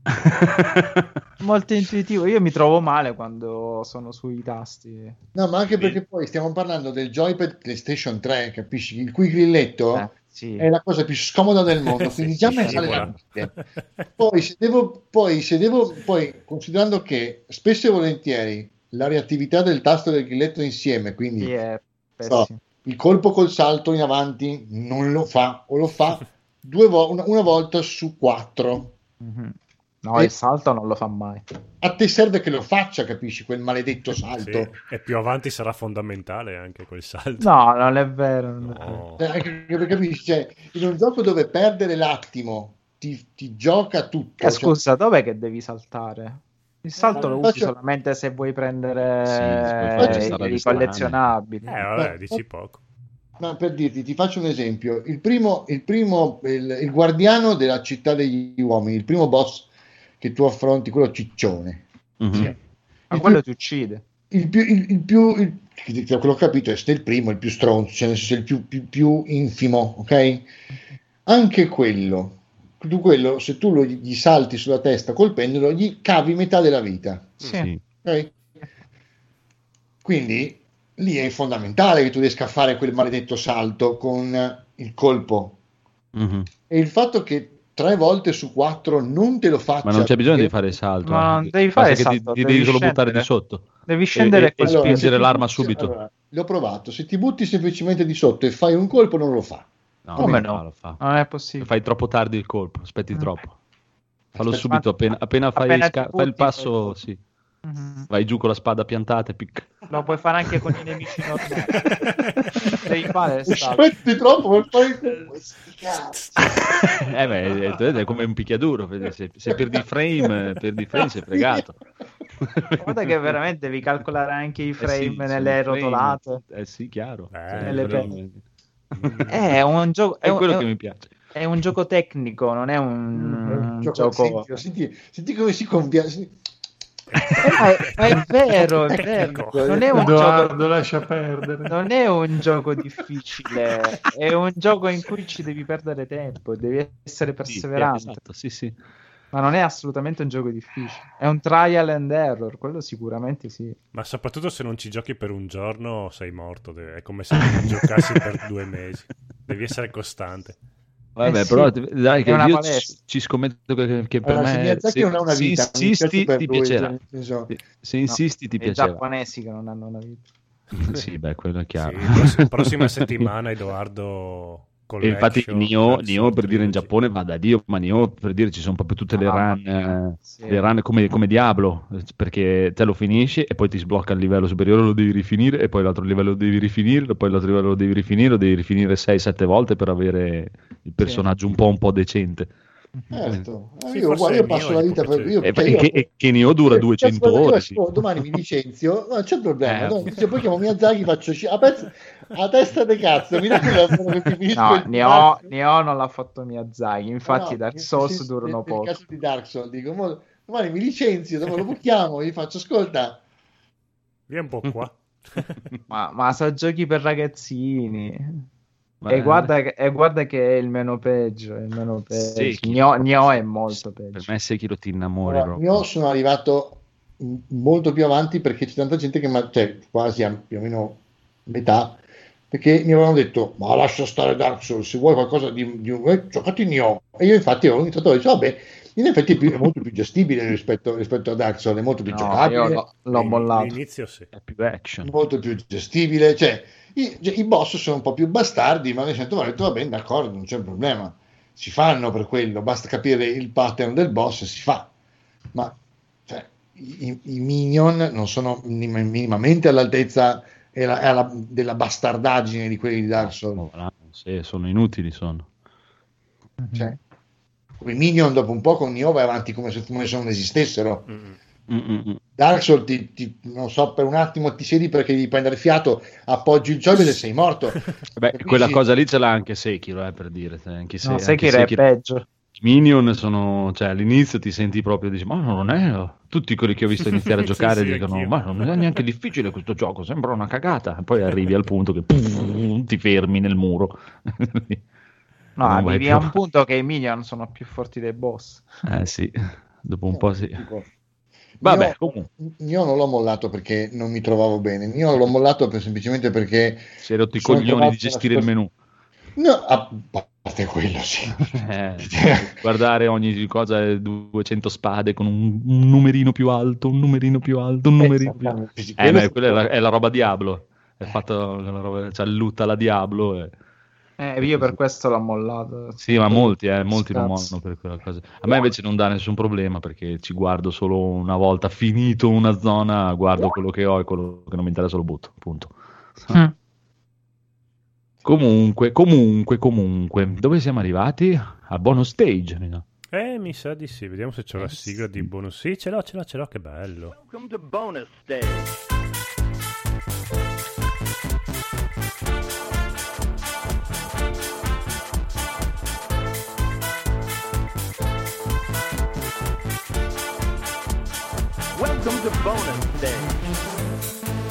Molto intuitivo. Io mi trovo male quando sono sui tasti. No, ma anche perché poi stiamo parlando del joypad PlayStation tre, capisci? Il cui grilletto Eh, sì. è la cosa più scomoda del mondo, Sì, quindi sì, già sì, mi sì, sale voilà. la bile. Poi se devo, poi se devo, poi considerando che spesso e volentieri la reattività del tasto e del grilletto insieme, quindi Sì, è so, pessimo. il colpo col salto in avanti non lo fa, o lo fa due vo- una, una volta su quattro. Mhm. No, E- il salto non lo fa mai. A te serve che lo faccia, capisci? Quel maledetto salto. Sì, e più avanti sarà fondamentale anche quel salto. No, non è vero. Non è vero. No. Eh, anche perché, capisci? Cioè, in un gioco dove perdere l'attimo ti, ti gioca tutto. Eh, cioè- scusa, dov'è che devi saltare? Il salto Eh, lo faccio- usi solamente se vuoi prendere Sì, se vuoi fare eh, strade i strane. collezionabili. Eh, vabbè, Eh, dici poco. Ma per dirti, ti faccio un esempio. Il primo, il primo, il, il guardiano della città degli uomini, il primo boss che tu affronti, quello ciccione. Mhm. Sì. Ma Il quello più- ti uccide. Il più, il, il più il, quello che ho capito è st- il primo, il più stronzo, cioè nel senso il più, più, più infimo, ok? Anche quello, tu quello, se tu lo, gli salti sulla testa colpendolo, gli cavi metà della vita. Sì. Sì. Ok? Quindi lì è fondamentale che tu riesca a fare quel maledetto salto con il colpo. Mhm. E il fatto che tre volte su quattro non te lo faccia. Ma non c'è bisogno di perché- fare il salto. Ma eh. non devi Basta fare che il ti, salto, ti devi devi solo scendere. buttare di sotto. Devi scendere E- e e colpire. spingere se ti l'arma butti- subito. allora, l'ho provato. Se ti butti semplicemente di sotto e fai un colpo, non lo fa. No, Come non no? fa, lo fa. Non è possibile. Fai troppo tardi il colpo, aspetti Mm. troppo. Fallo Aspetta, subito, appena, appena fai, appena ti sca- fai butti, il passo, fai- sì. Mhm. Vai giù con la spada piantata e picca. Lo puoi fare anche con i nemici normali. Devi fare il salto. Aspetti troppo per fare il colpo. Cazzo. Eh beh, è, è come un picchiaduro, se, se perdi frame, perdi frame sei fregato. Guarda che veramente devi calcolare anche i Eh frame sì, nelle sono frame. rotolate. Eh sì, chiaro. Eh, Cioè, nelle frame- Eh, È un gioco. È un- quello è che un- mi piace. È un gioco tecnico, non è È un, un gioco- gioco. senti, senti, senti come si convia. Eh, ma è, ma è vero, è vero. Non è un Edoardo, gioco. lascia perdere. Non è un gioco difficile, è un gioco in cui ci devi perdere tempo, devi essere Sì, perseverante. esatto, sì, sì. Ma non è assolutamente un gioco difficile, è un trial and error, quello sicuramente sì. Ma soprattutto se non ci giochi per un giorno sei morto, deve- è come se non giocassi per due mesi. Devi essere costante. Vabbè, Eh sì, però dai, che è una io palestra. ci, ci scommetto che, che per Allora, se me Miyazaki se, non ha una se vita, mi insisti dispiace per ti lui, piacerà. cioè, nel senso- Se, se insisti ti I piacerà. giapponesi che non hanno una vita. Sì, beh, quello è chiaro. Sì, pross- prossima settimana Edoardo E infatti Collection, Nioh, Dark Nioh Souls per dire in Trilogy. Giappone va da Dio, ma Nioh per dire ci sono proprio tutte le Ah, run, eh, sì. le run come, come Diablo, eh, perché te lo finisci e poi ti sblocca il livello superiore, lo devi rifinire e poi l'altro livello lo devi rifinire e poi l'altro livello lo devi rifinire, lo devi rifinire sei sette volte per avere il personaggio un po' un po' decente. Certo. Eh, Sì, io, forse guarda, io Nioh passo gli la può vita per piacere. io, E, cioè, e io- che, e che Nioh dura Eh, duecento cazzo, ore. io Sì. oh, domani mi licenzio, non c'è problema. Eh. Domani, se poi chiamo Miyazaki, faccio sci- a, pezzo, a testa di cazzo. Mi dai quella che finisco No, il Nioh, Nioh non l'ha fatto Miyazaki, infatti no, Dark nel Souls senso durano del- del poco. cazzo di Dark Souls, dico, mo- domani mi licenzio, dopo lo chiamo, gli faccio ascolta. Vieni un po' qua. Ma, ma so giochi per ragazzini. Ma- E guarda, che- e guarda che è il meno peggio. È il meno peggio. Sekiro. Nioh, Nioh è molto Per peggio. me Sekiro ti innamori Allora, proprio. io sono arrivato m- molto più avanti perché c'è tanta gente che, ma- cioè quasi a più o meno metà, perché mi avevano detto, ma lascia stare Dark Souls, se vuoi qualcosa di, di eh, giocati Nioh. E io infatti ho iniziato a dire, vabbè, in effetti è, più- è molto più gestibile rispetto, rispetto a Dark Souls, è molto più No, giocabile, io l'ho, l'ho L'in- mollato. L'inizio sì. È più action. molto più gestibile, cioè i, cioè, i boss sono un po' più bastardi, ma nel senso ho detto, va bene, d'accordo, non c'è un problema, si fanno per quello, basta capire il pattern del boss e si fa. Ma cioè, i, i minion non sono minim- minimamente all'altezza e alla- e alla- della bastardaggine di quelli di Dark Souls. Oh, voilà, sì, sono inutili, sono. Cioè, i minion dopo un po' con Nioh vai avanti come se, come se non esistessero. Mm. Mm-mm. Dark Souls ti, ti- non so, per un attimo ti siedi perché devi prendere fiato, appoggi il joypad e sei morto. Beh, Capisci? quella cosa lì ce l'ha anche Sekiro, eh, per dire. cioè, Anche se, No, anche Sekiro è peggio. I Minion sono, cioè all'inizio ti senti proprio, dici, ma non è, tutti quelli che ho visto iniziare a Sì, giocare sì, dicono, anch'io. ma non è neanche difficile questo gioco, sembra una cagata. E poi arrivi al punto che pum, ti fermi nel muro. No, Non vai arrivi più. a un punto che i minion sono più forti dei boss. Eh sì, dopo un po' sì. Tipo, Vabbè, io, comunque, io non l'ho mollato perché non mi trovavo bene, io l'ho mollato per- semplicemente perché si è rotto i sono coglioni trovato di gestire il una menu. no, a parte quello sì. Eh, guardare ogni cosa è duecento spade con un, un numerino più alto, un numerino più alto, un numerino più alto. Esattamente. Eh, ma quella è la, è la roba Diablo. È fatto la roba, cioè lutta la Diablo. E... Eh, io per questo l'ho mollato. Sì, ma molti, eh, molti lo Scazzo. mollano per quella cosa. A me invece non dà nessun problema perché ci guardo solo una volta finito una zona, guardo quello che ho e quello che non mi interessa lo butto, punto. Mm. Comunque, comunque, comunque, dove siamo arrivati? A bonus stage, Nino. Eh, mi sa di sì. Vediamo se c'è la Eh, sigla sì. di bonus. Sì, ce l'ho, ce l'ho, ce l'ho, che bello. Welcome to bonus stage. Welcome to bonus stage.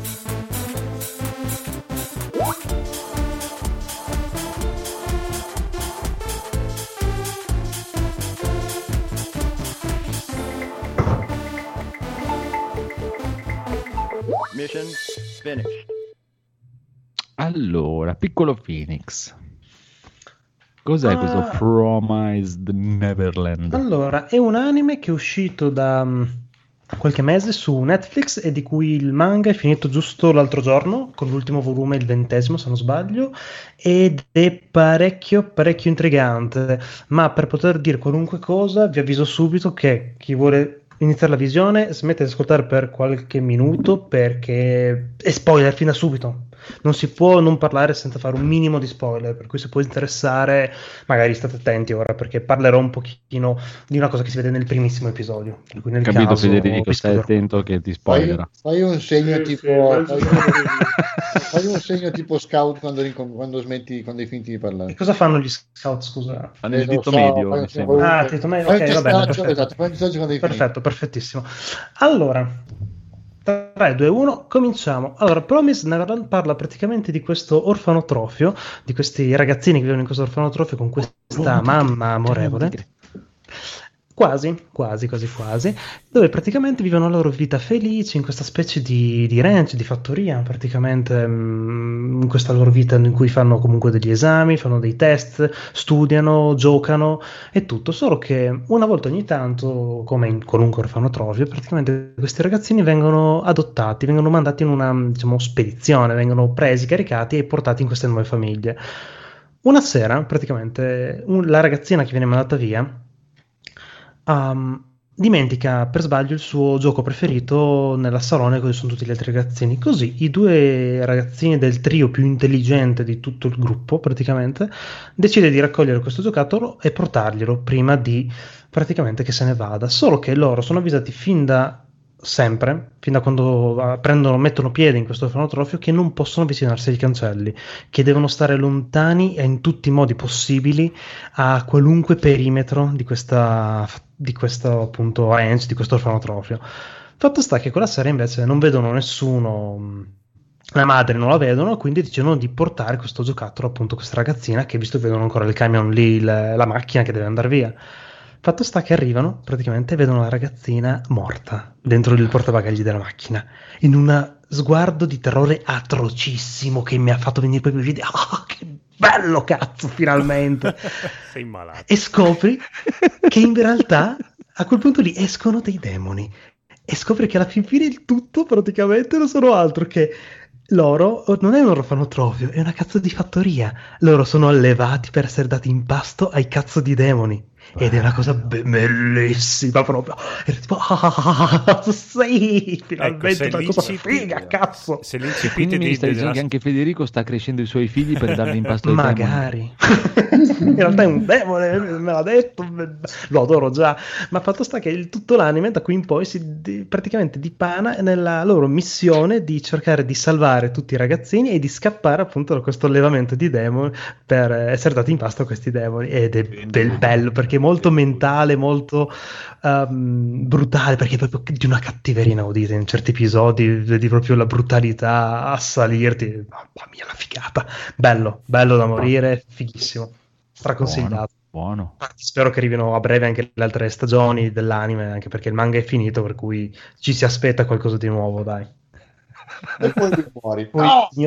Mission finished. Allora, piccolo Phoenix. Cos'è Ah. questo Promised Neverland? Allora, è un anime che è uscito da mm, qualche mese su Netflix e di cui il manga è finito giusto l'altro giorno, con l'ultimo volume, il ventesimo se non sbaglio, ed è parecchio, parecchio intrigante. Ma per poter dire qualunque cosa, vi avviso subito che chi vuole iniziare la visione smette di ascoltare per qualche minuto perché è spoiler fin da subito. Non si può non parlare senza fare un minimo di spoiler, per cui se può interessare magari state attenti ora perché parlerò un pochino di una cosa che si vede nel primissimo episodio, per cui nel Capito, caso Federico, vi stai spoilerò. attento che ti Fai, spoilerà. fai un segno Sì, tipo sì, fai, fai un segno tipo scout quando, rincom- quando smetti quando hai finito di E parlare. cosa fanno gli scout, scusa? Fanno il Eh, lo dito so, medio, fai mi un segno sembra. comunque. Ah, Tito Medio, Fai ok, un va bene, testaccio, perfetto. esatto, fai un testaccio quando hai finito. Perfetto, perfettissimo. Allora, tre, due, uno, cominciamo. Allora, Promise Neverland parla praticamente di questo orfanotrofio, di questi ragazzini che vivono in questo orfanotrofio con questa mamma amorevole, Quasi, quasi, quasi, quasi, dove praticamente vivono la loro vita felice in questa specie di, di ranch, di fattoria, praticamente mh, in questa loro vita in cui fanno comunque degli esami, fanno dei test, studiano, giocano e tutto, solo che una volta ogni tanto, come in qualunque orfanotrofio, praticamente questi ragazzini vengono adottati, vengono mandati in una, diciamo, spedizione, vengono presi, caricati e portati in queste nuove famiglie. Una sera, praticamente, un, la ragazzina che viene mandata via Um, dimentica per sbaglio il suo gioco preferito nella salone dove sono tutti gli altri ragazzini. Così i due ragazzini del trio più intelligente di tutto il gruppo praticamente decide di raccogliere questo giocattolo e portarglielo prima di praticamente che se ne vada. Solo che loro sono avvisati fin da sempre, fin da quando uh, prendono, mettono piede in questo orfanotrofio, che non possono avvicinarsi ai cancelli, che devono stare lontani e in tutti i modi possibili a qualunque perimetro di questa di questo appunto ranch, di questo orfanotrofio. Fatto sta che quella sera invece non vedono nessuno, la madre non la vedono, quindi decidono di portare questo giocattolo appunto a questa ragazzina, che visto che vedono ancora il camion lì, la, la macchina che deve andare via. Fatto sta che arrivano, praticamente vedono la ragazzina morta dentro il portabagagli della macchina, in un sguardo di terrore atrocissimo che mi ha fatto venire proprio i video. Oh, che bello cazzo, finalmente! Sei malato. E scopri che in realtà a quel punto lì escono dei demoni e scopri che alla fin fine il tutto praticamente non sono altro che loro, non è un orfanotrofio, è una cazzo di fattoria. Loro sono allevati per essere dati in pasto ai cazzo di demoni. Ed è una cosa be- bellissima proprio. Era tipo, ah, sì, finalmente ecco, una cosa figa, cazzo. Se quindi mi stai dicendo che anche Federico sta crescendo i suoi figli per darli in pasto ai magari. In realtà è un demone, me l'ha detto, lo adoro già. Ma fatto sta che il, tutto l'anime da qui in poi si di, praticamente dipana nella loro missione di cercare di salvare tutti i ragazzini e di scappare appunto da questo allevamento di demoni per essere dati in pasto a questi demoni. Ed è bel bello perché è molto mentale, molto um, brutale, perché è proprio di una cattiveria inaudita. In certi episodi vedi proprio la brutalità assalirti. Mamma mia, la figata. Bello, bello da morire, fighissimo. Straconsigliato. Buono, buono. Spero che arrivino a breve anche le altre stagioni dell'anime, anche perché il manga è finito, per cui ci si aspetta qualcosa di nuovo, dai. E poi ti muori. Poi No! io...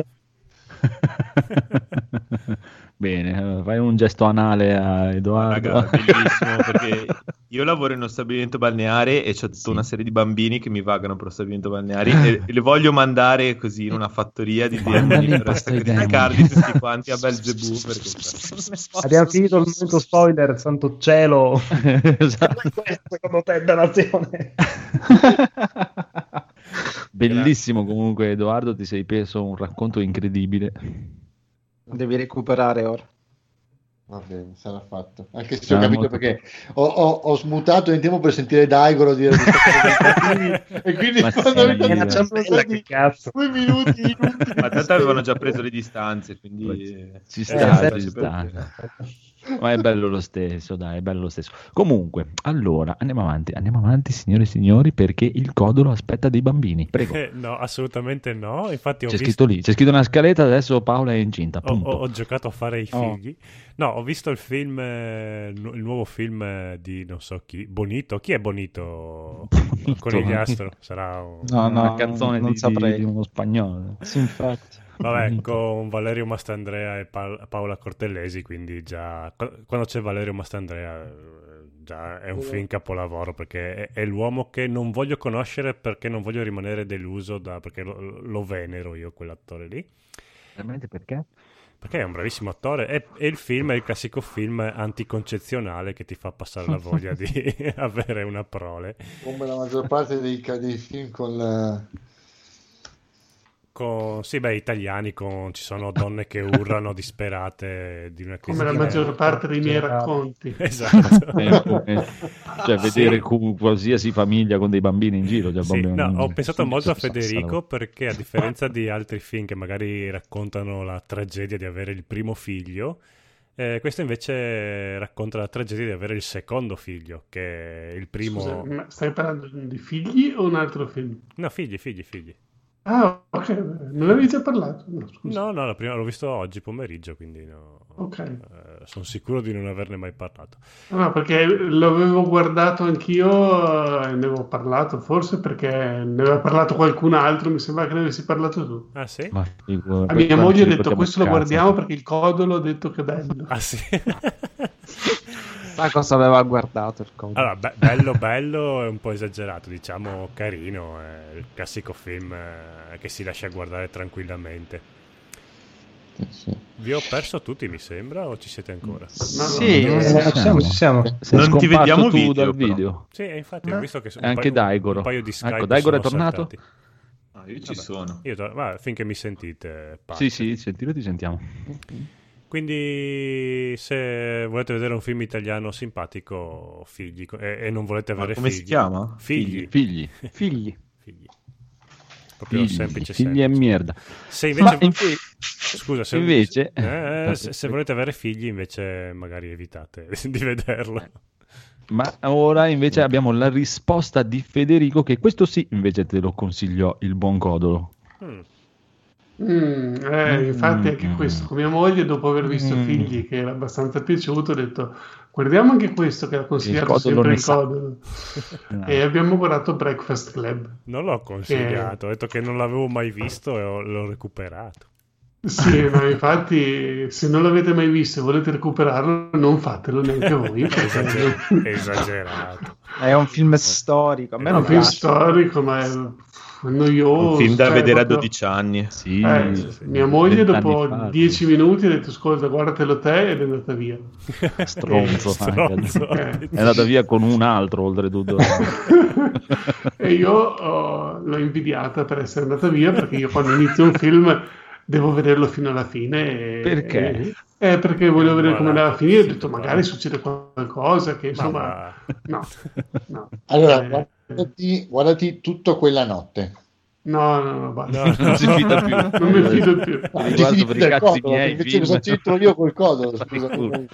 Bene, fai un gesto anale a Edoardo. Raga, bellissimo, perché io lavoro in uno stabilimento balneare e c'ho tutta sì. una serie di bambini che mi vagano per lo stabilimento balneare e, e le voglio mandare così in una fattoria di demoni per sacrificarli tutti quanti a Belzebù, perché... Abbiamo finito il momento spoiler, santo cielo. Esatto. Secondo te dannazione. Bellissimo comunque Edoardo, ti sei preso un racconto incredibile. Devi recuperare ora. Va bene, sarà fatto. Anche se ho capito perché ho, ho, ho smutato in tempo per sentire Daigoro dire e quindi ma quando sì, mi una ciambella, che cazzo. due minuti inutili. Ma tanto avevano già preso le distanze, quindi ci sta, eh, ci sta. Ma è bello lo stesso, dai, è bello lo stesso. Comunque, allora, andiamo avanti, andiamo avanti, signore e signori, perché il Codolo aspetta dei bambini. Prego. Eh, no, assolutamente no. Infatti ho c'è visto... scritto lì, c'è scritto una scaletta, adesso Paola è incinta, ho, punto. ho, ho giocato a fare i Oh. figli. No, ho visto il film, eh, il nuovo film eh, di non so chi, Bonito. Chi è Bonito? Conigliastro? Sarà un... No, no, una canzone non di, saprei. di, di uno spagnolo. Sì, infatti. Vabbè, con Valerio Mastandrea e Pa- Paola Cortellesi, quindi già quando c'è Valerio Mastandrea già è un film capolavoro, perché è, è l'uomo che non voglio conoscere perché non voglio rimanere deluso da, perché lo, lo venero io quell'attore lì. Veramente perché? Perché è un bravissimo attore e, e il film è il classico film anticoncezionale che ti fa passare la voglia di avere una prole. Come la maggior parte dei, dei film con la... Con, sì, beh, italiani, con, ci sono donne che urlano disperate di una crisi. Come la di maggior nervi. parte dei miei racconti. Esatto. Eh, come- cioè vedere Sì. cu- qualsiasi famiglia con dei bambini in giro, già Sì, bambino- no, ho pensato molto a Sì, Federico perché a differenza di altri film che magari raccontano la tragedia di avere il primo figlio, eh, questo invece racconta la tragedia di avere il secondo figlio, che è il primo... Scusa, ma stai parlando di figli o un altro film? No, figli, figli, figli. Ah, ok, non avevi già parlato? No, scusa. No, no, la prima l'ho visto oggi pomeriggio, quindi no. Ok. Eh, sono sicuro di non averne mai parlato. No, perché l'avevo guardato anch'io e ne avevo parlato, forse perché ne aveva parlato qualcun altro, mi sembra che ne avessi parlato tu. Ah sì? Ma figura, A mia moglie ha detto questo lo cazzo. guardiamo perché il Codolo ha detto che è bello. Ah sì? Sa cosa aveva guardato il codo? Allora, be- bello bello è un po' esagerato, diciamo carino, è il classico film eh, che si lascia guardare tranquillamente. Sì. Vi ho perso tutti, mi sembra, o ci siete ancora? Sì, Eh, ci siamo, ci siamo. Sei Non ti scomparso vediamo tu video, dal però. video. Sì, e infatti ho visto che E anche un paio, Daigoro. un paio di Skype Ecco, Daigoro è sono tornato? saltati. Ah, io ci Vabbè, sono. Io to- ma finché mi sentite, passo. Sì, sì, sentilo, ti sentiamo. Quindi se volete vedere un film italiano simpatico, figli, e, e non volete Ma avere come figli, si chiama? Figli. Figli. Figli. Figli. Proprio Figli, semplice, figli e semplice. merda. Se Ma invece, inve- scusa, se, invece- eh, se, se volete avere figli, invece magari evitate di vederlo. Ma ora invece abbiamo la risposta di Federico, che questo sì invece te lo consigliò il buon Codolo. Mm. Mm, eh, infatti anche Mm. questo, con mia moglie, dopo aver visto Mm. Figli, che era abbastanza piaciuto, ho detto guardiamo anche questo che ha consigliato Codolo sempre ne il sa. Codolo. E abbiamo guardato Breakfast Club. Non l'ho consigliato, ho detto che non l'avevo mai visto e ho- l'ho recuperato. Sì, no, infatti se non l'avete mai visto e volete recuperarlo non fatelo neanche voi, È perché esager- è esagerato. È un film storico, a me è non un film piace. storico, ma è noioso. Un film da cioè, vedere a proprio- dodici anni. Sì, Eh, sì, sì. mia moglie vent'anni dopo fa, dieci minuti ha detto ascolta guardatelo te ed è andata via. Stronzo, Stronzo. anche. È andata via con un altro oltretutto. E io oh, l'ho invidiata per essere andata via perché io quando inizio un film devo vederlo fino alla fine. E, Perché? e- eh, perché volevo vedere come andava a finire. Ho Sì, detto ma- magari succede qualcosa che insomma Ma- no, no. Allora, Eh, guardati, guardati tutto quella notte. no, no, no, basta. No, Non si fida più. Non mi fido più. No, Mi ti guardo fidi per i del cazzi Codolo, miei invece film. cosa c'entro io col Codolo? Scusa.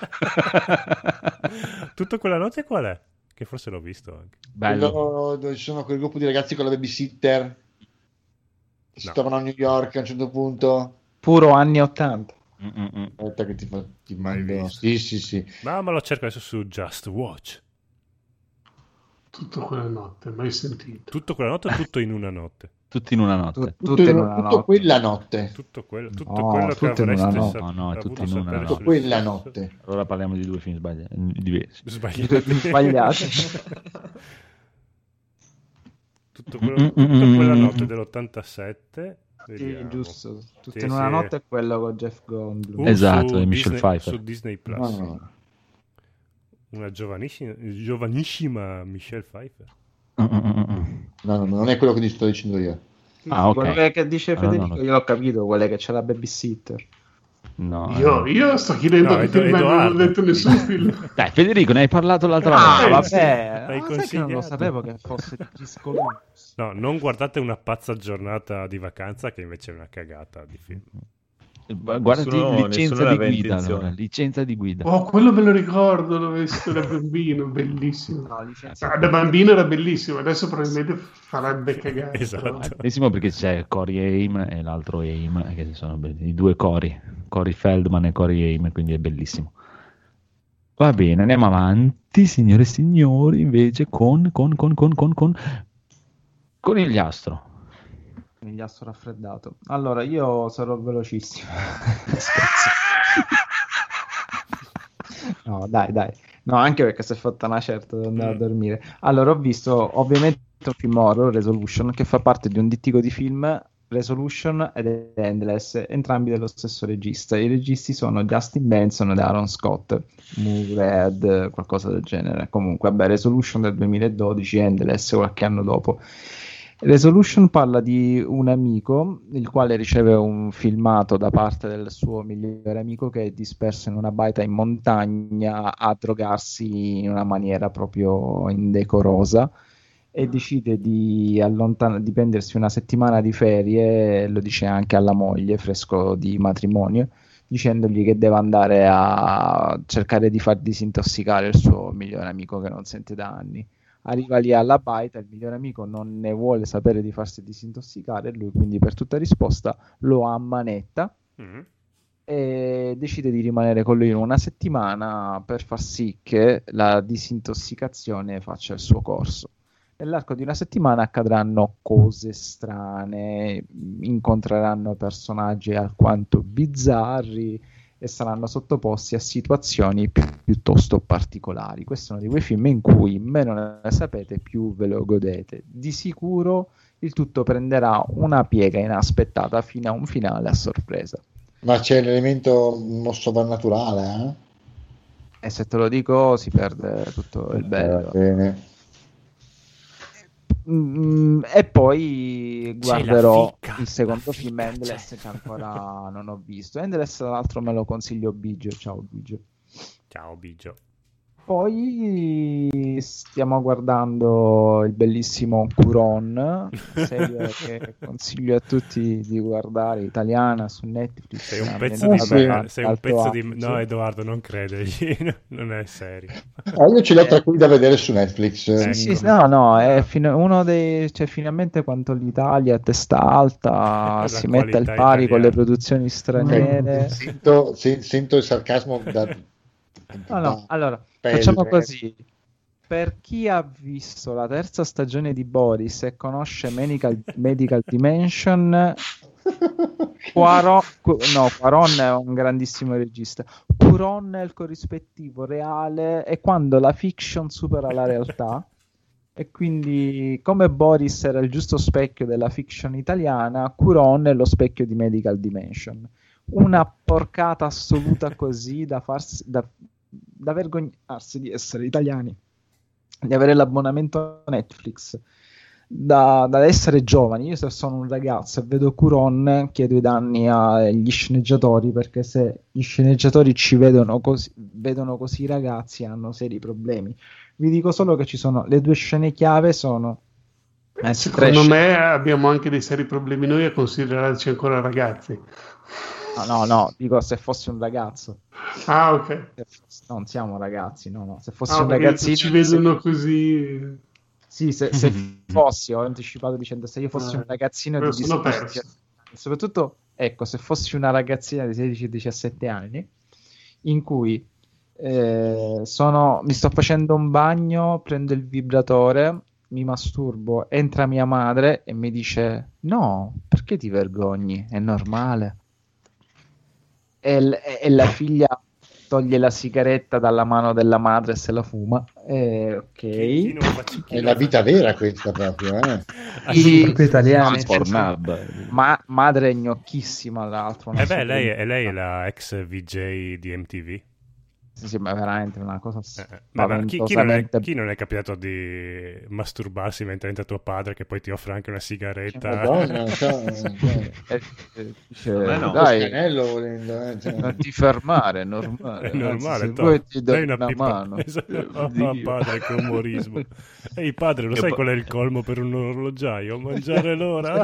Tutto quella notte qual è? Che forse l'ho visto anche. Bello. Quello dove ci sono quel gruppo di ragazzi con la babysitter che si No. trovano a New York a un certo punto. Puro anni ottanta. Mm-mm. Aspetta che ti, fa, ti Mai mando. visto. Sì, sì, sì. Ma me lo cerco adesso su Just Watch. Tutto quella notte, mai sentito. Tutto quella notte o tutto in una notte? Tutti in una notte. Tut- Tutto, tutte in in- una tutto notte. quella notte. Tutto quello, tutto No, quello che tutto in una avreste notte. sap- No, no, è avuto tutto in una sapere notte. Tutto sul quella sesso. notte. Allora parliamo di due film sbagli- diversi. Sbagliati. Sbagliati. tutto, quello, Mm, mm, tutta mm, quella mm, notte mm. dell'ottantasette. Sì, Vediamo. giusto. Tutto Sì, in una sì. notte è quello con Jeff Goldblum. Uh, Esatto, su e Michelle Disney- Pfeiffer. Su Disney Plus. No, no, no. Una giovanissima, giovanissima Michelle Pfeiffer. Mm-mm-mm. No, no, non è quello che ti sto dicendo io. Ah, ok. Quello che, che dice Allora, Federico, no, no. io l'ho capito, quelle che c'è la babysitter. No, Io, eh. io sto chiedendo No, che Edo- film è, non ho Edoardo. detto nessun film. Dai, Federico, ne hai parlato l'altra Ah, volta. sì. vabbè, Hai ma sai che non lo consigliato. sapevo che fosse di Gisco Lucas. No, non guardate Una pazza giornata di vacanza, che invece è una cagata di film. Guardati Nessuno- licenza nessuno di aveva guida. intenzione. Allora. Licenza di guida. Oh, quello me lo ricordo, l'ho visto da bambino, bellissimo. No, licenza- Ah, da bambino era bellissimo, adesso probabilmente farebbe cagare. Esatto. però. Bellissimo perché c'è Cory Haim e l'altro Haim, che sono belli- i due Cory, Cory Feldman e Cory Haim, quindi è bellissimo. Va bene, andiamo avanti, signore e signori, invece con, con, con, con, con, con, Conigliastro. Conigliastro raffreddato. Allora, io sarò velocissimo. Scherzo. No, dai, dai. No, anche perché si è fatta una certa di andare a dormire. Allora, ho visto ovviamente un film horror, Resolution, che fa parte di un dittico di film, Resolution ed Endless, entrambi dello stesso regista. I registi sono Justin Benson ed Aaron Scott, Red, qualcosa del genere. Comunque, vabbè, Resolution del duemiladodici, Endless qualche anno dopo. Resolution parla di un amico il quale riceve un filmato da parte del suo migliore amico che è disperso in una baita in montagna a drogarsi in una maniera proprio indecorosa e decide di, allontan- di prendersi una settimana di ferie, lo dice anche alla moglie, fresco di matrimonio, dicendogli che deve andare a cercare di far disintossicare il suo migliore amico che non sente da anni. arriva lì alla baita, il migliore amico non ne vuole sapere di farsi disintossicare, lui quindi per tutta risposta lo ammanetta Mm. e decide di rimanere con lui una settimana per far sì che la disintossicazione faccia il suo corso. Nell'arco di una settimana accadranno cose strane, incontreranno personaggi alquanto bizzarri e saranno sottoposti a situazioni pi- piuttosto particolari. Questo è uno di quei film in cui meno ne sapete più ve lo godete. Di sicuro il tutto prenderà una piega inaspettata fino a un finale a sorpresa. Ma c'è l'elemento mo- sovrannaturale, eh? E se te lo dico si perde tutto il bello. Eh, bene. Mm, e poi C'è la guarderò fica, il secondo la film fica, Endless c'è. che ancora non ho visto. Endless tra l'altro me lo consiglio Bigio. Ciao Bigio. Ciao Bigio. Poi stiamo guardando il bellissimo Curon, serie che consiglio a tutti di guardare, italiana su Netflix. Sei un ambientata pezzo di sì. me- ad sei un Alto pezzo di Adige. no Edoardo, non credergli. Non è serio. Ah, io ce l'ho tra quelli da vedere su Netflix. Ecco. Sì, sì, no, no, è fino- uno dei, cioè, finalmente quanto l'Italia a testa alta La si mette al qualità pari con le italiana. produzioni straniere. Sento, se- sento il sarcasmo da... No, no, allora, pelle. facciamo così. Per chi ha visto la terza stagione di Boris e conosce Medical, Medical Dimension, Cuaron, Cu- no, Cuaron è un grandissimo regista. Cuaron è il corrispettivo reale, è quando la fiction supera la realtà. E quindi, come Boris era il giusto specchio della fiction italiana, Cuaron è lo specchio di Medical Dimension. Una porcata assoluta così da farsi da, da vergognarsi di essere italiani, di avere l'abbonamento a Netflix, da, da essere giovani. Io se sono un ragazzo e vedo Cuaron chiedo i danni agli sceneggiatori, perché se gli sceneggiatori ci vedono così, vedono così i ragazzi hanno seri problemi. Vi dico solo che ci sono le due scene chiave sono eh, Secondo tre me abbiamo anche dei seri problemi noi a considerarci ancora ragazzi. scene- no, no, no, dico se fossi un ragazzo. Ah, ok. Se fosse- non siamo ragazzi, no, no, se fossi Ah, un perché ragazzino ci vedono così. sì, se, se fossi, ho anticipato dicendo se io fossi Eh, un ragazzino però di sono diciassette perso. soprattutto, ecco, se fossi una ragazzina di sedici diciassette anni in cui eh, sono, mi sto facendo un bagno, prendo il vibratore, mi masturbo, entra mia madre e mi dice no, perché ti vergogni? È normale. E, l- e la figlia toglie la sigaretta dalla mano della madre e se la fuma. E, Chi ok. non faccia- chi È non la fa- vita vera questa proprio, eh. I- proprio italiani. no, Pornhub. ma madre è gnocchissima, tra l'altro. una Eh beh, lei, super- è lei è la ex V J di M T V. Sì, sì, ma è veramente una cosa Eh, eh. Beh, ma chi, chi non è, spaventosamente- chi non è capitato di masturbarsi mentre entra tuo padre che poi ti offre anche una sigaretta? Madonna, cioè, cioè, Eh, eh, dice, A me no. dai, Toscanello volendo, eh, cioè. non ti fermare, è normale. È normale, Anzi, se Tom. vuoi ti do Dai una, pipa- mano. Esatto. Oh, Dio. padre, che umorismo. Ehi padre, lo Io sai po- qual è il colmo per un orologiaio? Mangiare l'ora.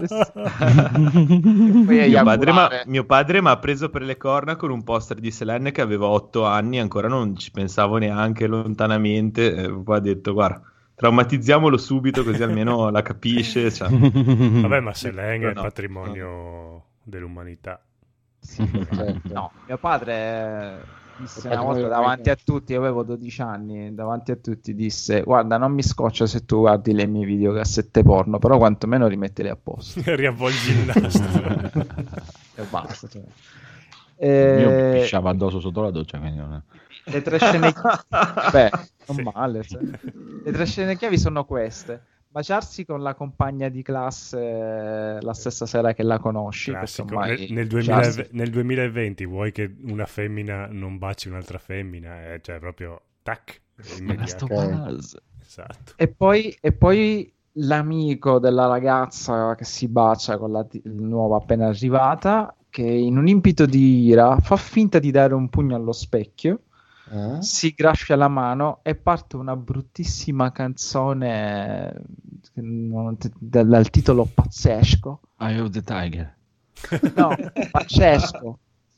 Poi Mio padre, ma, eiaculare. mio padre mi ha preso per le corna con un poster di Selene che aveva otto anni, ancora non ci pensavo neanche lontanamente. Eh, poi ha detto, guarda, traumatizziamolo subito così almeno la capisce. Cioè. Vabbè, ma Selene è No. patrimonio dell'umanità. Sì, Certo. no, mio padre disse È una volta patrimonio davanti del a tutti, io avevo dodici anni, davanti a tutti disse guarda non mi scoccia se tu guardi le mie videocassette porno, però quantomeno rimettili a posto. Riavvolgi il nastro. E basta. Cioè. Io mi Eh, pisciavo addosso sotto la doccia, quindi non è... le tre scene beh, non Sì. male, cioè. Le tre scene chiavi sono queste: baciarsi con la compagna di classe la stessa sera che la conosci, perché Classico. ormai Nel, nel, baciarsi- duemila nel duemilaventi vuoi che una femmina non baci un'altra femmina? Eh, cioè proprio tac, è immediato. Esatto. E poi, e poi l'amico della ragazza che si bacia con la ti- nuova appena arrivata, che in un impito di ira fa finta di dare un pugno allo specchio, Eh? si graffia la mano e parte una bruttissima canzone che non- dal, dal titolo pazzesco. Eye of the Tiger. No, pazzesco.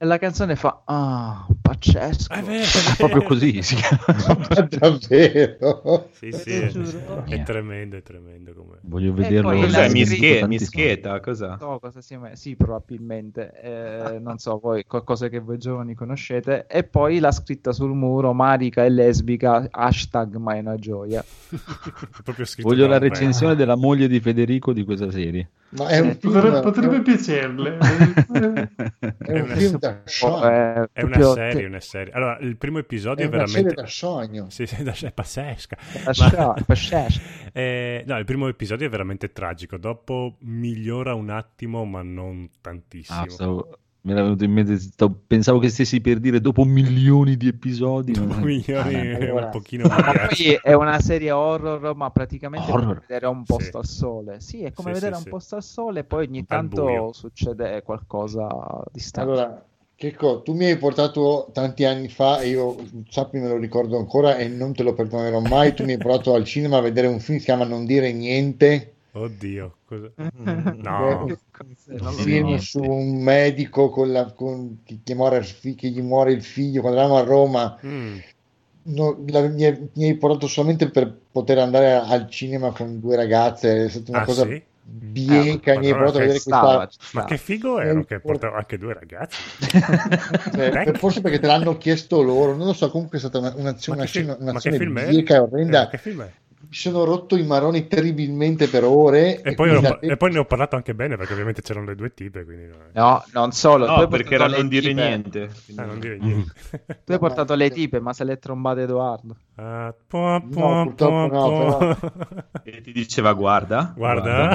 E la canzone fa ah, pazzesco. È vero, È proprio così si chiama. Davvero? Sì, sì, è, è tremendo, è tremendo come... Voglio vederlo. poi Cos'è? la Mischie- scritta- mischeta? Cosa? So cosa sia mai- sì, probabilmente, eh, non so, poi qualcosa che voi giovani conoscete. E poi la scritta sul muro, marica e lesbica, hashtag mai una gioia. Proprio scritto Voglio da la un recensione della moglie di Federico di questa serie. Ma è un film, Potrebbe, è potrebbe un, piacerle. è un una- film da Oh, sogno. è È una proprio serie, te- una serie. Allora, il primo episodio È è, una serie veramente... da sogno. Sì, sì, è pazzesca. Pazzesco, pazzesco. Eh, no, il primo episodio è veramente tragico. Dopo migliora un attimo, ma non tantissimo. Ah, stavo- me era venuto in mente, stavo- pensavo che stessi per dire dopo milioni di episodi. Dopo non- milioni Ah, no. è allora. un pochino mi Ma piace. poi è una serie horror, ma praticamente è Horror? come vedere un posto Sì. al sole. Sì, è come Sì, vedere sì, un sì. posto al sole e poi ogni Al tanto buio. succede qualcosa di strano. Allora, Checco, tu mi hai portato tanti anni fa e io, sappi, me lo ricordo ancora e non te lo perdonerò mai. Tu mi hai portato al cinema a vedere un film che si chiama Non dire niente. Oddio, cosa... Che No, è Cos'è? un Non lo film so. su un medico con la, con, che, che muore il fi- che gli muore il figlio quando eravamo a Roma. Mm. No, la- mi, hai, mi hai portato solamente per poter andare a- al cinema con due ragazze, è stata una Ah, cosa sì? bieca. Eh, mi hai madonna, portato a che vedere Stava, questa. ci Ma stava. che figo ero che portavo anche due ragazzi. Cioè, per- forse perché te l'hanno chiesto loro, non lo so. Comunque è stata una, una, Ma che, una fi- scena- ma che un'azione film è? bieca e orrenda. Eh, che film è? Mi sono rotto i maroni terribilmente per ore. E poi, quindi ho- da te- e poi ne ho parlato anche bene perché ovviamente c'erano le due tipe, quindi no, No, non solo. tu No, hai perché portato era le non dire tipe. niente. Ah, non dire niente. Tu hai portato le tipe, ma se le trombate Edoardo. Ah, po- po- No, purtroppo po- no, po- E ti diceva guarda. Guarda.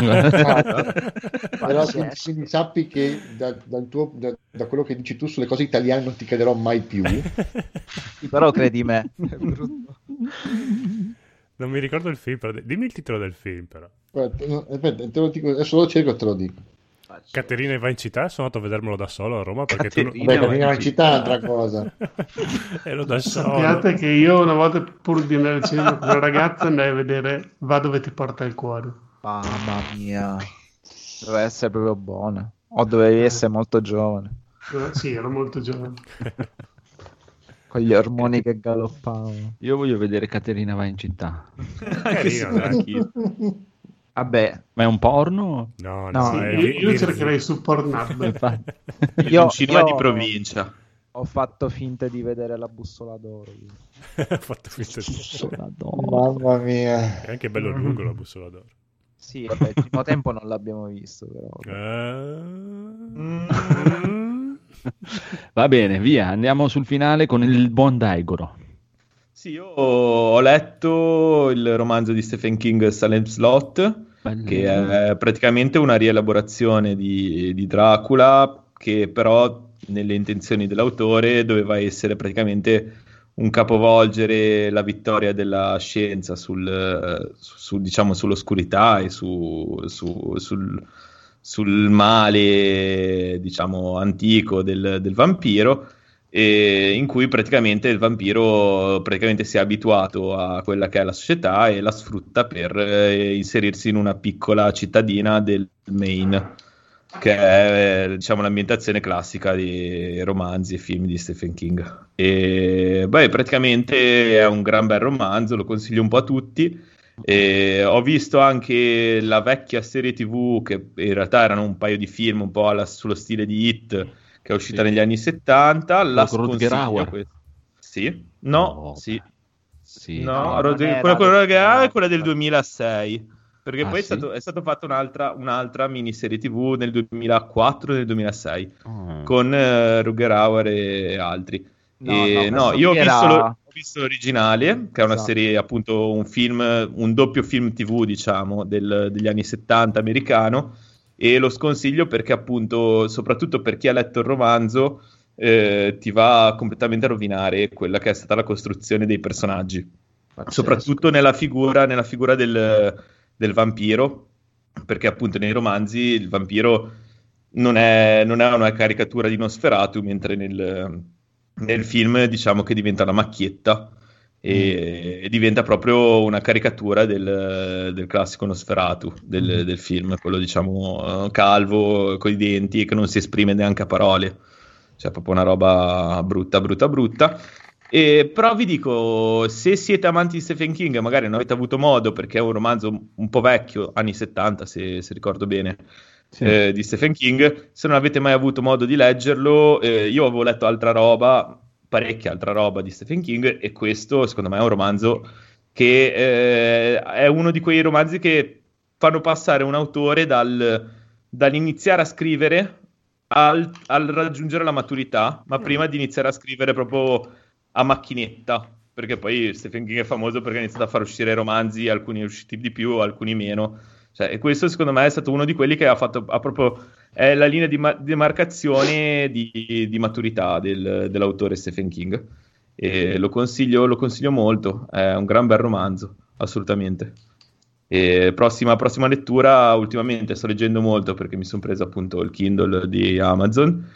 Però quindi, quindi sappi che da, dal tuo, da, da quello che dici tu sulle cose italiane non ti crederò mai più. Sì, però credi me. È brutto. Non mi ricordo il film, però dimmi il titolo del film, però. Guarda, no, aspetta, te lo dico, adesso lo cerco e te lo dico. Caterina va in città, sono andato a vedermelo da solo a Roma perché tu Caterina. Vabbè, no, veniva in sì. città è un'altra cosa. ero da solo. Sappiate che io una volta, pur di andare al cinema con una ragazza, andai a vedere Va dove ti porta il cuore. Mamma mia. Deve essere proprio buona. O dovevi essere molto giovane. Eh, Sì, ero molto giovane. Con gli ormoni che galoppavano. Io voglio vedere Caterina va in città. Carino, dai. Vabbè, Ma è un porno? No, no, No, Sì, è io, vi- io vi- cercherei su Pornhub. Infatti. io, un cinema io di provincia. ho fatto finta di vedere la bussola d'oro. io. Ho fatto finta di... Mamma mia. È anche bello lungo la bussola d'oro. Sì, vabbè, il primo tempo non l'abbiamo visto, però. Eh, Va bene, via, andiamo sul finale con il buon Daigoro. Sì, io ho letto il romanzo di Stephen King, Salem Slot, Bello. che è praticamente una rielaborazione di, di Dracula, che però nelle intenzioni dell'autore doveva essere praticamente un capovolgere la vittoria della scienza sul, su, diciamo, sull'oscurità e su, su- sul, sul male, diciamo, antico del, del vampiro, e in cui praticamente il vampiro praticamente si è abituato a quella che è la società e la sfrutta per eh, inserirsi in una piccola cittadina del Maine, che è, diciamo, l'ambientazione classica di romanzi e film di Stephen King. E beh, praticamente è un gran bel romanzo, lo consiglio un po' a tutti. E ho visto anche la vecchia serie tivù, che in realtà erano un paio di film un po' alla- sullo stile di Hit, che è uscita Sì. negli anni settanta. La Con Rutger sconsiglio Hauer. questa. Sì? No, No. sì. Sì. No, no, Rod- non era quella, quella del- che ha è quella del duemilasei. Perché Ah, poi è, sì? stato, è stato fatto un'altra, un'altra miniserie tivù nel duemilaquattro e nel duemilasei Oh. con uh, Rutger Hauer e altri. No, E, no, no, questo io ho qui visto, era- lo- ho visto l'originale, che è una Esatto. serie, appunto, un film, un doppio film tivù, diciamo, del- degli anni settanta americano, e lo sconsiglio perché, appunto, soprattutto per chi ha letto il romanzo, eh, ti va completamente a rovinare quella che è stata la costruzione dei personaggi, Pazzesco. soprattutto nella figura, nella figura del, del vampiro, perché appunto nei romanzi il vampiro non è, non è una caricatura di Nosferatu, mentre nel, nel film diciamo che diventa una macchietta e, e diventa proprio una caricatura del, del classico Nosferatu del, del film, quello diciamo eh, calvo, coi denti, che non si esprime neanche a parole. cioè proprio una roba brutta, brutta, brutta. E, però vi dico, se siete amanti di Stephen King, magari non avete avuto modo, perché è un romanzo un po' vecchio, anni settanta se, se ricordo bene, sì. eh, di Stephen King, se non avete mai avuto modo di leggerlo, eh, io avevo letto altra roba, parecchia altra roba di Stephen King, e questo secondo me è un romanzo che eh, è uno di quei romanzi che fanno passare un autore dal, dall'iniziare a scrivere al, al raggiungere la maturità, ma prima di iniziare a scrivere proprio a macchinetta, perché poi Stephen King è famoso perché ha iniziato a far uscire romanzi, alcuni usciti di più, alcuni meno, cioè, e questo secondo me è stato uno di quelli che ha fatto ha proprio è la linea di ma- demarcazione di, di maturità del, dell'autore Stephen King, e lo consiglio, lo consiglio molto, è un gran bel romanzo, assolutamente. E prossima, prossima lettura, ultimamente sto leggendo molto perché mi sono preso appunto il Kindle di Amazon,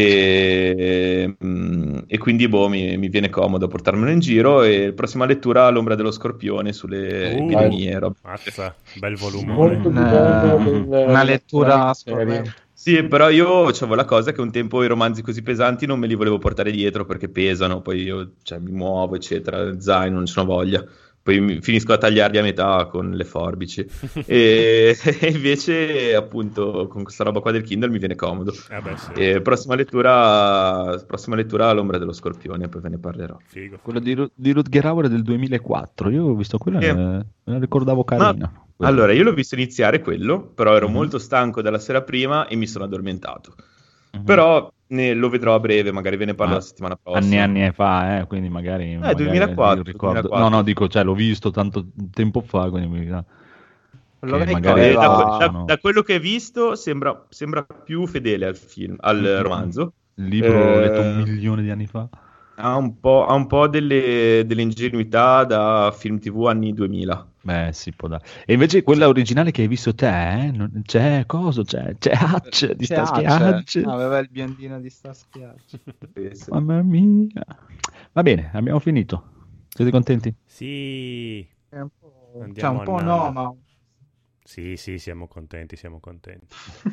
e, e quindi boh, mi, mi viene comodo portarmelo in giro. E prossima lettura, L'ombra dello scorpione sulle uh, epidemie, mazza, bel volume, una, una lettura serie. Sì, però io avevo la cosa che un tempo i romanzi così pesanti non me li volevo portare dietro perché pesano, poi io cioè, mi muovo eccetera, zaino, non ce n'ho voglia, poi mi finisco a tagliarli a metà con le forbici e, e invece appunto con questa roba qua del Kindle mi viene comodo. Eh beh, sì. E prossima lettura prossima lettura L'ombra dello scorpione, poi ve ne parlerò. Figo. Quello di, Ru- di Rutger Hauer è del duemilaquattro, io ho visto quello e eh. me la ricordavo carina. Ma, allora io l'ho visto iniziare quello, però ero mm-hmm. molto stanco dalla sera prima e mi sono addormentato. Mm-hmm. Però ne, lo vedrò a breve, magari ve ne parlo ah, la settimana prossima. Anni e anni fa, eh, quindi magari... Eh, magari duemilaquattro, ricordo... duemilaquattro. No, no, dico, cioè l'ho visto tanto tempo fa, quindi mi... Che magari... da, da, da, da quello che hai visto sembra, sembra più fedele al film, al mm-hmm. romanzo. Il libro eh... l'ho letto un milione di anni fa. Ha un po', ha un po' delle, delle ingenuità da film tivù anni duemila. Beh, sì, può dare. E invece quella originale che hai visto te, eh? Non, c'è cosa? C'è, c'è Hutch di Starsky Hutch. No, aveva il biondino di Starsky Hutch. Mamma mia. Va bene, abbiamo finito. Siete contenti? Sì. È un po', Andiamo cioè, un po' no, ma... Sì, sì, siamo contenti, siamo contenti.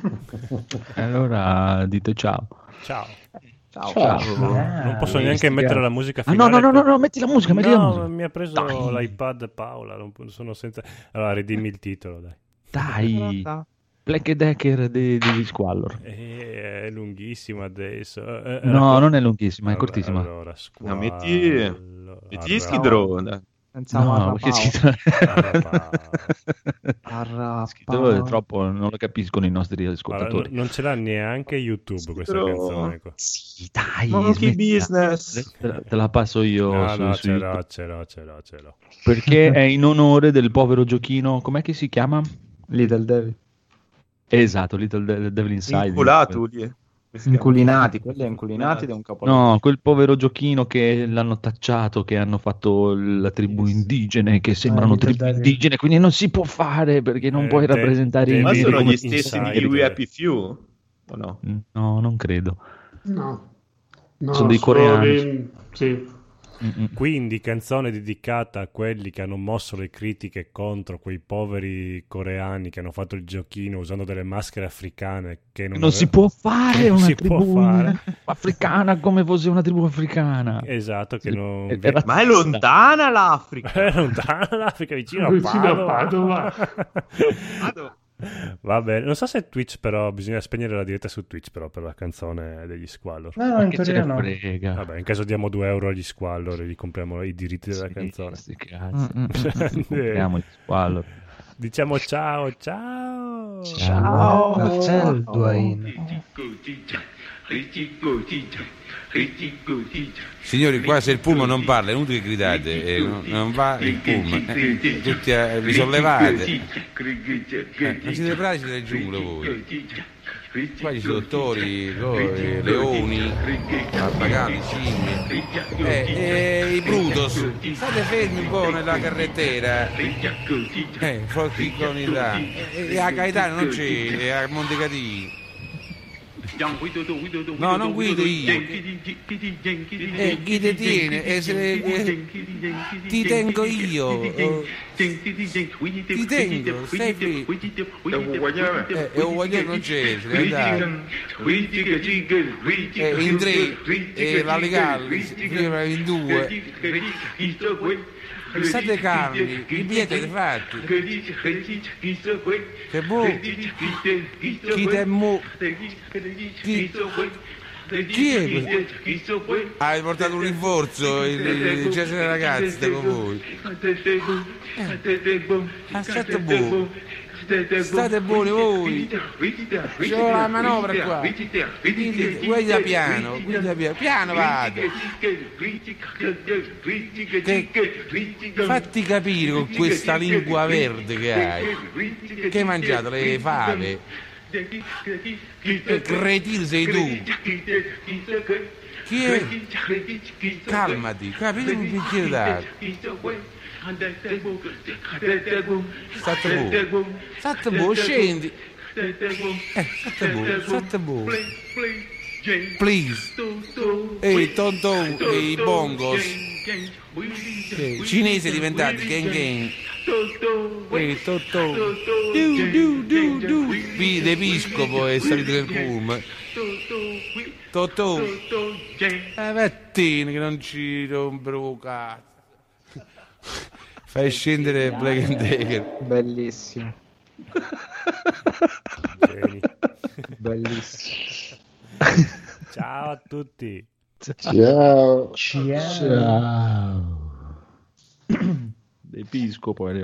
Allora dite ciao. Ciao. Ciao. Ciao. Ah, non posso neanche mettere la musica finale. Ah, no, no, no, no, no, metti la musica, metti no, la musica. mi ha preso dai. L'iPad Paola, non sono senza... Allora, ridimmi il titolo, dai. Dai. Black Decker di, di Squallor. Eh, è lunghissima adesso. Eh, no, raccol- non è lunghissima, allora, è cortissima. Allora, no, metti, metti gli Skid No, perché Skid è troppo, non lo capiscono i nostri ascoltatori. Allora, non ce l'ha neanche YouTube Skid questa Row. Canzone qua. Sì, dai, Monkey Business. Te la, te la passo io. No, su, no, su ce l'ho, ce l'ho, ce l'ho, ce l'ho. Perché è in onore del povero giochino, com'è che si chiama? Little Devil. Esatto, Little De- Devil Inside. Inculato lì. Inculinati, quelli è inculinati ed è un capolavoro. No, quel povero giochino che l'hanno tacciato, che hanno fatto la tribù indigene, che sembrano eh, tribù Devil. indigene, quindi non si può fare perché non Eh, puoi de- rappresentare de- i Ma neri sono come gli stessi inside. di We Happy Few? O no? No, non credo. No. No, Sono dei coreani. dei- Sì. Mm-mm. Quindi canzone dedicata a quelli che hanno mosso le critiche contro quei poveri coreani che hanno fatto il giochino usando delle maschere africane che non, Non si può fare che non una si può tribù fare. africana come fosse una tribù africana. Esatto, che non... È- era- Ma è lontana l'Africa. È lontana l'Africa, vicino a Vicino a Padova. Padova. Va bene, non so se Twitch però bisogna spegnere la diretta su Twitch però per la canzone degli Squallor. No, no, in Che ce teoria ne no. frega. Vabbè, in caso diamo due euro agli Squallor e gli compriamo i diritti della Sì, canzone. sti cazzi. Mm, mm. Compriamo il Squallor. Diciamo ciao, ciao. Ciao. Marcel Duain. Signori, qua se il pullman non parla è inutile che gridate, eh, non, non va il pullman, eh, tutti eh, vi sollevate, eh, non siete pratici delle giungle voi, qua ci sono dottori, co- leoni, pappagalli, scimmie, eh, eh, i Brutus, state fermi un po' nella carrettera, eh, forti con là, e a Gaetano non c'è, è a Montecatini. No, non guido io. Eh, chi ti tiene? Eh, se, eh, ti tengo io. Oh, ti tengo, stai qui. Eh, e un guaglione non c'è, se ne è andato. Eh, in tre, eh, la legale, prima in due. State calmi, i biglietti avete fatti. Che boh, chi te mo... Chi, chi è questo? Ah, hai portato un rinforzo, il, il Cesare ragazzi, sta con voi. Eh. Aspetta boh. State buoni voi, c'ho la manovra qua, guida piano, guida piano, piano vado, che, fatti capire con questa lingua verde che hai, che hai mangiato le fave, cretino sei tu, chi è? Calmati, capite un bicchiere d'acqua. State buono, state buono, scendi. Eh, state buono, state buono. Please. Ehi, ton ton, e i bongos. Eh, cinesi diventati, gang gang. Ehi, ton ton. Du, du, du, du. L'episcopo è salito nel pullman. Totò. Eh, Vettino che non ci rompero cazzo. Fai scendere Black and Decker. Bellissimo. Bellissimo. Ciao a tutti. Ciao. Ciao. Ciao. L'episcopo è